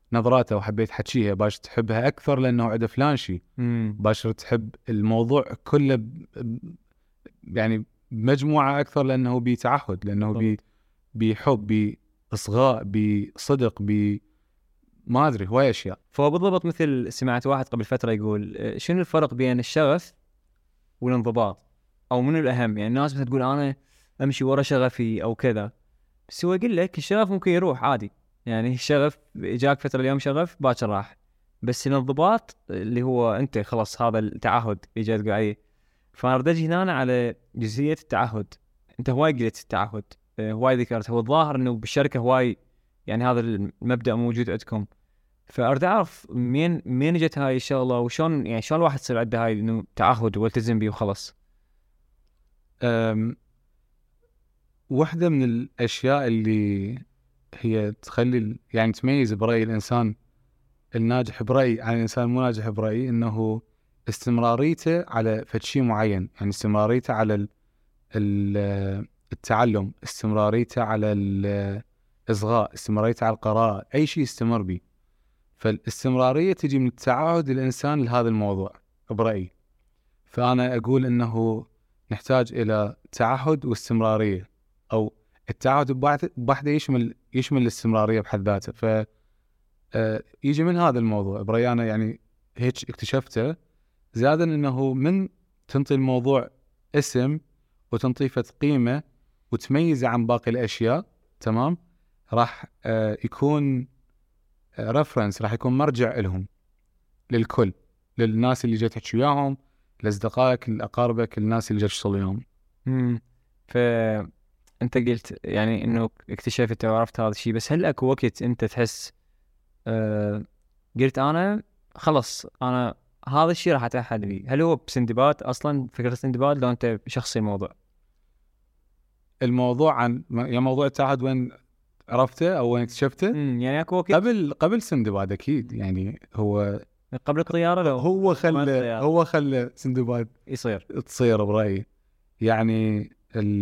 A: نظراته وحبيت حكيها باش تحبها اكثر لانه عنده فلان شيء، باش تحب الموضوع كله يعني مجموعه اكثر لانه بتعهد، لانه بحب، باصغاء، بصدق، ما ادري هواي اشياء.
B: فهو بالضبط مثل سمعت واحد قبل فتره يقول شنو الفرق بين الشغف والانضباط، او منو الاهم؟ يعني الناس مثلا تقول انا امشي ورا شغفي او كذا، بس هو يقول لك الشغف ممكن يروح عادي، يعني الشغف جاك فتره اليوم شغف باكر راح، بس الانضباط اللي هو انت خلاص هذا التعهد اللي جاي تقول عليه. فانا ردت هنا على جزئيه التعهد. انت هواي قلت التعهد، هواي ذكرت، هو الظاهر انه بالشركه هواي يعني هذا المبدا موجود عندكم. فاريد اعرف مين اجت هاي الشغله، وشون يعني شلون الواحد يصير عنده هاي انه تعهد والتزم به وخلص.
A: واحدة من الأشياء اللي هي تخلي يعني تميز برأي الإنسان الناجح برأي عن الإنسان مو ناجح برأي، إنه استمراريته على فشي معين، يعني استمراريته على التعلم، استمراريته على الإصغاء، استمراريته على القراءة، أي شيء يستمر به. فالاستمرارية تجي من التعهد الإنسان لهذا الموضوع برأيي. فأنا أقول إنه نحتاج إلى تعهد واستمرارية، أو التعهد بوحده يشمل الاستمرارية بحد ذاته. ف يجي من هذا الموضوع برأيي أنا، يعني هيك اكتشفته. زائدا إنه من تنطي الموضوع اسم وتنطيفة قيمة وتميزه عن باقي الأشياء، تمام، راح يكون ريفرنس، راح يكون مرجع لهم، للكل، للناس اللي جيت تحكي وياهم، لأصدقائك، لأقاربك، الناس اللي جيت تشتغل وياهم.
B: فأنت قلت يعني إنه اكتشفت وعرفت هذا الشيء، بس هل أكو وقت أنت تحس قلت أنا خلص أنا هذا الشيء راح أتعهد به؟ هل هو بسندباد أصلا فكرة السندباد، لو أنت شخصي
A: الموضوع عن يعني موضوع التعهد وين عرفته أو وين اكتشفته؟
B: يعني أكو وقت
A: قبل سندباد أكيد، يعني هو
B: قبل الطيارة، لو
A: هو خلى سندباد تصير برأيي. يعني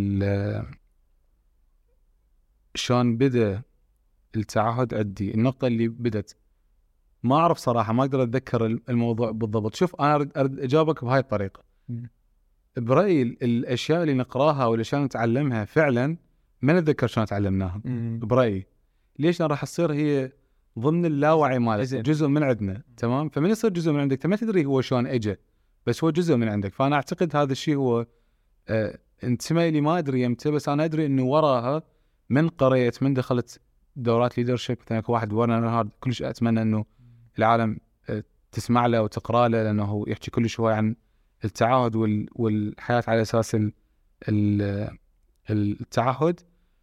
A: شلون بدأ التعهد عندي، النقطة اللي بدت ما أعرف صراحة، ما أقدر أتذكر الموضوع بالضبط. شوف أنا أرد أجاوبك بهاي الطريقة. برأيي الأشياء اللي نقراها والأشياء اللي نتعلمها فعلا ما نتذكر شلون تعلمناها. برأيي ليش راح تصير هي ضمن اللاوعي مالك، جزء من عندنا، تمام. فمن يصير جزء من عندك ما تدري هو شلون اجى، بس هو جزء من عندك. فانا اعتقد هذا الشيء هو انتمائي لي، ما ادري يمتى، بس انا ادري انه وراها من قريت، من دخلت دورات ليدرشيب مثلا واحد ورنا هارد، كلش اتمنى انه العالم تسمع له وتقرا له، لانه هو يحكي كل شوي عن التعهد والحياه على اساس التعهد.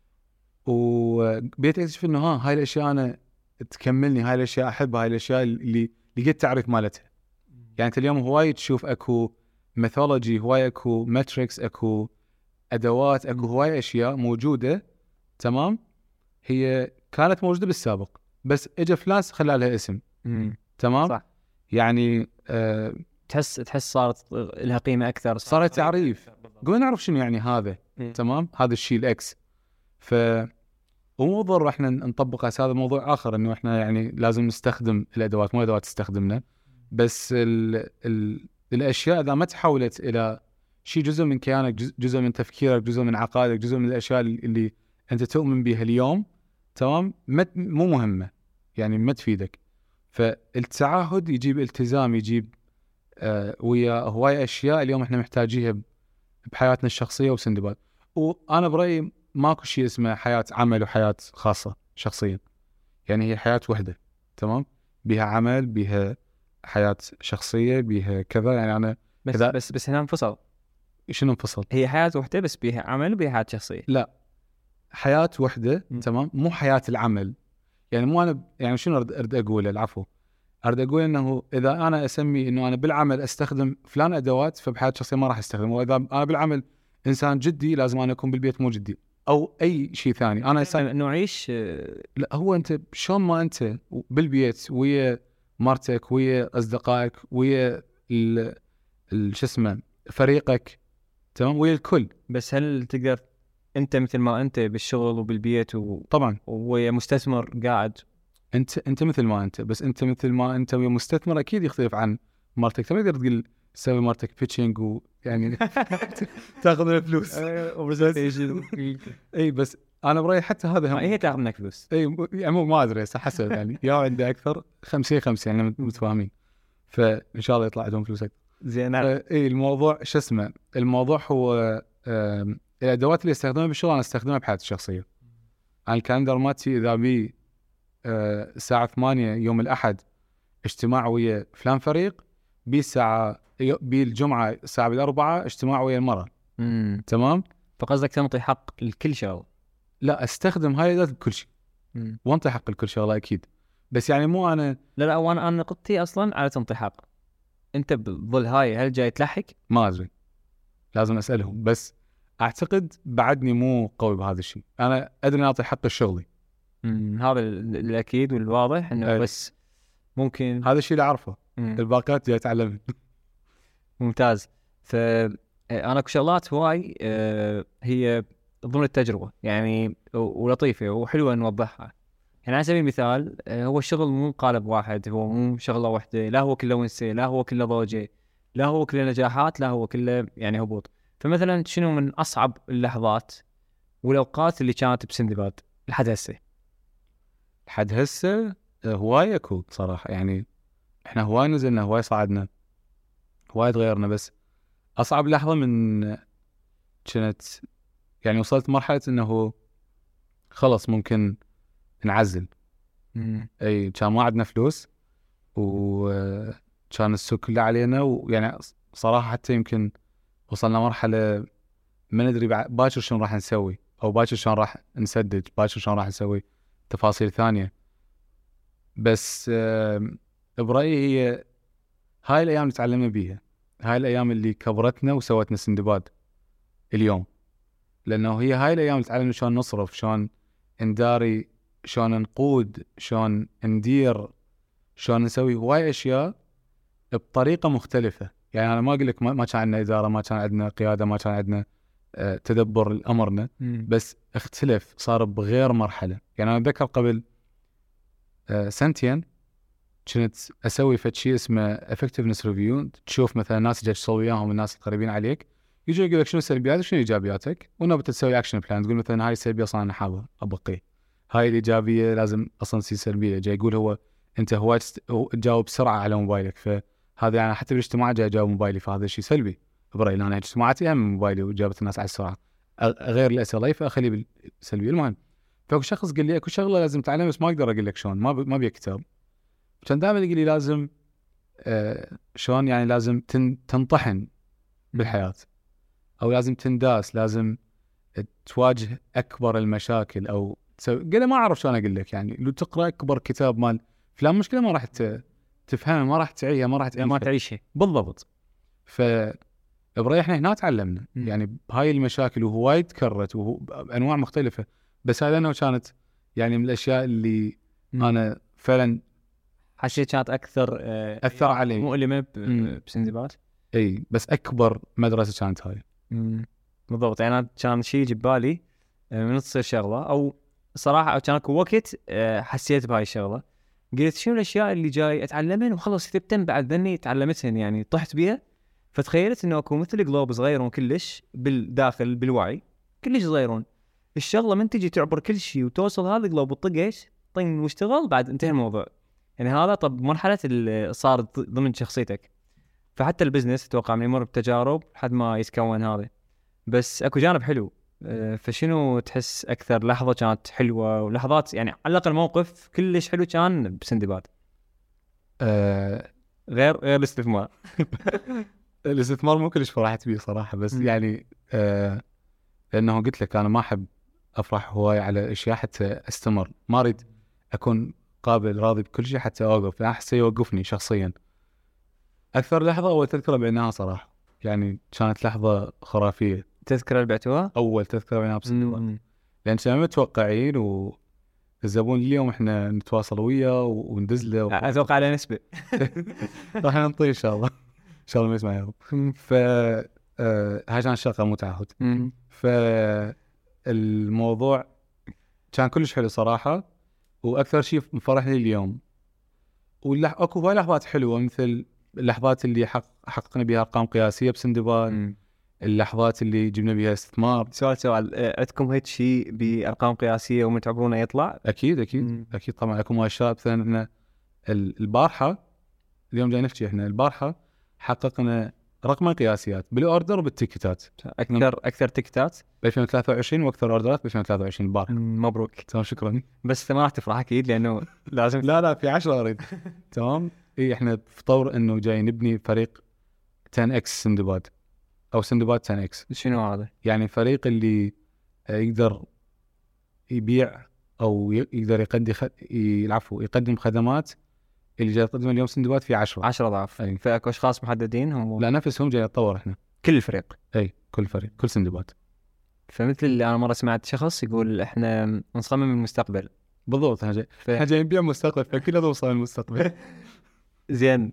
A: وبيت اكتشف انه هاي الاشياء انا تكملني، هاي الاشياء احبها، هاي الاشياء اللي لقيت تعريف مالتها. يعني انت اليوم هواي تشوف اكو ميثولوجي، هواي اكو ماتريكس، اكو ادوات، اكو هواي اشياء موجوده، تمام، هي كانت موجوده بالسابق بس اجى فلان خلى لها اسم. تمام، صح. يعني
B: تحس صارت لها قيمه اكثر،
A: صارت تعريف، قلنا نعرف شنو يعني هذا. تمام، هذا الشيء الاكس. ف ومو ضروري احنا نطبق هذا موضوع اخر، انه احنا يعني لازم نستخدم الادوات، مو الادوات تستخدمنا، بس الاشياء اذا ما تحولت الى شيء جزء من كيانك، جزء من تفكيرك، جزء من عقائدك، جزء من الاشياء اللي انت تؤمن بها اليوم، تمام، مو مهمه، يعني ما تفيدك. فالتعهد يجيب التزام، يجيب ويا هواي اشياء اليوم احنا محتاجيها بحياتنا الشخصيه وسندباد. وانا برايي ماكو شيء اسمه حياة عمل وحياة خاصة شخصيا، يعني هي حياة وحدة، تمام، بها عمل، بها حياة شخصية، بها كذا. يعني أنا
B: بس هنا انفصل.
A: شنو انفصل؟
B: هي حياة وحدة بس بها عمل وبها حياة شخصية.
A: لا، حياة وحدة، تمام، مو حياة العمل. يعني مو أنا، يعني شنو أرد أقول؟ العفو، أرد أقول إنه إذا أنا أسمي إنه أنا بالعمل أستخدم فلان أدوات، فبحياة شخصية ما راح أستخدم. وإذا أنا بالعمل إنسان جدي، لازم أنا أكون بالبيت مو جدي، او اي شيء ثاني. انا
B: انه عيش.
A: لا، هو انت شلون ما انت بالبيت ويا مرتك، ويا اصدقائك، ويا شو اسمه فريقك، تمام، ويا الكل.
B: بس هل تقدر انت مثل ما انت بالشغل وبالبيت
A: طبعا
B: ويا مستثمر قاعد
A: انت مثل ما انت، بس انت مثل ما انت ويا مستثمر اكيد يختلف عن مارتك. ما تقدر تقول تسوي مارتك بيتشنج ويعني تاخذ الفلوس. اي بس انا برايي حتى هذا
B: ما هي تاخذ منك فلوس.
A: اي يعني ما ادري هسه حسب يعني يا عندي اكثر 50-50 يعني متفاهمين، فان شاء الله يطلع عندهم فلوس اكثر.
B: زين.
A: اي الموضوع شو اسمه، الموضوع هو الادوات اللي استخدمها بالشغل انا استخدمها بحياتي الشخصيه. انا الكالندر مالتي اذا بي الساعه 8 يوم الاحد اجتماع ويا فلان فريق، بالجمعه الساعه 4 اجتماع ويا المرأة. تمام.
B: فقصدك تنطي حق لكل شغله؟
A: لا، استخدم هاي الادوات بكل شيء وانطي حق لكل شغله اكيد، بس يعني مو انا
B: لا وانا نقطتي اصلا على تنطي حق. انت بظل هاي هل جاي تلحق؟
A: ما ادري، لازم اسالهم، بس اعتقد بعدني مو قوي بهذا الشيء. انا ادري اعطي حق الشغلي.
B: هذا الاكيد والواضح انه بس ممكن
A: هذا الشيء اللي اعرفه. الباقات جاي اتعلم.
B: ممتاز. فانا اكو شغلات هواي هي ضمن التجربه يعني ولطيفه وحلوه نوضحها. يعني على سبيل المثال هو الشغل مو قالب واحد، هو مو شغله واحده، لا هو كله ونسه، لا هو كله ضوجه، لا هو كله نجاحات، لا هو كله يعني هبوط. فمثلا شنو من اصعب اللحظات والاوقات اللي كانت بسندباد لحد هسه؟
A: لحد هسه هواي اكو صراحه، يعني احنا هواي نزلنا، هواي صعدنا، هواي تغيرنا، بس اصعب لحظه من كانت يعني وصلت مرحله انه خلص ممكن نعزل. اي كان ما عندنا فلوس وكان السوق كله علينا، ويعني صراحه حتى يمكن وصلنا مرحله ما ندري باكر شلون راح نسوي، او باكر شلون راح نسدد، باكر شلون راح نسوي تفاصيل ثانيه. بس برايي هي هاي الايام اللي تعلمنا بيها، هاي الايام اللي كبرتنا وسوتنا سندباد اليوم، لانه هي هاي الايام اللي تعلمنا شلون نصرف، شلون نداري، شلون نقود، شلون ندير، شلون نسوي هواي اشياء بطريقه مختلفه. يعني انا ما اقول لك ما كان عندنا اداره، ما كان عندنا قياده، ما كان عندنا تدبر لامرنا، بس اختلف، صار بغير مرحله. يعني انا اتذكر قبل سنتين كنت اسوي فد شيء اسمه effectiveness review، تشوف مثلا الناس اللي تسوي وياهم، الناس القريبين عليك، يجي يقول لك شنو سلبياتك شنو ايجابياتك، ونبي تسوي اكشن بلان، تقول مثلا هاي السلبيه اصلا انا حاول ابقيه، هاي الايجابيه لازم اصلا تصير سلبيه. جاي يقول هو انت هواي تجاوب بسرعه على موبايلك، فهذا يعني حتى بالاجتماع جاي اجاوب موبايلي، فهذا شيء سلبي برايي. انا اجتماعاتي اهم من موبايلي وجابت الناس على السرعه، غير الاس ال اي فاخليه بالسلبيه. المهم فاكو شخص قال لي اكو شغله لازم تعلمها، بس ما اقدر اقول لك شلون، ما بي كتاب. كان دائما يقول لي لازم شلون يعني لازم تنطحن بالحياه، او لازم تنداس، لازم تواجه اكبر المشاكل، او تسوي. قال ما اعرف شلون اقول لك، يعني لو تقرا اكبر كتاب مال فلان مشكله ما راح تفهمها، ما راح تعيها، ما راح
B: تعيشها
A: بالضبط. فبرايي احنا هنا تعلمنا يعني بهاي المشاكل، وهواي تكررت وبانواع مختلفه، بس هذا انه كانت يعني من الاشياء اللي انا فعلا
B: حسيت كانت اكثر
A: اثر علي،
B: مؤلمه بسندباد.
A: اي بس اكبر مدرسه كانت هاي.
B: بالضبط. يعني أنا كان شيء يجي ببالي من تصير شغله، او صراحه كان اكو وقت حسيت بهاي الشغله، قلت شنو الاشياء اللي جاي اتعلمهن وخلص كتبتن بعد ذني تعلمتهن، يعني طحت بيها. فتخيلت انه اكو مثل جلوب صغيرون كلش بالداخل بالوعي، كلش صغيرون، الشغله من تجي تعبر كل شيء وتوصل هذا الجلوب وتطقش طين واشتغل، بعد انتهى الموضوع. يعني هذا طب مرحله اللي صارت ضمن شخصيتك. فحتى البزنس اتوقع من يمر بتجارب لحد ما يتكون هذا، بس اكو جانب حلو. فشنو تحس اكثر لحظه كانت حلوه، ولحظات يعني على الاقل موقف كلش حلو كان بسندباد غير الاستثمار؟
A: الاستثمار مو كلش فرحت بيه صراحه، بس يعني لانه قلت لك انا ما احب افرح هواي على اشياء حتى استمر، ما اريد اكون قابل راضي بكل شيء حتى اوقف، احس يوقفني شخصيا. اكثر لحظه اول تذكره بعناها صراحه، يعني كانت لحظه خرافيه.
B: تذكره اللي بعتوها
A: اول تذكره بعناها بسندباد، لان كنا متوقعين، والزبون اليوم احنا نتواصل وياه وندز له،
B: اتوقع على نسبه
A: راح ننطيه ان شاء الله، ان شاء الله ما يسمع يا رب. ف هاي كان شغله مو تعهد. فالموضوع كان كلش حلو صراحه، واكثر شيء مفرحني اليوم اكو هواي لحظات حلوه، مثل اللحظات اللي حققنا بها ارقام قياسيه بسندباد، اللحظات اللي جبنا بها استثمار.
B: سؤال عندكم هيك شيء بارقام قياسيه ومتعبرونه يطلع؟
A: اكيد اكيد طبعا اكو مؤشرات. مثلا احنا البارحه، اليوم جاي نحكي، احنا البارحه حققنا رقم قياسيات بالاوردر وبالتيكتات،
B: اكثر تيكتات
A: ب 2023 واكثر اوردرات ب 2023 البارحه.
B: مبروك.
A: تمام شكرا.
B: بس ما راح تفرح اكيد لانه لازم
A: لا في 10 اريد. تمام. احنا في طور انه جاي نبني فريق 10 اكس سندباد او سندباد 10 اكس.
B: شنو هذا؟
A: يعني فريق اللي يقدر يبيع او يقدر يقدم خدمات اللي جاي يقدم اليوم سندباد في 10
B: اضعاف. فاكو اشخاص محددين هم؟
A: لا نفسهم جاي نتطور احنا
B: كل الفريق.
A: كل فريق، كل سندباد.
B: فمثل اللي انا مره سمعت شخص يقول احنا نصمم المستقبل.
A: بالضبط. احنا جاي نبيع مستقبل، فكلنا نوصل للمستقبل.
B: زين.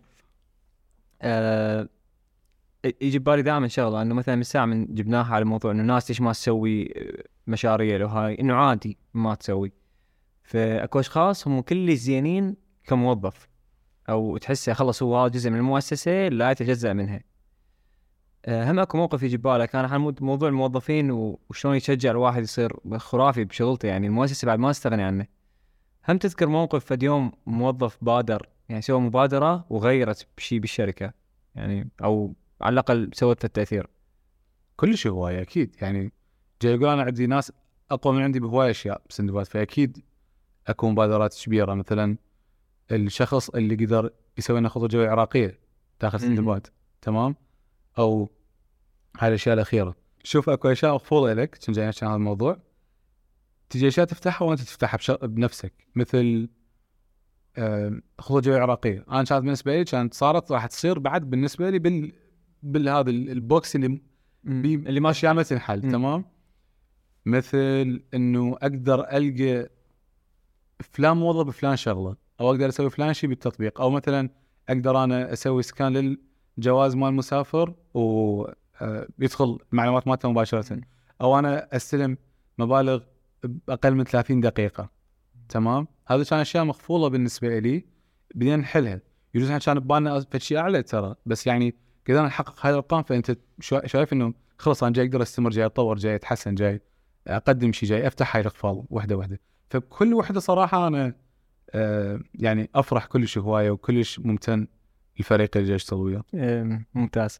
B: يجي ببالي دائما شغله انه مثلا من ساعه من جبناها على موضوع انه الناس ليش ما تسوي مشاريع لو هاي، انه عادي ما تسوي. فاكو اشخاص هم كل زينين كموظف، او تحسه خلص هو جزء من المؤسسه لا يتجزأ منها. هم اكو موقف يجي ببالك انا عن موضوع الموظفين وشلون يشجع الواحد يصير خرافي بشغلته، يعني المؤسسه بعد ما استغني عنه. هم تذكر موقف فد يوم موظف بادر، يعني سوى مبادره وغيرت بشيء بالشركه، يعني او على الاقل سوت التاثير؟
A: كل شيء هوايه اكيد. يعني جاي يقول انا عندي ناس اقوى من عندي بهواي اشياء بسندباد، فاكيد اكو مبادرات كبيره. مثلا الشخص اللي قدر يسوي لنا خطوه جويه عراقيه داخل سندباد، تمام، او هاي الاشياء الاخيره. شوف اكو اشياء مخفوضه لك، كنت جاي عشان هذا الموضوع، تجي اشياء تفتحها وانت تفتحها بنفسك. مثل خطوه جويه عراقيه، انا كانت بالنسبه لي كانت صارت راح تصير بعد بالنسبه لي بالهذا البوكس اللي ماشي عم تنحل. تمام. مثل انه اقدر القى فلان موظف بفلان شغله، او اقدر اسوي فلان شيء بالتطبيق، او مثلا اقدر انا اسوي سكان للجواز مال المسافر ويدخل المعلومات مالته مباشره، او انا استلم مبالغ باقل من 30 دقيقه. تمام. هذا كان اشياء مخفوضه بالنسبه لي، بدينا نحلها. يجوز احنا كان ببالنا شيء اعلى ترى، بس يعني قدرنا نحقق هاي الارقام. فانت شايف انه خلص انا جاي اقدر استمر، جاي اتطور، جاي اتحسن، جاي اقدم شيء، جاي افتح هاي الاقفال وحده. فبكل وحده صراحه انا يعني افرح كلش هوايه وكلش ممتن للفريق اللي جاي اشتغل وياه.
B: ممتاز.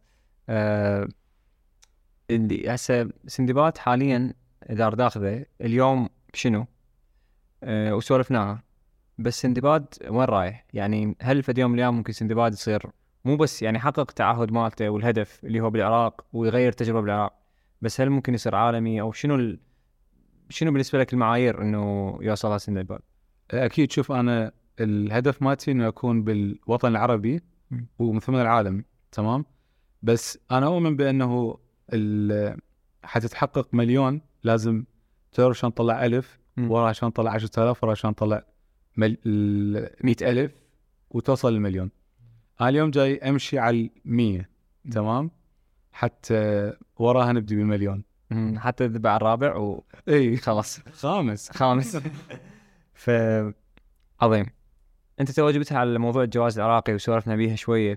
B: اللي هسه سندباد حاليا اداره داخله اليوم شنو؟ وسولفناها، بس سندباد وين رايح؟ يعني هل في يوم من الايام ممكن سندباد يصير مو بس يعني حقق تعهد مالته والهدف اللي هو بالعراق ويغير تجربه بالعراق، بس هل ممكن يصير عالمي؟ او شنو بالنسبه لك المعايير انه يوصلها سندباد؟
A: اكيد. شوف انا الهدف مالتي انه اكون بالوطن العربي ومن ثم العالم. تمام. بس انا اؤمن بانه حتى تحقق مليون لازم تعرف شلون تطلع 1000 وراها، شلون تطلع 10,000 وراها، شلون تطلع 100,000 وتوصل للمليون. انا اليوم جاي امشي على 100. تمام. حتى وراها نبدي بالمليون،
B: حتى تذبع الرابع
A: خلاص خامس.
B: عظيم. انت توجبتها على موضوع الجواز العراقي وسولفنا بيها شويه.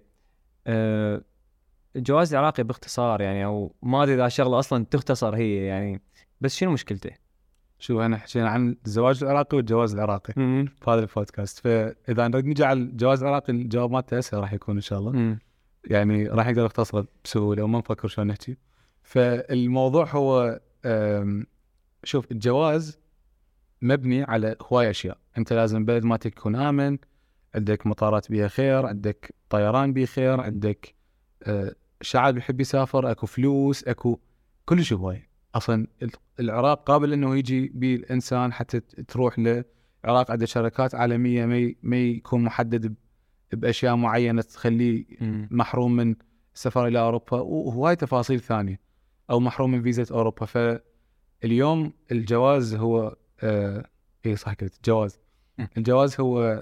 B: الجواز العراقي باختصار يعني، او ما ادري اذا شغله اصلا تختصر هي يعني، بس شنو مشكلته؟
A: شو احنا حكينا عن الزواج العراقي والجواز العراقي في هذا البودكاست، فاذا نريد نجي على الجواز العراقي الجواب مالته هسه راح يكون ان شاء الله. يعني راح نقدر نختصره بسهوله وما نفكر شلون نحكي. فالموضوع هو شوف، الجواز مبني على هواي اشياء. انت لازم بلد ما تكون امن، عندك مطارات بيها خير، عندك طيران بيه خير، عندك شعب يحب يسافر، اكو فلوس، اكو كل شيء هواي. اصلا العراق قابل انه يجي بيه الانسان حتى تروح للعراق. عنده شركات عالميه، ما يكون محدد باشياء معينه تخليه محروم من السفر الى اوروبا، وهواي تفاصيل ثانيه، او محروم من فيزا اوروبا. فاليوم الجواز هو صح قلت الجواز هو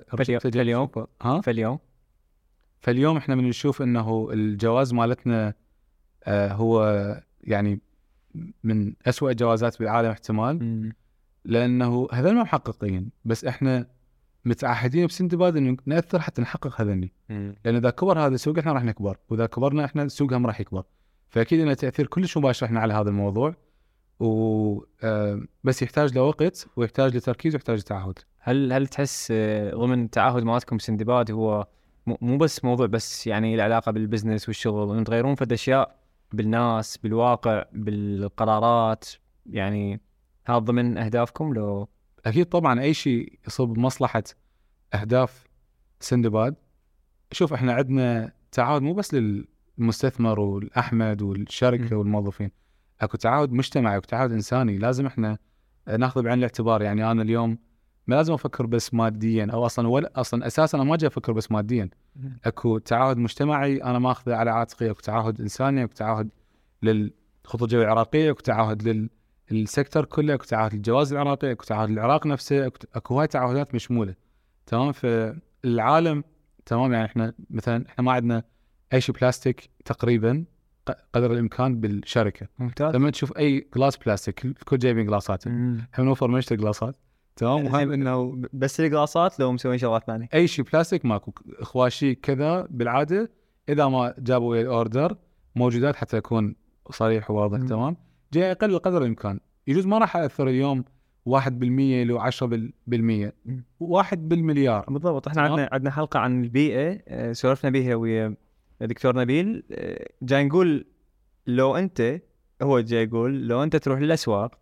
A: فاليوم احنا من نشوف انه الجواز مالتنا هو يعني من أسوأ الجوازات بالعالم احتمال. لانه هذول ما محققين، بس احنا متعهدين بسندباد انه ناثر حتى نحقق هذني، لان اذا كبر هذا السوق احنا راح نكبر، واذا كبرنا احنا السوق هم راح يكبر. فاكيد انه تاثير كلش مباشر احنا على هذا الموضوع، بس يحتاج لوقت ويحتاج لتركيز ويحتاج لتعهد.
B: هل تحس ضمن تعهد مالتكم بسندباد هو مو بس موضوع بس يعني العلاقه بالبزنس والشغل، انتم تغيرون فد اشياء بالناس بالواقع بالقرارات، يعني هذا ضمن اهدافكم؟ لو
A: اكيد طبعا اي شيء يصب بمصلحه اهداف سندباد. شوف احنا عندنا تعاون مو بس للمستثمر والاحمد والشركه والموظفين، اكو تعاون مجتمعي وتعاون انساني لازم احنا ناخذه بعين الاعتبار. يعني انا اليوم ما لازم افكر بس ماديا، او اصلا اساسا انا ما جاي افكر بس ماديا. اكو تعاهد مجتمعي انا ماخذه على عاتقي، اكو تعاهد انساني، اكو تعاهد للخطوط الجويه العراقيه، اكو تعاهد للسيكتور كله، اكو تعاهد للجواز العراقي، اكو تعاهد للعراق نفسه، اكو هاي تعاهدات مشموله. تمام. في العالم تمام يعني احنا مثلا احنا ما عندنا اي شيء بلاستيك تقريبا قدر الامكان بالشركه.
B: ممتاز.
A: لما تشوف اي جلاس بلاستيك الكل جايبين جلاسات، احنا نوفر منشط جلاسات. تمام. وهم انه
B: بس القلاصات لو مسوين شغلات ثانيه
A: اي شيء بلاستيك ماكو. خواشي كذا بالعاده اذا ما جابوا ويا الاوردر موجودات حتى يكون صريح وواضح. تمام. جاي اقل قدر الامكان. يجوز ما راح اثر اليوم 1% لو 10%، 1 بالمليار.
B: بالضبط. احنا عندنا حلقه عن البيئه سولفنا بيها ويا دكتور نبيل. جاي نقول لو انت هو جاي يقول لو انت تروح للاسواق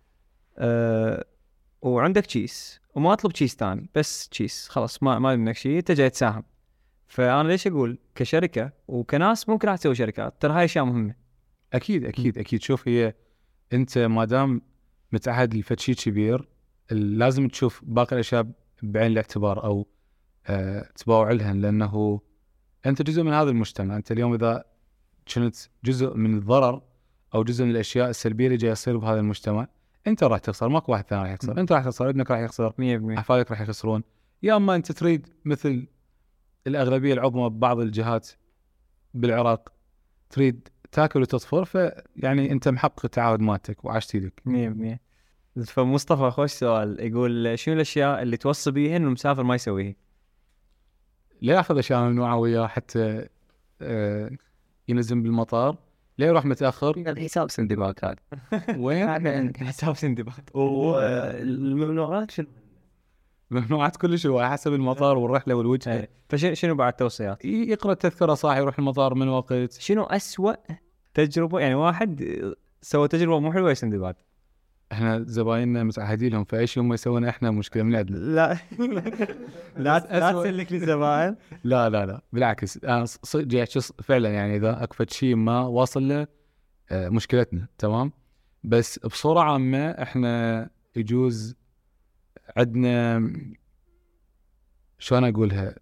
B: وعندك تشيس وما اطلب تشيس ثاني، بس تشيس خلاص ما منك شيء، انت جاي تساهم. فانا ليش اقول كشركه وكناس ممكن راح تسوي شركات، ترى هاي اشياء مهمه.
A: اكيد. شوف هي انت ما دام متعهد لفتشي كبير لازم تشوف باقي الاشياء بعين الاعتبار او تباوع لهن، لانه انت جزء من هذا المجتمع. انت اليوم اذا كنت جزء من الضرر او جزء من الاشياء السلبيه اللي جاي يصير بهذا المجتمع، انت راح تخسر، ماكو واحد ثاني راح يخسر. انت راح تخسر، ابنك راح يخسر،
B: 100%،
A: احفادك راح يخسرون. يا اما انت تريد مثل الاغلبيه العظمى ببعض الجهات بالعراق تريد تاكل وتطفر، فيعني انت محقق التعاهد مالتك وعاشت يدك
B: 100%. فمصطفى خوش سؤال، يقول شنو الاشياء اللي توصي بيها انه المسافر ما يسويها؟
A: لا ياخذ اشياء ممنوعه وياه حتى ينزل بالمطار، لا يروح متاخر.
B: الحساب سندباد هذا
A: وين
B: حساب سندباد. والممنوعات شنو؟
A: ممنوعات كل شيء على حسب المطار والرحله والوجهه.
B: فشنو بعد توصيات؟
A: يقرا التذكره صح، يروح المطار من وقت.
B: شنو أسوأ تجربه يعني واحد سوى تجربه مو حلوه سندباد؟
A: احنا زبايننا متعهدين لهم، فاي شيء هم يسوونه احنا مشكله من عندنا.
B: لا تسلك للزبائن.
A: لا بالعكس، انا فعلا يعني اذا اكفت شيء ما واصل له مشكلتنا. تمام. بس بصوره عامه احنا يجوز عندنا شلون اقولها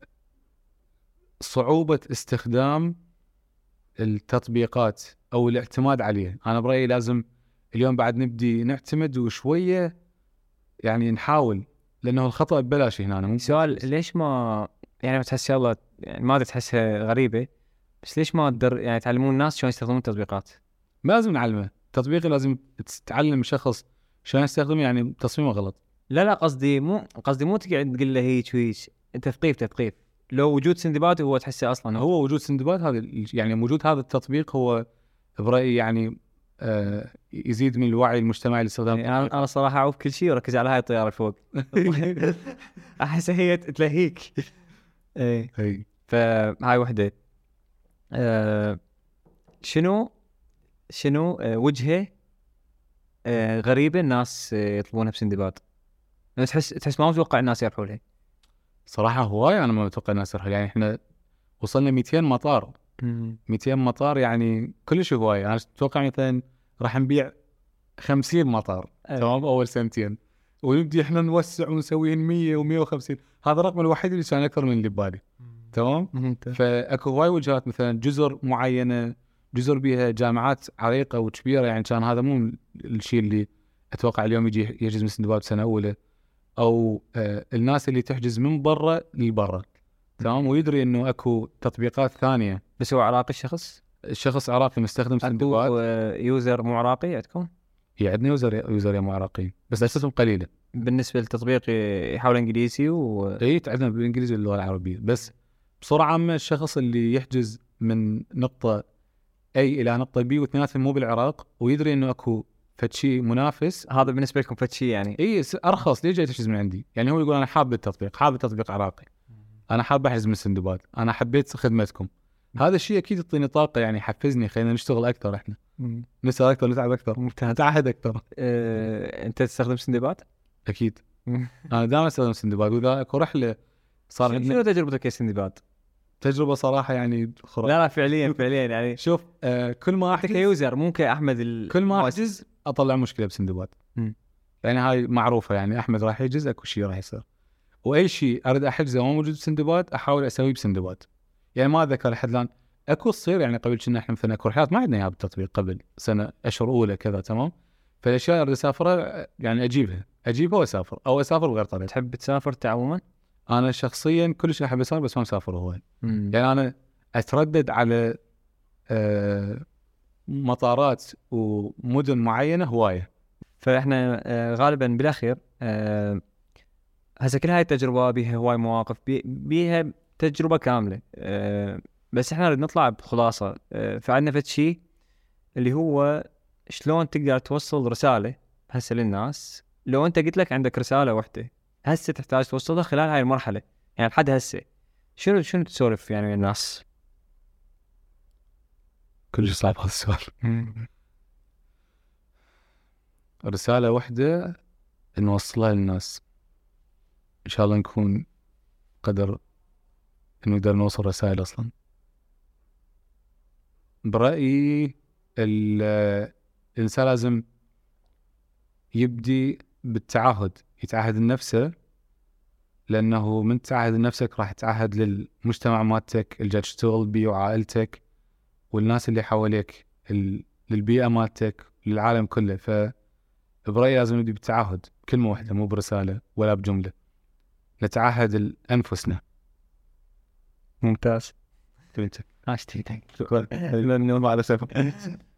A: صعوبه استخدام التطبيقات او الاعتماد عليها. انا برايي لازم اليوم بعد نبدي نعتمد وشويه يعني نحاول، لانه الخطا ببلاش هنا.
B: سؤال، ليش ما يعني تحس يلا يعني ما تحسها غريبه، بس ليش ما تقدر يعني تعلمون الناس شلون يستخدمون التطبيقات؟
A: ما لازم نعلمه تطبيقي، لازم تتعلم شخص شلون يستخدمه، يعني تصميمه غلط.
B: لا قصدي مو تقعد تقول له هيك تثقيف. لو وجود سندباد هو تحسه اصلا
A: هو وجود سندباد هذا يعني وجود هذا التطبيق هو برايي يعني يزيد من الوعي المجتمعي لاستخدام.
B: يعني انا صراحه اعوف كل شيء وركز على هاي الطياره فوق. احس هي تلهيك.
A: اي
B: فهاي وحده. شنو وجهه غريبه الناس يطلبونها بسندباد؟ تحس ما متوقع الناس يروحوا لها
A: صراحه. هواي انا ما متوقع الناس يروحوا، يعني احنا وصلنا 200 مطار. 200 مطار يعني كل شيء هواي. انا اتوقع مثلا راح نبيع 50 مطار. تمام. اول سنتين ونبدي احنا نوسع ونسوي 100 و150. هذا الرقم الوحيد اللي كان اكثر من اللي ببالي. تمام. فاكو هواي وجهات، مثلا جزر معينه، جزر بيها جامعات عريقه وكبيره، يعني كان هذا مو الشيء اللي اتوقع اليوم يجي يحجز من سندباد سنه اولى، او الناس اللي تحجز من برا لبرا. تمام. ويدري انه اكو تطبيقات ثانيه.
B: بس هو عراقي الشخص
A: عراقي مستخدم سندباد.
B: يوزر مو عراقي عندكم؟
A: هي عندنا يوزر مو عراقيين بس أساسهم قليلة.
B: بالنسبه للتطبيق يحاول انجليزي
A: اي تعلم بالانجليزي واللغه العربيه. بس بصوره عامه الشخص اللي يحجز من نقطه A الى نقطه B واثنيناتهم مو بالعراق ويدري انه اكو فشي منافس،
B: هذا بالنسبه لكم فشي يعني
A: اي ارخص، ليش جاي تحجز من عندي؟ يعني هو يقول انا حاب التطبيق، حاب التطبيق عراقي، انا حاب احجز من سندباد، انا حبيت خدمتكم. هذا الشيء اكيد يعطيني طاقه، يعني يحفزني، خلينا نشتغل اكثر، احنا نسال اكثر، نتعب اكثر، نتعهد اكثر.
B: انت تستخدم سندباد؟
A: اكيد انا دائما استخدم سندباد، واذا اكو رحله صار
B: شنو
A: عندنا
B: تجربتك يا سندباد؟
A: تجربه صراحه يعني خرافيه.
B: لا فعليا يعني
A: شوف كل ما
B: انت
A: احجز
B: كيوزر مو كاحمد
A: كل ما احجز اطلع مشكله بسندباد. يعني هاي معروفه، يعني احمد راح يحجز اكو شيء راح يصير، واي شيء اريد احجزه وما موجود بسندباد احاول اسويه بسندباد. يعني ما اتذكر لحد الان اكو تصير، يعني قبل كنا احنا مثلا اكو رحلات ما عندنا اياها بالتطبيق قبل سنه اشهر اولى كذا تمام، فالاشياء اريد اسافرها يعني اجيبها واسافر، او اسافر بغير طريق.
B: تحب تسافر عموما؟
A: انا شخصيا كل شيء احب اسافر بس ما مسافر هواي. يعني انا اتردد على مطارات ومدن معينه هوايه.
B: فاحنا غالبا بالاخير هسه كل هاي التجربه بيها هواي مواقف بيها تجربه كامله، بس احنا نريد نطلع بخلاصه. فعندنا فد شيء اللي هو شلون تقدر توصل رساله هسه للناس. لو انت قلت لك عندك رساله واحده هسه تحتاج توصلها خلال هاي المرحله، يعني لحد هسه شنو تسولف يعني الناس؟
A: كل صعب هذا السؤال. رسالة واحدة نوصلها للناس، إن شاء الله نكون قدر إنه نقدر نوصل رسائل. أصلا برأيي الإنسان لازم يبدي بالتعهد، يتعهد لنفسه، لأنه من تعهد لنفسك راح تتعهد للمجتمع مالتك اللي جاي تشتغل بيه وعائلتك والناس اللي حواليك، للبيئة مالتك، للعالم كله. فبرأيي لازم نبدي بالتعهد، كلمة واحدة مو برسالة ولا بجملة، نتعهد لأنفسنا.
B: ممتاز.
A: شكرا.
B: لأنه ما على سبب